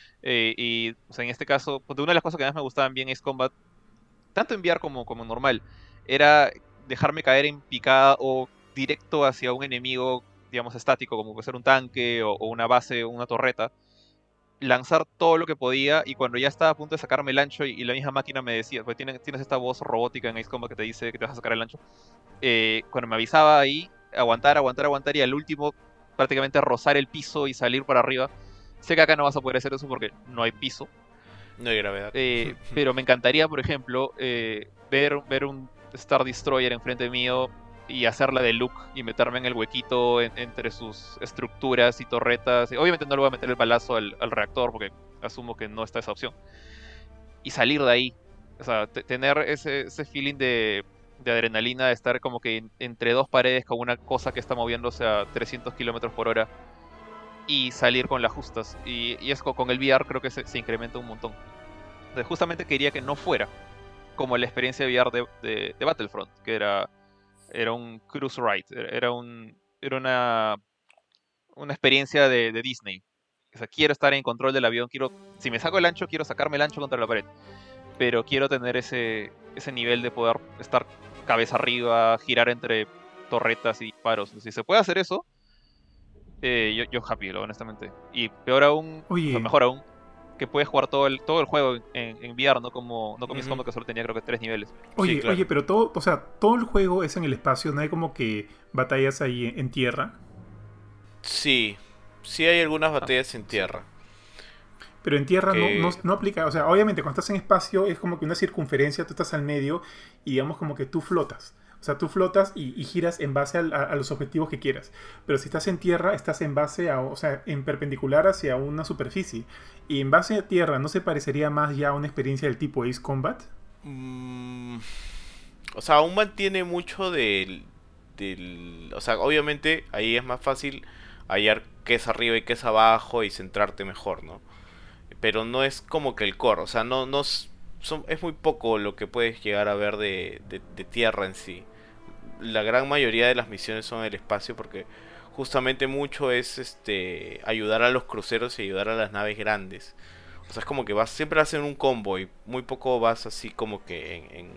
Y o sea, en este caso, pues, una de las cosas que más me gustaban bien Ace Combat, tanto en VR como normal, era dejarme caer en picada o directo hacia un enemigo, digamos, estático, como puede ser un tanque o una base o una torreta, lanzar todo lo que podía y cuando ya estaba a punto de sacarme el ancho y la misma máquina me decía, pues tienes esta voz robótica en Ace Combat que te dice que te vas a sacar el ancho, cuando me avisaba ahí, aguantar y al último prácticamente rozar el piso y salir para arriba. Sé que acá no vas a poder hacer eso porque no hay piso, No hay gravedad. pero me encantaría, por ejemplo, ver un Star Destroyer enfrente mío y hacerla de Luke y meterme en el huequito entre sus estructuras y torretas. Obviamente no le voy a meter el balazo al reactor porque asumo que no está esa opción. Y salir de ahí. O sea, tener ese feeling de adrenalina, de estar como que entre dos paredes con una cosa que está moviéndose a 300 kilómetros por hora y salir con las justas. Y es con el VR creo que se incrementa un montón. Entonces, justamente quería que no fuera como la experiencia de VR de Battlefront, que era un cruise ride, era una experiencia de Disney. O sea, quiero estar en control del avión, si me saco el ancho, quiero sacarme el ancho contra la pared. Pero quiero tener ese nivel de poder estar cabeza arriba, girar entre torretas y disparos. Si se puede hacer eso, yo happy, honestamente. Y peor aún, o sea, Oye, mejor aún, que puedes jugar todo el juego en VR, no como Ace Ujú. Combat, que solo tenía creo que 3 niveles. Sí, claro. oye, pero todo, o sea, todo el juego es en el espacio, no hay como que batallas ahí en tierra. Sí, sí hay algunas Ah, batallas en sí. tierra. Pero en tierra Que no aplica, o sea, obviamente cuando estás en espacio es como que una circunferencia, tú estás al medio y digamos como que tú flotas. O sea, tú flotas y giras en base a los objetivos que quieras. Pero si estás en tierra, estás en base a, o sea, en perpendicular hacia una superficie. Y en base a tierra, ¿no se parecería más ya a una experiencia del tipo Ace Combat? mm, o sea, aún mantiene mucho o sea, obviamente ahí es más fácil hallar qué es arriba y qué es abajo y centrarte mejor, ¿no? Pero no es como que el core, o sea, es muy poco lo que puedes llegar a ver de tierra en sí. La gran mayoría de las misiones son en el espacio porque justamente mucho es ayudar a los cruceros y ayudar a las naves grandes. O sea, es como que siempre hacen un combo y muy poco vas así como que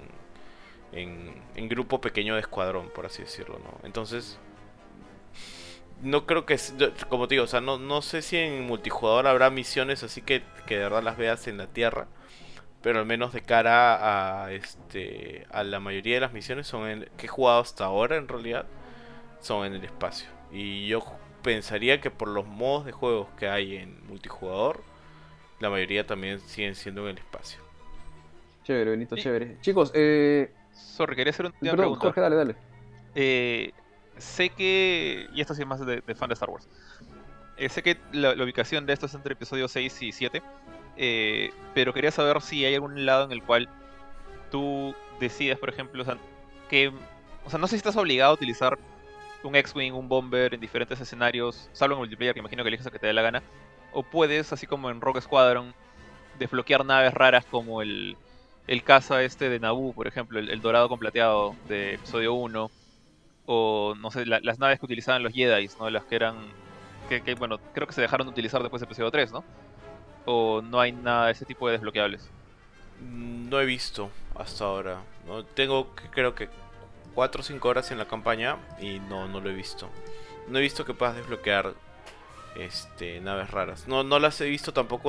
en grupo pequeño de escuadrón, por así decirlo, ¿no? Entonces, no creo que, como te digo, o sea, no sé si en multijugador habrá misiones así que de verdad las veas en la Tierra, pero al menos de cara a la mayoría de las misiones que he jugado hasta ahora en realidad son en el espacio. Y yo pensaría que por los modos de juegos que hay en multijugador, la mayoría también siguen siendo en el espacio. Chévere, Benito, Y, chévere. Chicos, sorry, quería hacer una perdón, pregunta. Jorge, dale, dale. Eh, Sé que, y esto sí es más de fan de Star Wars, sé que la ubicación de esto es entre episodios 6 y 7, pero quería saber si hay algún lado en el cual tú decides, por ejemplo, o sea, no sé si estás obligado a utilizar un X-Wing, un Bomber en diferentes escenarios, salvo en multiplayer, que imagino que eliges a que te dé la gana, o puedes, así como en Rogue Squadron, desbloquear naves raras como el caza de Naboo, por ejemplo, el dorado con plateado de episodio 1, o no sé, las naves que utilizaban los Jedi, ¿no? Las que eran, bueno, creo que se dejaron de utilizar después de episodio 3, ¿no? O no hay nada de ese tipo de desbloqueables. No he visto hasta ahora. No tengo creo que 4 o 5 horas en la campaña y no lo he visto. No he visto que puedas desbloquear naves raras. No las he visto tampoco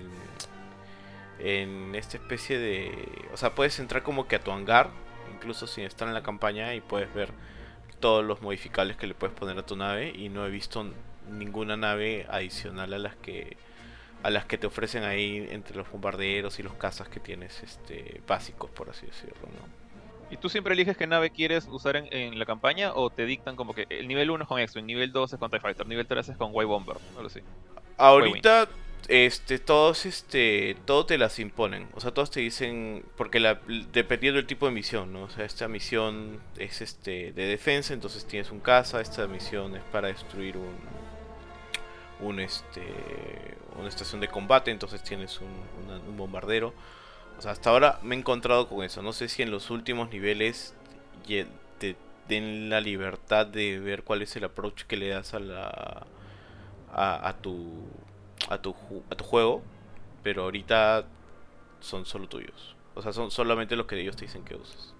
en esta especie de, o sea, puedes entrar como que a tu hangar, incluso sin estar en la campaña, y puedes ver todos los modificables que le puedes poner a tu nave, y no he visto ninguna nave adicional a las que te ofrecen ahí entre los bombarderos y los cazas que tienes básicos, por así decirlo, ¿no? ¿Y tú siempre eliges qué nave quieres usar en la campaña o te dictan como que el nivel 1 es con X-Wing, nivel 2 es con TIE Fighter, nivel 3 es con Y-Bomber, algo así? Y-Wing. Ahorita todos todo te las imponen, o sea, todos te dicen porque dependiendo del tipo de misión, ¿no? O sea, esta misión es de defensa, entonces tienes un caza, esta misión es para destruir una estación de combate, entonces tienes un bombardero. O sea, hasta ahora me he encontrado con eso. No sé si en los últimos niveles te den la libertad de ver cuál es el approach que le das a tu juego, pero ahorita son solo tuyos. O sea, son solamente los que ellos te dicen que uses.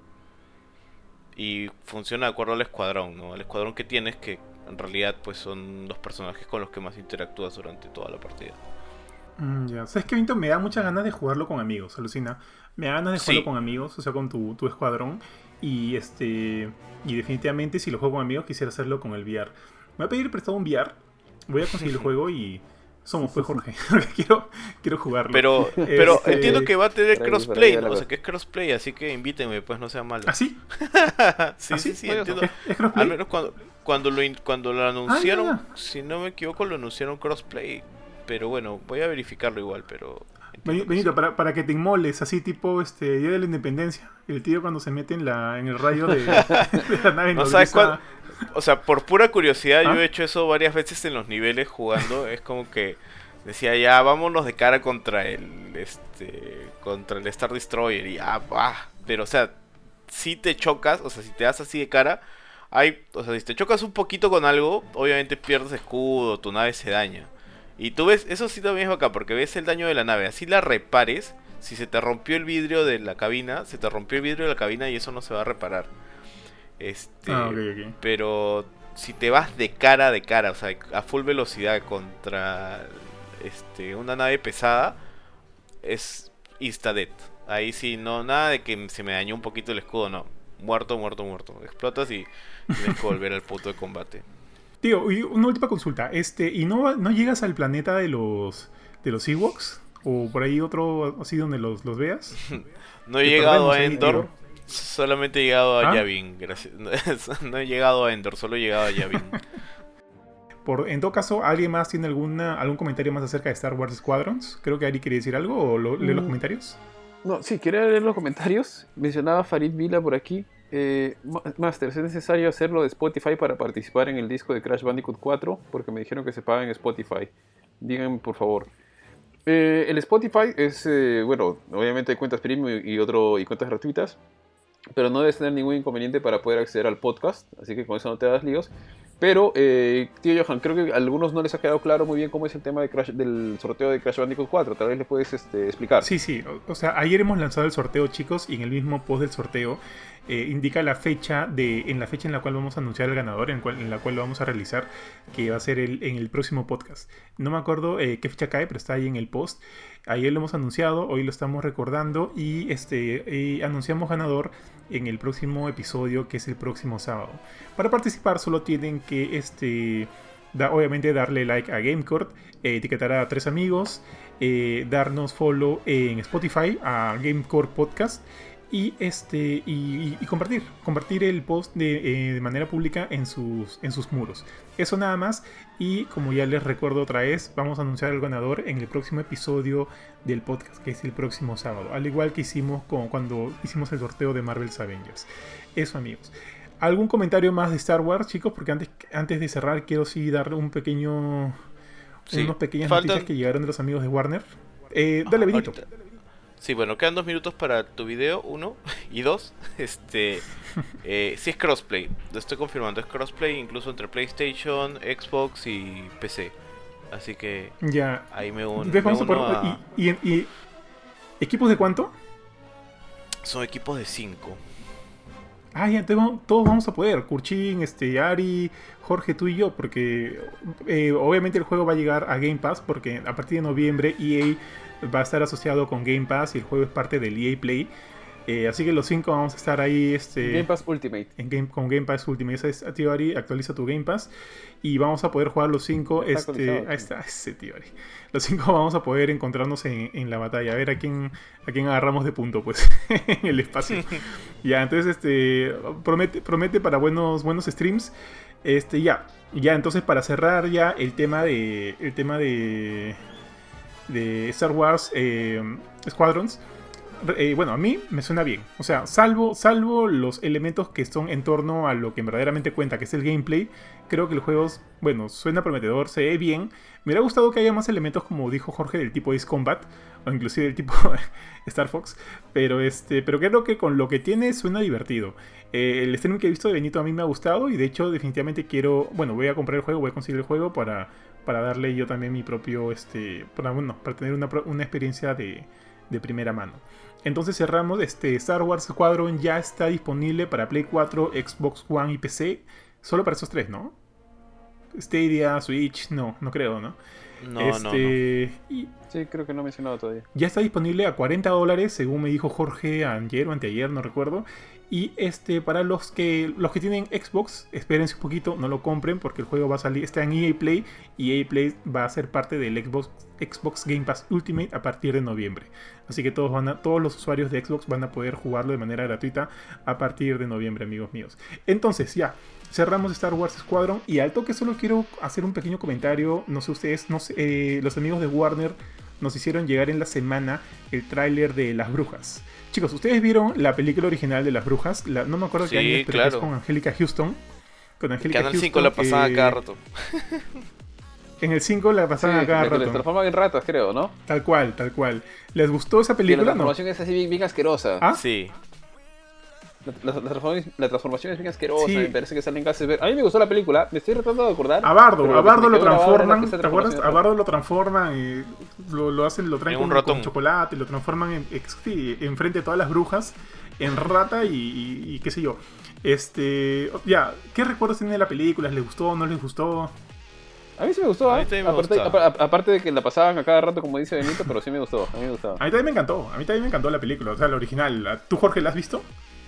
Y funciona de acuerdo al escuadrón, ¿no? Al escuadrón que tienes, que en realidad pues son los personajes con los que más interactúas durante toda la partida. Ya, sabes que Vinto, me da muchas ganas de jugarlo con amigos, alucina. Me da ganas de jugarlo con amigos, o sea, con tu escuadrón. Y y definitivamente si lo juego con amigos quisiera hacerlo con el VR. Me voy a pedir prestado un VR. Voy a conseguir el juego y somos pues Jorge. quiero jugarlo. Pero entiendo que va a tener crossplay, ¿no? O sea, que es crossplay, así que invítenme, pues no sea malo. ¿Ah, sí? Sí, entiendo. ¿Es crossplay? Al menos cuando lo anunciaron, si no me equivoco, lo anunciaron crossplay. Pero bueno, voy a verificarlo igual, pero... Benito, para que te inmoles, así tipo Día de la Independencia. El tío cuando se mete en el rayo de la nave. No sabes cuál. O sea, por pura curiosidad, yo he hecho eso varias veces en los niveles jugando. Es como que decía, ya, vámonos de cara contra el Star Destroyer. Y pero o sea, si te chocas, o sea, si te das así de cara, o sea, si te chocas un poquito con algo, obviamente pierdes escudo, tu nave se daña. Y tú ves, eso sí también es acá, porque ves el daño de la nave. Así la repares, si se te rompió el vidrio de la cabina, se te rompió el vidrio de la cabina y eso no se va a reparar. Okay. Pero si te vas de cara, o sea, a full velocidad contra una nave pesada, es insta-dead. Ahí sí, no, nada de que se me dañó un poquito el escudo, no. Muerto. Explotas y tienes que volver al punto de combate. Tío, y una última consulta. ¿Y no llegas al planeta de los Ewoks? ¿O por ahí otro así donde los veas? No he llegado a Endor. Solamente he llegado a Yavin. Gracias. No he llegado a Endor, solo he llegado a Yavin. En todo caso, ¿alguien más tiene algún comentario más acerca de Star Wars Squadrons? Creo que Ari quería decir algo, ¿o lee los comentarios? No, sí, quería leer los comentarios. Mencionaba Farid Vila por aquí. Masters, ¿es necesario hacerlo de Spotify para participar en el disco de Crash Bandicoot 4? Porque me dijeron que se paga en Spotify. Díganme, por favor. El Spotify es, bueno, obviamente hay cuentas premium y cuentas gratuitas, pero no debes tener ningún inconveniente para poder acceder al podcast, así que con eso no te das líos. Pero, tío Johan, creo que a algunos no les ha quedado claro muy bien cómo es el tema del sorteo de Crash Bandicoot 4. Tal vez les puedes explicar. Sí. O sea, ayer hemos lanzado el sorteo, chicos, y en el mismo post del sorteo indica la fecha en la cual vamos a anunciar el ganador, en la cual lo vamos a realizar, que va a ser en el próximo podcast. No me acuerdo qué fecha cae, pero está ahí en el post. Ayer lo hemos anunciado, hoy lo estamos recordando y anunciamos ganador en el próximo episodio, que es el próximo sábado. Para participar solo tienen que obviamente darle like a GameCourt, etiquetar a 3 amigos, darnos follow en Spotify a GameCourt Podcast y compartir el post de manera pública en sus muros. Eso nada más. Y como ya les recuerdo otra vez, vamos a anunciar el ganador en el próximo episodio del podcast, que es el próximo sábado, al igual que hicimos cuando hicimos el sorteo de Marvel's Avengers. Eso, amigos. ¿Algún comentario más de Star Wars, chicos? Porque antes de cerrar quiero darle unas pequeñas noticias que llegaron de los amigos de Warner. Dale, Benito. Ahorita. Sí, bueno, quedan 2 minutos para tu video, 1 y 2. Sí es crossplay, lo estoy confirmando, es crossplay incluso entre PlayStation, Xbox y PC. Así que ya, ahí me uno. ¿Y equipos de cuánto? Son equipos de 5. Ya, todos vamos a poder. Kurchin, Ari, Jorge, tú y yo, porque obviamente el juego va a llegar a Game Pass, porque a partir de noviembre EA va a estar asociado con Game Pass y el juego es parte del EA Play. Así que los 5 vamos a estar ahí Game Pass Ultimate. Con Game Pass Ultimate. Esa es, tío Ari, actualiza tu Game Pass y vamos a poder jugar los 5. Ahí está, ese tío Ari. Los 5 vamos a poder encontrarnos en la batalla. A ver a quién agarramos de punto, pues, en el espacio. Ya, entonces promete para buenos streams. Ya, entonces para cerrar ya el tema de Star Wars Squadrons. bueno, a mí me suena bien. O sea, salvo los elementos que son en torno a lo que verdaderamente cuenta, que es el gameplay, creo que el juego, bueno, suena prometedor, se ve bien. Me hubiera gustado que haya más elementos, como dijo Jorge, del tipo Ace Combat, o inclusive del tipo Star Fox, pero creo que con lo que tiene suena divertido. El stream que he visto de Benito a mí me ha gustado, y de hecho definitivamente voy a comprar el juego, voy a conseguir el juego para darle yo también mi propio, para tener una experiencia de primera mano. Entonces cerramos, Star Wars Squadron ya está disponible para Play 4, Xbox One y PC, solo para esos tres, ¿no? Stadia, Switch, no creo, ¿no? No. Y Sí, creo que no he mencionado todavía. ya está disponible a $40, según me dijo Jorge ayer o anteayer, no recuerdo. Y para los que tienen Xbox, espérense un poquito, no lo compren porque el juego va a salir, está en EA Play, y EA Play va a ser parte del Xbox Game Pass Ultimate a partir de noviembre. Así que todos los usuarios de Xbox van a poder jugarlo de manera gratuita a partir de noviembre, amigos míos. Entonces, ya, cerramos Star Wars Squadron, y al toque solo quiero hacer un pequeño comentario. No sé ustedes, los amigos de Warner nos hicieron llegar en la semana el tráiler de Las Brujas. Chicos, ¿ustedes vieron la película original de Las Brujas? No me acuerdo Sí, qué año es, pero claro. es con Angélica Houston. Canal 5 la pasaban cada rato. En el 5 la pasaban a cada la que les rato. transforman en ratas, creo, ¿no? Tal cual. ¿Les gustó esa Y la película? No. transformación es así bien asquerosa. ¿Ah? Sí. La transformación es bien asquerosa, Sí. me parece que salen gases verdes. A mí me gustó la película, me estoy tratando de acordar. A Bardo pero lo que me quedó grabado transforman, era que esa ¿te acuerdas? transformación A Bardo lo transforman y lo traen En un con ratón. chocolate, lo transforman enfrente de todas las brujas en rata y qué sé yo. Ya, ¿qué recuerdos tienen de la película? ¿Les gustó? ¿No les gustó? A mí sí me gustó, A mí ¿eh? también me Aparte, gusta. aparte de que la pasaban a cada rato, como dice Benito, pero sí me gustó, a mí me gustaba. A mí también me encantó la película, o sea, la original. ¿Tú, Jorge, la has visto?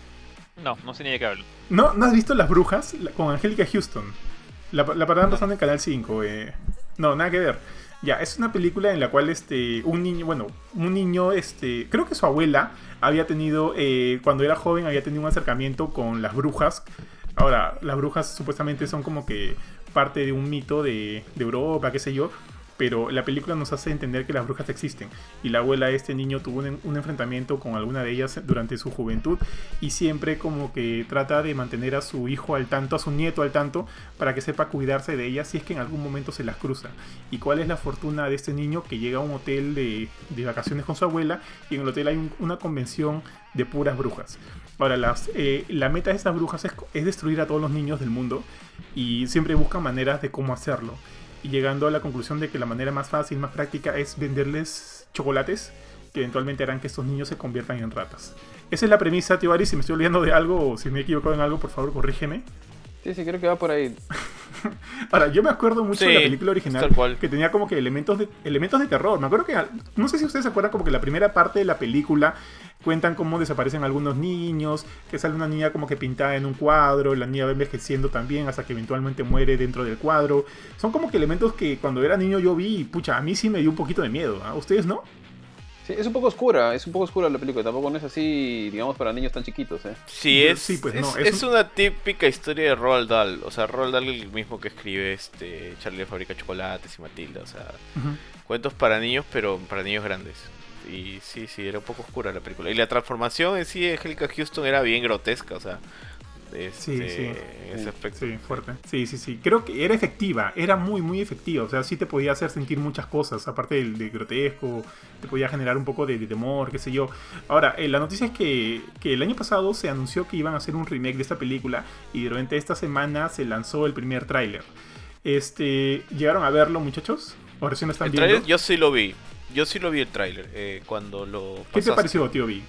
No sé ni de qué hablo. ¿No has visto Las Brujas? Con Angélica Houston. La paraban pasando en Canal 5. No, nada que ver. Ya, es una película en la cual un niño, creo que su abuela había tenido, cuando era joven, había tenido un acercamiento con las brujas. Ahora, las brujas supuestamente son como que parte de un mito de Europa, qué sé yo. Pero la película nos hace entender que las brujas existen. Y la abuela de este niño tuvo un enfrentamiento con alguna de ellas durante su juventud. Y siempre como que trata de mantener a su hijo al tanto, a su nieto al tanto, para que sepa cuidarse de ellas si es que en algún momento se las cruza. Y cuál es la fortuna de este niño que llega a un hotel de vacaciones con su abuela. Y en el hotel hay una convención de puras brujas. Ahora, la meta de estas brujas es destruir a todos los niños del mundo. Y siempre buscan maneras de cómo hacerlo. Y llegando a la conclusión de que la manera más fácil, más práctica, es venderles chocolates que eventualmente harán que estos niños se conviertan en ratas. Esa es la premisa, tío Ari. Si me estoy olvidando de algo o si me he equivocado en algo, por favor, corrígeme. Sí, creo que va por ahí. Ahora, yo me acuerdo mucho de la película original, tal cual. que tenía como que elementos de terror. Me acuerdo que, no sé si ustedes se acuerdan, como que la primera parte de la película cuentan cómo desaparecen algunos niños, que sale una niña como que pintada en un cuadro, la niña va envejeciendo también hasta que eventualmente muere dentro del cuadro. Son como que elementos que cuando era niño yo vi y, pucha, a mí sí me dio un poquito de miedo. ¿A ustedes no? Sí, es un poco oscura la película, tampoco no es así, digamos, para niños tan chiquitos, ¿eh? Sí, pues no, es una típica historia de Roald Dahl. O sea, Roald Dahl es el mismo que escribe Charlie la fábrica de chocolates y Matilda. O sea, cuentos para niños, pero para niños grandes. Y sí, era un poco oscura la película. Y la transformación en sí de Angélica Houston era bien grotesca, o sea, Sí. en ese aspecto. Sí, fuerte. Sí. Creo que era efectiva, era muy, muy efectiva. O sea, sí te podía hacer sentir muchas cosas, aparte del grotesco, te podía generar un poco de temor, qué sé yo. Ahora, la noticia es que el año pasado se anunció que iban a hacer un remake de esta película y durante esta semana se lanzó el primer tráiler. ¿Llegaron a verlo, muchachos? ¿O recién lo están El viendo? tráiler yo sí lo vi. Yo sí lo vi el tráiler cuando lo ¿Qué te pasaste. pareció, tío B?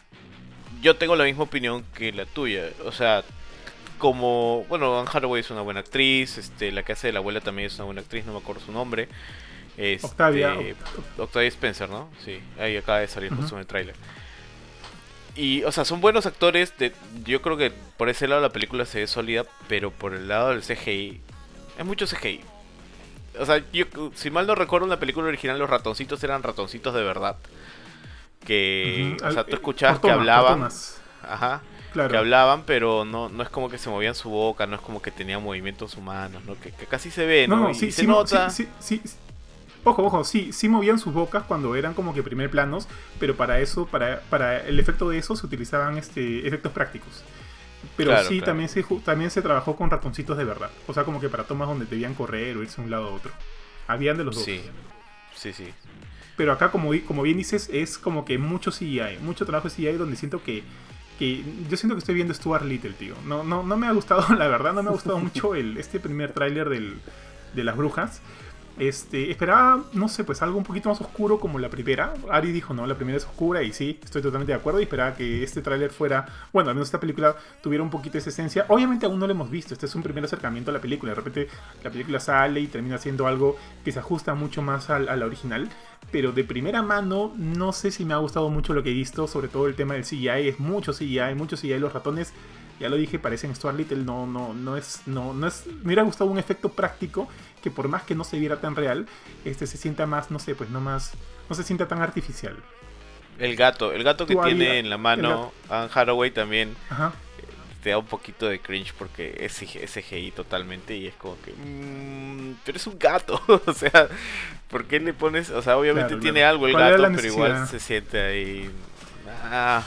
Yo tengo la misma opinión que la tuya. O sea, como... Bueno, Anne Hathaway es una buena actriz. La que hace de la abuela también es una buena actriz. No me acuerdo su nombre. Octavia Spencer, ¿no? Sí, ahí acaba de salir justo en el tráiler. Y, o sea, son buenos actores. Yo creo que por ese lado la película se ve sólida. Pero por el lado del CGI... Es mucho CGI. O sea, yo, si mal no recuerdo, en la película original los ratoncitos eran ratoncitos de verdad. Que, o sea, tú escuchabas que hablaban. Ajá. Claro. Que hablaban, pero no es como que se movían su boca, no es como que tenían movimientos humanos, ¿no? Que casi se ve, ¿no? No, y sí, se nota. Sí. Ojo, sí movían sus bocas cuando eran como que primer planos, pero para eso, para el efecto de eso se utilizaban efectos prácticos. Pero Claro, sí, claro. también se trabajó con ratoncitos de verdad. O sea, como que para tomas donde debían correr o irse de un lado a otro. Habían de los dos. Sí, sí. Pero acá, como bien dices, es como que mucho CGI, mucho trabajo de CGI donde siento que yo siento que estoy viendo Stuart Little, tío. No me ha gustado, la verdad, no me ha gustado mucho este primer tráiler de las brujas. Esperaba, no sé, pues algo un poquito más oscuro como la primera. Ari dijo, no, la primera es oscura y sí, estoy totalmente de acuerdo y esperaba que este tráiler fuera, bueno, al menos esta película tuviera un poquito esa esencia. Obviamente aún no lo hemos visto, este es un primer acercamiento a la película. De repente la película sale y termina siendo algo que se ajusta mucho más a la original. Pero de primera mano, no sé si me ha gustado mucho lo que he visto, sobre todo el tema del CGI. Es mucho CGI, los ratones, ya lo dije, parecen Stuart Little, no es. Me hubiera gustado un efecto práctico que por más que no se viera tan real, se sienta más, no sé, pues no se sienta tan artificial. El gato que Tú, Ari, tiene en la mano Anne Hathaway también Ajá. te da un poquito de cringe porque es CGI totalmente y es como que... pero es un gato, o sea, ¿por qué le pones? O sea, obviamente Claro, tiene claro. algo el ¿Cuál era gato, la pero igual necesidad? se siente ahí... Ah,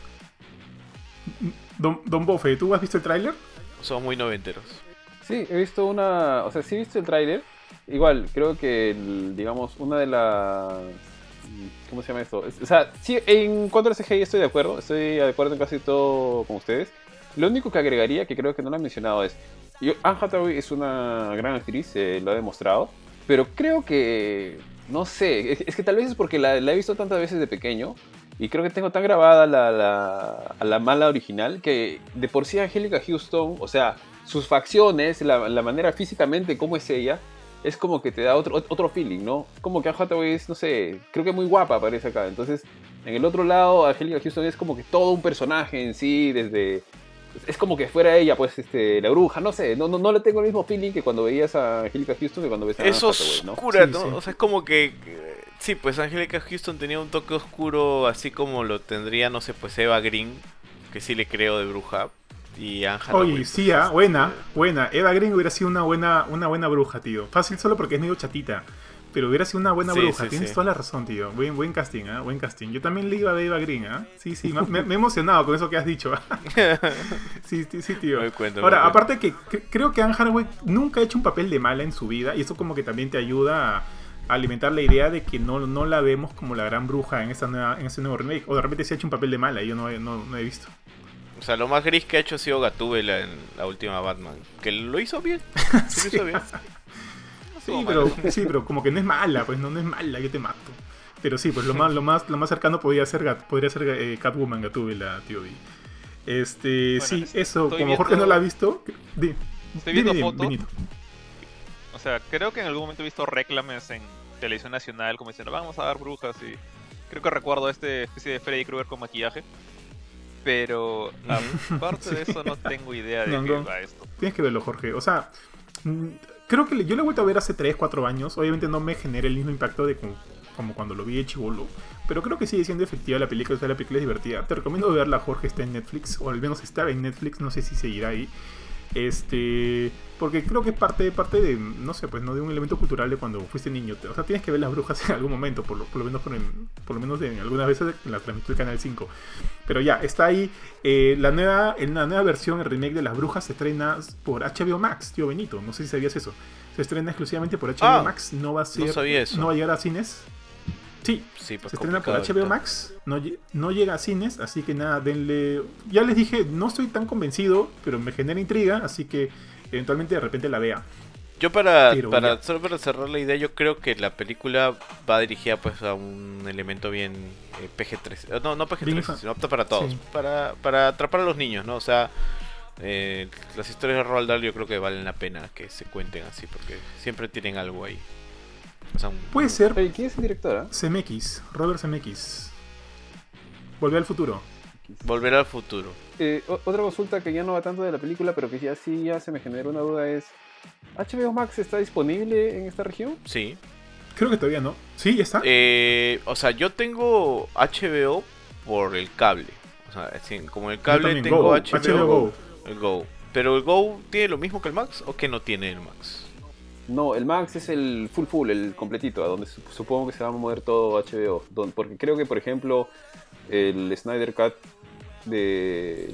Don Bofe, ¿tú has visto el tráiler? son muy noventeros. Sí, he visto o sea, sí he visto el tráiler. Igual, creo que, digamos, una de las... ¿Cómo se llama esto? O sea, sí, en cuanto al CGI estoy de acuerdo en casi todo con ustedes. Lo único que agregaría, que creo que no lo han mencionado, es... Anne Hathaway es una gran actriz, lo ha demostrado, pero creo que... No sé, es que tal vez es porque la he visto tantas veces de pequeño, y creo que tengo tan grabada a la mala original, que de por sí Angélica Houston, o sea, sus facciones, la manera físicamente como es ella, es como que te da otro feeling, ¿no? Es como que Anne Hathaway es, no sé, creo que muy guapa parece acá. Entonces, en el otro lado, Angélica Houston es como que todo un personaje en sí, desde... Es como que fuera ella, pues, la bruja, no sé, no le tengo el mismo feeling que cuando veías a Angélica Houston que cuando ves a Anne Es Hathaway, ¿no? oscura, Sí, ¿no? sí. O sea, es como que... Sí, pues Angélica Houston tenía un toque oscuro, así como lo tendría, no sé, pues Eva Green, que sí le creo de bruja. Y Anne Hathaway, Oye, pues, sí, buena. Eva Green hubiera sido una buena bruja, tío. Fácil solo porque es medio chatita. Pero hubiera sido una buena Sí, bruja. sí, Tienes sí. toda la razón, tío. Buen casting, ¿eh? Buen casting. Yo también le iba a ver Eva Green, ¿eh? Sí, me he emocionado con eso que has dicho. Sí, tío. Me doy cuenta, Ahora, me doy cuenta. aparte que creo que Anne Hathaway nunca ha hecho un papel de mala en su vida. Y eso como que también te ayuda a alimentar la idea de que no la vemos como la gran bruja en este nuevo remake. O de repente se ha hecho un papel de mala y yo no he visto. O sea, lo más gris que ha hecho ha sido Gatúbela en la última Batman. Que lo hizo bien. Sí, lo hizo bien. Sí, pero como que no es mala, pues no es mala, yo te mato. Pero sí, pues lo más cercano podría ser Catwoman, Gatúbela, tío B. Sí, eso, estoy como Jorge no viendo- la ha visto, Estoy viendo dime, fotos. Benito. O sea, creo que en algún momento he visto reclames en televisión nacional como diciendo, vamos a dar brujas y... Creo que recuerdo especie de Freddy Krueger con maquillaje. Pero aparte de eso no tengo idea de qué va esto. Tienes que verlo, Jorge. O sea, creo que yo lo he vuelto a ver hace 3, 4 años. Obviamente no me genera el mismo impacto de como cuando lo vi de chibolo. Pero creo que sigue siendo efectiva la película. O sea, la película es divertida. Te recomiendo verla, Jorge. Está en Netflix. O al menos estaba en Netflix. No sé si seguirá ahí. Porque creo que es parte de, no sé, pues no de un elemento cultural de cuando fuiste niño. O sea, tienes que ver las brujas en algún momento, por lo menos en algunas veces en la transmisión del Canal 5. Pero ya, está ahí. En la nueva versión, el remake de las brujas se estrena por HBO Max, tío Benito. No sé si sabías eso. Se estrena exclusivamente por HBO Max. No va a ser, no sabía eso. no va a llegar a cines. Sí, Sí, pues se estrena por complicado HBO ahorita. Max, no llega a cines, así que nada, denle... Ya les dije, no estoy tan convencido, pero me genera intriga, así que eventualmente de repente la vea. Yo solo para cerrar la idea, yo creo que la película va dirigida pues a un elemento bien PG-13. No PG-13, sino apta para todos. Sí. Para atrapar a los niños, ¿no? O sea, las historias de Roald Dahl yo creo que valen la pena que se cuenten así, porque siempre tienen algo ahí. O sea, Puede ser Oye, ¿quién es el director? Robert Zemeckis. Volver al futuro. Volver al futuro. Otra consulta que ya no va tanto de la película, pero que ya se me generó una duda es... ¿HBO Max está disponible en esta región? Sí. Creo que todavía no. ¿Sí? ¿Ya está? O sea, yo tengo HBO por el cable. O sea, como el cable también, tengo Go, HBO Go. El Go. Pero el Go tiene lo mismo que el Max o que no tiene el Max. No, el Max es el full, el completito, a donde supongo que se va a mover todo HBO. Porque creo que, por ejemplo, el Snyder Cut de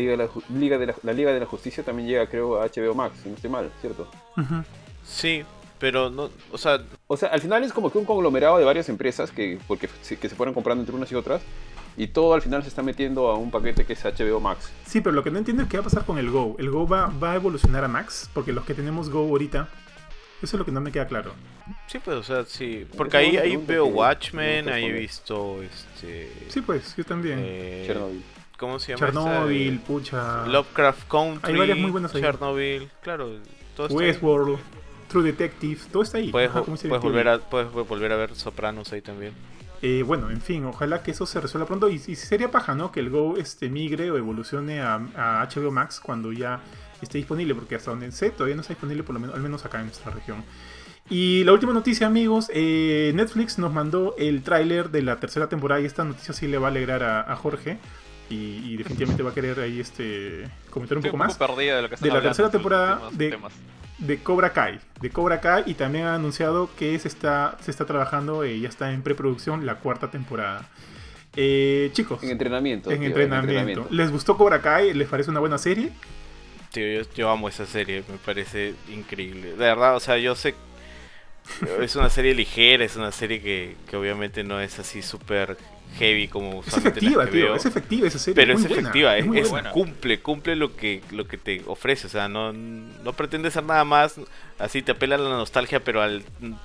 la Liga de la Justicia también llega, creo, a HBO Max, si no estoy mal, ¿cierto? Ujú. Sí, pero no, O sea, al final es como que un conglomerado de varias empresas que se fueron comprando entre unas y otras, y todo al final se está metiendo a un paquete que es HBO Max. Sí, pero lo que no entiendo es qué va a pasar con el Go. ¿El Go va a evolucionar a Max? Porque los que tenemos Go ahorita, eso es lo que no me queda claro. sí, pues, o sea, sí, Es porque una buena ahí pregunta veo que Watchmen, no ahí he responder. visto, Sí, pues, yo también. Chernobyl. ¿Cómo se llama? Chernobyl, esta? pucha. Lovecraft Country, Hay varias muy buenas ahí. Chernobyl, claro, todo está ahí. Westworld, True Detective, todo está ahí. Puedes, Ajá, como dice puedes Stevie. volver a ver Sopranos ahí también. Bueno, en fin, ojalá que eso se resuelva pronto. Y sería paja, ¿no? Que el Go migre o evolucione a HBO Max cuando ya esté disponible, porque hasta donde sé todavía no está disponible, por lo menos, al menos acá en nuestra región. Y la última noticia, amigos, Netflix nos mandó el tráiler de la tercera temporada y esta noticia sí le va a alegrar a Jorge. Y definitivamente va a querer ahí comentar un Estoy poco más. perdida de lo que están De la hablando, tercera sus temporada últimos temas. de Cobra Kai. De Cobra Kai, y también ha anunciado que se está trabajando, ya está en preproducción la cuarta temporada. Chicos, En entrenamiento. en tío, entrenamiento. ¿Les gustó Cobra Kai? ¿Les parece una buena serie? Tío, yo amo esa serie, me parece increíble. De verdad, o sea, yo sé. Es una serie ligera, es una serie que obviamente no es así súper heavy como Es usualmente efectiva, las que tío. veo. Es efectiva esa serie. Pero es muy buena, efectiva, muy es buena. cumple lo que te ofrece, o sea, no pretende ser nada más, así te apela a la nostalgia, pero al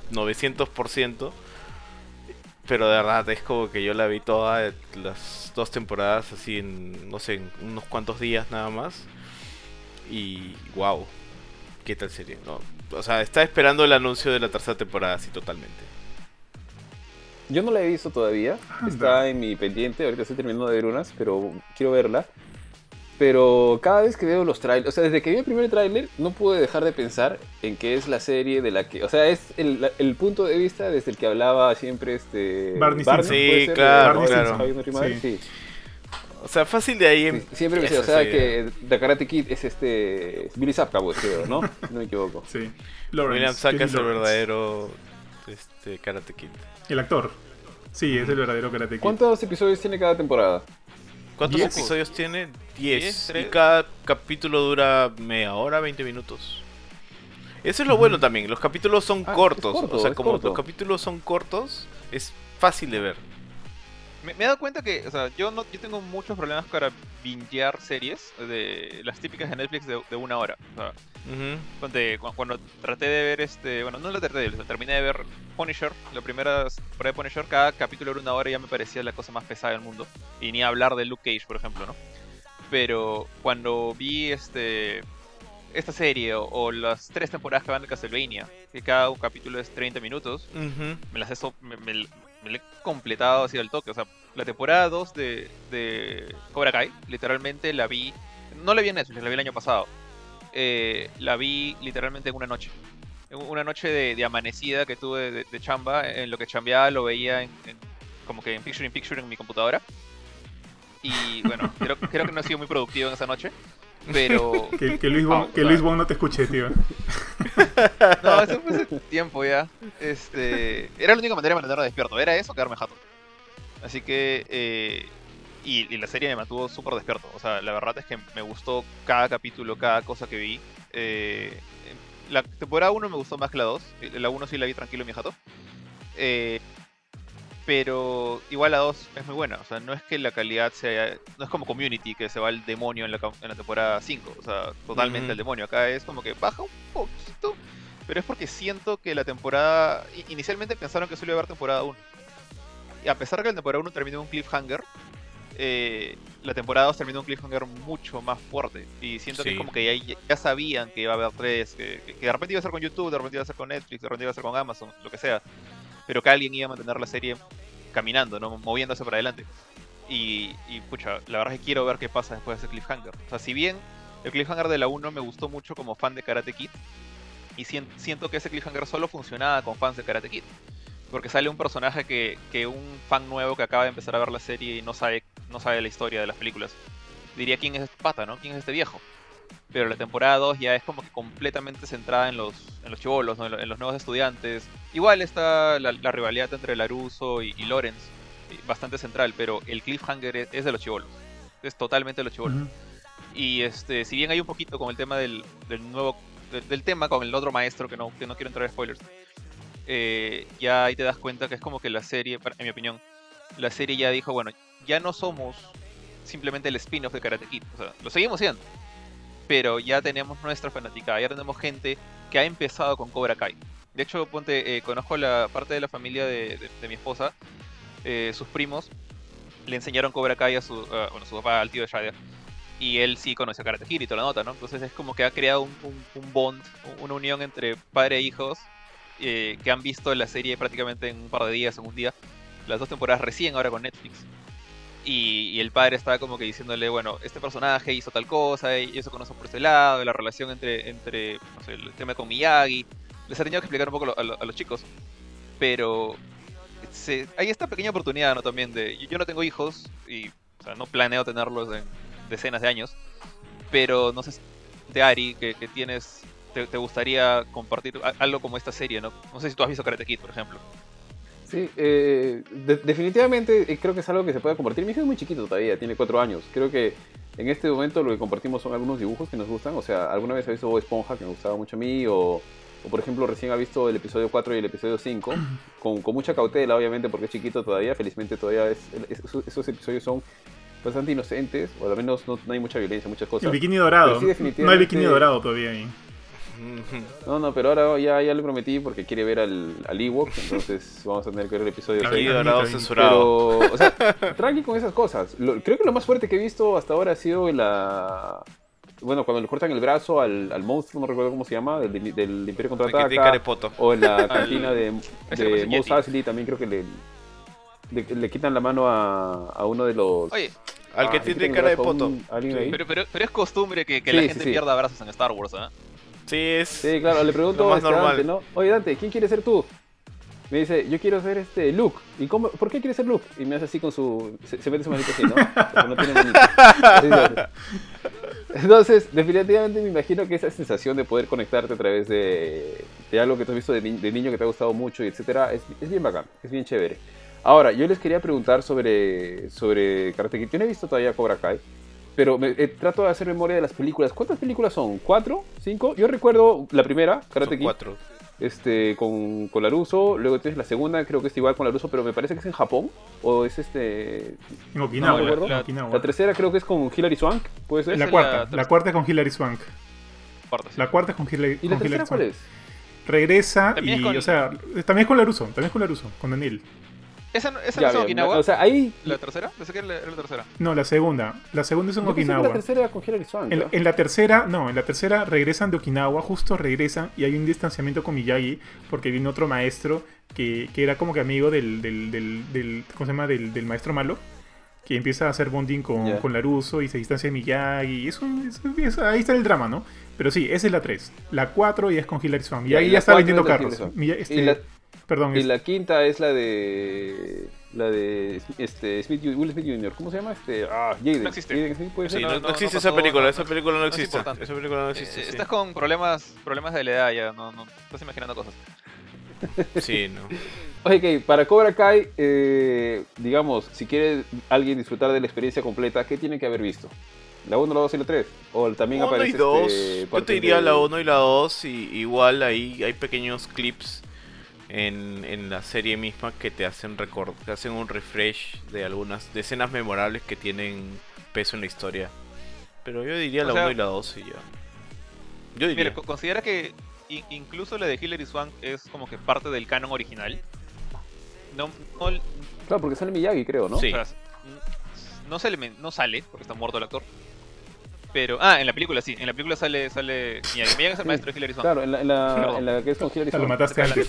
900%, pero de verdad es como que yo la vi todas las 2 temporadas así en, no sé, en unos cuantos días nada más, y wow, qué tal serie, ¿no? O sea, está esperando el anuncio de la tercera temporada, así totalmente. Yo no la he visto todavía, Anda. está en mi pendiente, ahorita estoy terminando de ver unas, pero quiero verla. Pero cada vez que veo los trailers, o sea, desde que vi el primer tráiler, no pude dejar de pensar en que es la serie de la que, o sea, es el punto de vista desde el que hablaba siempre Barney Barney, Simpson. ¿puede Sí, ser? claro, Barney claro. Simpson, How I Met Your Mother, Sí. sí. O sea, fácil de ahí. Sí, siempre me decía, o empieza sea, esa idea. que The Karate Kid es Billy Zabka, pues, creo, ¿no? Si no me equivoco. Sí. Lawrence, William Saka Kenny es el Lawrence. verdadero Karate Kid. El actor. Sí, es el verdadero Karate Kid. ¿Cuántos episodios tiene cada temporada? ¿Cuántos 10. episodios tiene? 10. 10, Y 3. cada capítulo dura media hora, 20 minutos. Eso es lo bueno también. Los capítulos son Ah, cortos. es corto, O sea, es como corto. los capítulos son cortos, es fácil de ver. Me he dado cuenta que, o sea, yo tengo muchos problemas para bingear series de las típicas de Netflix de una hora. O sea, Ujú. cuando traté de ver bueno, no la traté de ver, terminé de ver Punisher, la primera temporada de Punisher, cada capítulo era una hora y ya me parecía la cosa más pesada del mundo. Y ni hablar de Luke Cage, por ejemplo, ¿no? Pero cuando vi esta serie o las 3 temporadas que van de Castlevania, que cada un capítulo es 30 minutos, Ujú. me las me la he completado así al toque. O sea, la temporada 2 de Cobra Kai, literalmente la vi. No la vi en Netflix, la vi el año pasado. La vi literalmente en una noche. Una noche de amanecida que tuve de chamba. En lo que chambeaba lo veía como que en Picture in Picture en mi computadora. Y bueno, creo que no he sido muy productivo en esa noche. Pero. Que Luis Wong no te escuche, tío. No, eso fue hace tiempo ya. Era la única manera de mantenerme despierto. Era eso, quedarme jato. Así que. Y la serie me mantuvo súper despierto. O sea, la verdad es que me gustó cada capítulo, cada cosa que vi. La temporada 1 me gustó más que la 2. La 1 sí la vi tranquilo en mi jato. Pero igual la 2 es muy buena. O sea, no es que la calidad sea. No es como Community, que se va al demonio en la temporada 5. O sea, totalmente Ujú. al demonio. Acá es como que baja un poquito. Pero es porque siento que la temporada. Inicialmente pensaron que solo iba a haber temporada 1. Y a pesar de que la temporada 1 terminó en un cliffhanger, la temporada 2 terminó en un cliffhanger mucho más fuerte. Y siento que es Sí. como que ya sabían que iba a haber 3, que de repente iba a ser con YouTube, de repente iba a ser con Netflix, de repente iba a ser con Amazon, lo que sea. Pero que alguien iba a mantener la serie caminando, ¿no? Moviéndose para adelante. Pucha, la verdad es que quiero ver qué pasa después de ese cliffhanger. O sea, si bien el cliffhanger de la 1 me gustó mucho como fan de Karate Kid, y siento que ese cliffhanger solo funcionaba con fans de Karate Kid. Porque sale un personaje que un fan nuevo que acaba de empezar a ver la serie y no sabe la historia de las películas. Diría, ¿quién es este pata, no? ¿Quién es este viejo? pero la temporada 2 ya es como que completamente centrada en los chibolos, ¿no? En los nuevos estudiantes. Igual está la rivalidad entre Larusso y Lawrence, bastante central, pero el cliffhanger es de los chibolos, es totalmente de los chibolos. Y si bien hay un poquito con el tema del nuevo del tema con el otro maestro, que no quiero entrar en spoilers, ya ahí te das cuenta que es como que la serie, en mi opinión, la serie ya dijo, bueno, ya no somos simplemente el spin-off de Karate Kid, o sea, lo seguimos siendo, pero ya tenemos nuestra fanaticada, ya tenemos gente que ha empezado con Cobra Kai. De hecho, conozco la parte de la familia de mi esposa, sus primos le enseñaron Cobra Kai a su papá, al tío de Shadia, y él sí conoció Karate Kid y toda la nota, ¿no? Entonces es como que ha creado un bond, una unión entre padre e hijos, que han visto la serie prácticamente en un par de días, en un día, las 2 temporadas recién ahora con Netflix. Y el padre estaba como que diciéndole, bueno, este personaje hizo tal cosa, y eso conoce por este lado, la relación entre no sé, el tema con Miyagi. Les ha tenido que explicar un poco a los chicos. Pero hay esta pequeña oportunidad, ¿no? También yo no tengo hijos, y o sea, no planeo tenerlos en decenas de años. Pero no sé, de Ari, que tienes, te gustaría compartir algo como esta serie, ¿no? No sé si tú has visto Karate Kid, por ejemplo. Sí, definitivamente creo que es algo que se puede compartir. Mi hijo es muy chiquito todavía, tiene 4 años. Creo que en este momento lo que compartimos son algunos dibujos que nos gustan. O sea, alguna vez ha visto Bob Esponja, que me gustaba mucho a mí, o por ejemplo recién ha visto el episodio 4 y el episodio 5, con mucha cautela obviamente porque es chiquito todavía. Felizmente todavía esos episodios son bastante inocentes, o al menos no hay mucha violencia, muchas cosas. El bikini dorado, sí, definitivamente... no hay bikini dorado todavía ahí. No, pero ahora ya le prometí porque quiere ver al Ewok, entonces vamos a tener que ver el episodio 6. Dorado censurado. Pero, o sea, tranqui con esas cosas. Creo que lo más fuerte que he visto hasta ahora ha sido bueno, cuando le cortan el brazo al monstruo, no recuerdo cómo se llama, del Imperio Contraataca, o en la cantina de Mos Eisley también creo que le quitan la mano a uno de los... Oye, al que tiene cara de poto. Pero es costumbre que la gente pierda brazos en Star Wars, ¿eh? Sí, claro, le pregunto a Dante, ¿no? Oye, Dante, ¿quién quiere ser tú? Me dice, yo quiero ser Luke. ¿Y por qué quiere ser Luke? Y me hace así con su... Se mete su manito así, ¿no? Porque no tiene manito. Entonces, definitivamente me imagino que esa sensación de poder conectarte a través de algo que tú has visto de niño que te ha gustado mucho, y etcétera, es bien bacán, es bien chévere. Ahora, yo les quería preguntar sobre Karate Kid. Yo no he visto todavía Cobra Kai, pero trato de hacer memoria de las películas. ¿Cuántas películas son? ¿4? ¿5? Yo recuerdo la primera, Karate Kid. 4. Con Larusso. Luego tienes la segunda, creo que es igual con Larusso, pero me parece que es en Japón. O es en Okinawa. No me acuerdo. La tercera creo que es con Hilary Swank, ¿puede ser? La cuarta es con Hilary Swank. La cuarta es con Hilary Swank. ¿Y la tercera cuál es? Regresa o sea, también es con Larusso, con Daniel. ¿Esa no es en Okinawa? O sea, ahí... ¿La tercera? Pensé que era la tercera. No, la segunda. La segunda es en Okinawa. La tercera era con Hilary Swank. En la tercera regresan de Okinawa, justo regresan, y hay un distanciamiento con Miyagi, porque viene otro maestro que era como que amigo del ¿cómo se llama? Del maestro malo, que empieza a hacer bonding con Larusso y se distancia de Miyagi. Y ahí está el drama, ¿no? Pero sí, esa es la 3. La 4 ya es con Hilary Swank. Miyagi ya está vendiendo carros. Perdón, y la quinta es la de Smith, Will Smith Jr. ¿Cómo se llama? Jaden. No existe. Jaden Smith, ¿puede ser? Sí, no existe esa película. Esa película no existe. Esa película no existe. Estás con problemas de la edad ya. No estás imaginando cosas. Sí, no. Ok, para Cobra Kai, digamos, si quiere alguien disfrutar de la experiencia completa, ¿qué tiene que haber visto? ¿La 1, la 2 y la 3? ¿O también 1 aparece y 2. Yo te diría la 1 y la 2. Y igual ahí hay pequeños clips en la serie misma que te hacen que hacen un refresh de algunas de escenas memorables que tienen peso en la historia. Pero yo diría la 1 y la 2 y ya. Yo diría. Mira, considera que incluso la de Hilary Swank es como que parte del canon original. Claro, porque sale Miyagi, creo, ¿no? Sí. O sea, no sale porque está muerto el actor. Pero, en la película sí, en la película sale Miyagi. Miyagi es el maestro de Hilary Swank. Claro, en la que es con Hilary Swank. Lo mataste antes.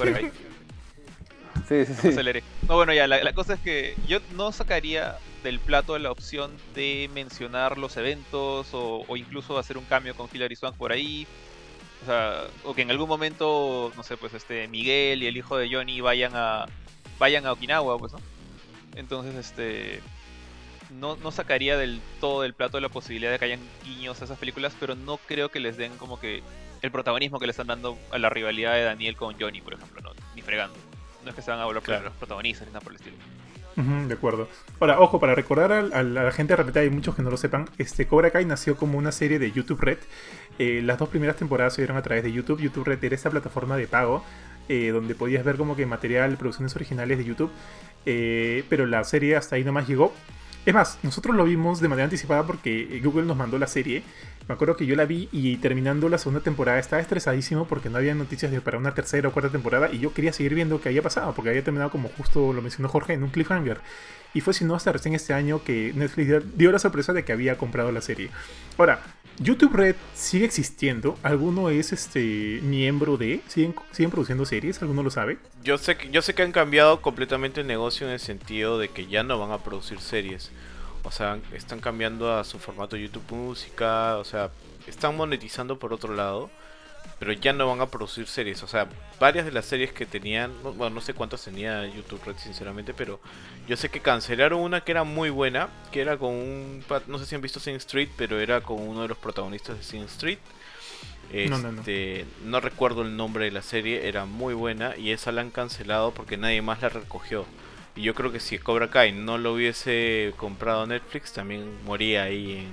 Sí. No, bueno, ya, la cosa es que yo no sacaría del plato la opción de mencionar los eventos o incluso hacer un cambio con Hilary Swank por ahí. O sea, o que en algún momento, no sé, pues Miguel y el hijo de Johnny vayan a Okinawa, pues, ¿no? Entonces, no sacaría del todo del plato la posibilidad de que hayan guiños a esas películas, pero no creo que les den como que el protagonismo que le están dando a la rivalidad de Daniel con Johnny, por ejemplo, ¿no? Ni fregando. No es que se van a volver Claro. los protagonistas ni nada por el estilo. De acuerdo. Ahora, ojo, para recordar a la gente, de repente hay muchos que no lo sepan, Cobra Kai nació como una serie de YouTube Red. Las 2 primeras temporadas se dieron a través de YouTube. YouTube Red era esta plataforma de pago donde podías ver como que material, producciones originales de YouTube. Pero la serie hasta ahí nomás llegó. Es más, nosotros lo vimos de manera anticipada porque Google nos mandó la serie. Me acuerdo que yo la vi y terminando la segunda temporada estaba estresadísimo porque no había noticias para una tercera o cuarta temporada y yo quería seguir viendo qué había pasado porque había terminado, como justo lo mencionó Jorge, en un cliffhanger. Y fue si no hasta recién este año que Netflix dio la sorpresa de que había comprado la serie. Ahora, YouTube Red sigue existiendo. ¿Alguno es miembro de? ¿Siguen produciendo series? ¿Alguno lo sabe? Yo sé que han cambiado completamente el negocio en el sentido de que ya no van a producir series. O sea, están cambiando a su formato YouTube Música. O sea, están monetizando por otro lado, pero ya no van a producir series. O sea, varias de las series que tenían, bueno, no sé cuántas tenía YouTube Red sinceramente, pero yo sé que cancelaron una que era muy buena, que era con no sé si han visto Sing Street, pero era con uno de los protagonistas de Sing Street. No recuerdo el nombre de la serie, era muy buena y esa la han cancelado porque nadie más la recogió. Y yo creo que si Cobra Kai no lo hubiese comprado Netflix, también moría ahí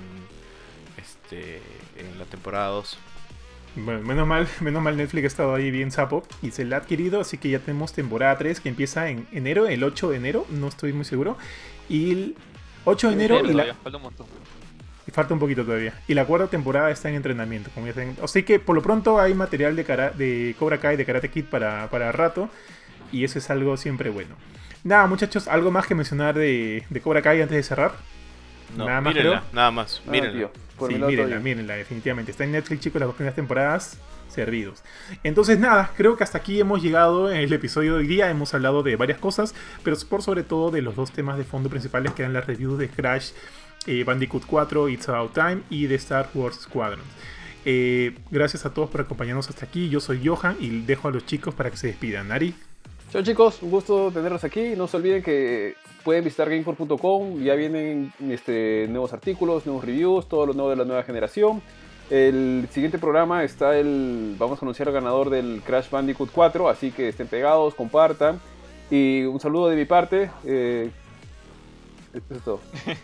en la temporada 2. Bueno, menos mal Netflix ha estado ahí bien sapo y se la ha adquirido, así que ya tenemos temporada 3 que empieza en enero, el 8 de enero, no estoy muy seguro. Y el 8 de enero Falta un montón. y falta un poquito todavía. Y la cuarta temporada está en entrenamiento. Como ya saben. Así que por lo pronto hay material de Cobra Kai, de Karate Kid para rato. Y eso es algo siempre bueno. Nada, muchachos, ¿algo más que mencionar de Cobra Kai antes de cerrar? No, Nada más, mírenla, creo. nada más, mírenla. Tío, por Sí, mi lado, todo mírenla, definitivamente. Está en Netflix, chicos, las 2 primeras temporadas servidos. Entonces, nada, creo que hasta aquí hemos llegado en el episodio de hoy día. Hemos hablado de varias cosas, pero por sobre todo de los 2 temas de fondo principales que eran las reviews de Crash Bandicoot 4, It's About Time y de Star Wars Squadrons. Gracias a todos por acompañarnos hasta aquí. Yo soy Johan y dejo a los chicos para que se despidan. Nari. Chao chicos, un gusto tenerlos aquí. No se olviden que pueden visitar gamecore.com. Ya vienen nuevos artículos, nuevos reviews, todo lo nuevo de la nueva generación. El siguiente programa vamos a anunciar al ganador del Crash Bandicoot 4, así que estén pegados, compartan. Y un saludo de mi parte. Eso es todo.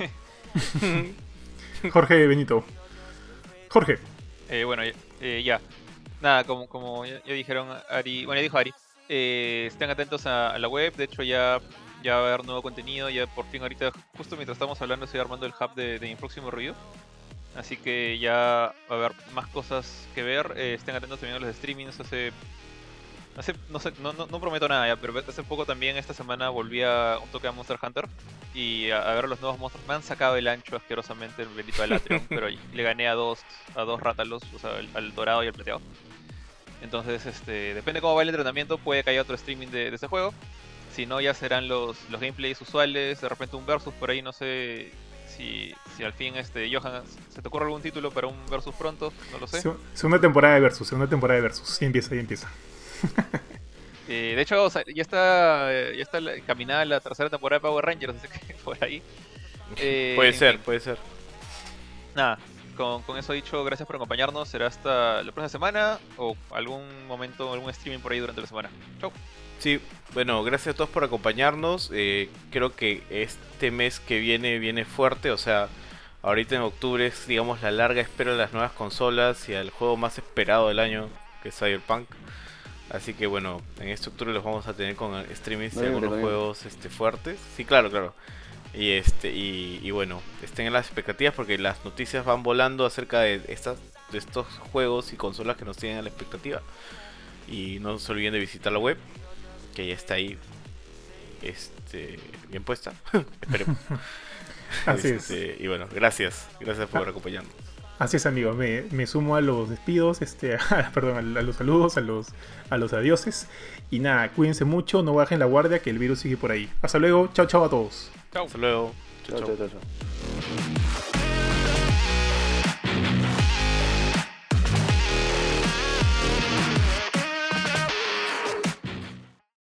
Jorge Benito. Jorge. Bueno, ya. Nada, como ya dijeron Ari, bueno, ya dijo Ari. Estén atentos a la web, de hecho ya va a haber nuevo contenido, ya por fin ahorita, justo mientras estamos hablando, estoy armando el hub de mi próximo review, así que ya va a haber más cosas que ver. Estén atentos también a los streamings. No sé, no prometo nada ya, pero hace poco también, esta semana, volví a un toque a Monster Hunter y a ver los nuevos monstruos. Me han sacado el ancho asquerosamente el bendito Alatreon, pero le gané a dos Rátalos, o sea, al dorado y al plateado. Entonces, depende cómo va el entrenamiento, puede que haya otro streaming de ese juego. Si no, ya serán los gameplays usuales, de repente un versus por ahí, no sé si al fin, Johan, ¿se te ocurre algún título para un versus pronto? No lo sé. Segunda temporada de versus. Sí, empieza. De hecho, o sea, ya está caminada la tercera temporada de Power Rangers, así que por ahí. Puede ser. Nada. Con eso dicho, gracias por acompañarnos. Será hasta la próxima semana o algún momento, algún streaming por ahí durante la semana. Chau. Sí, bueno, gracias a todos por acompañarnos. Creo que este mes que viene fuerte. O sea, ahorita en octubre es, digamos, la larga espera de las nuevas consolas y al juego más esperado del año, que es Cyberpunk. Así que bueno, en este octubre los vamos a tener con streamings de algunos juegos fuertes. Sí, claro. Y bueno, estén en las expectativas porque las noticias van volando acerca de estos juegos y consolas que nos tienen a la expectativa. Y no se olviden de visitar la web, que ya está ahí bien puesta. Esperemos. Así es. Y bueno, gracias por acompañarnos. Así es, amigos, me sumo a los despidos, perdón, a los saludos, a los adioses. Y nada, cuídense mucho, no bajen la guardia, que el virus sigue por ahí. Hasta luego, chao a todos. Chau. Hasta luego. Chao.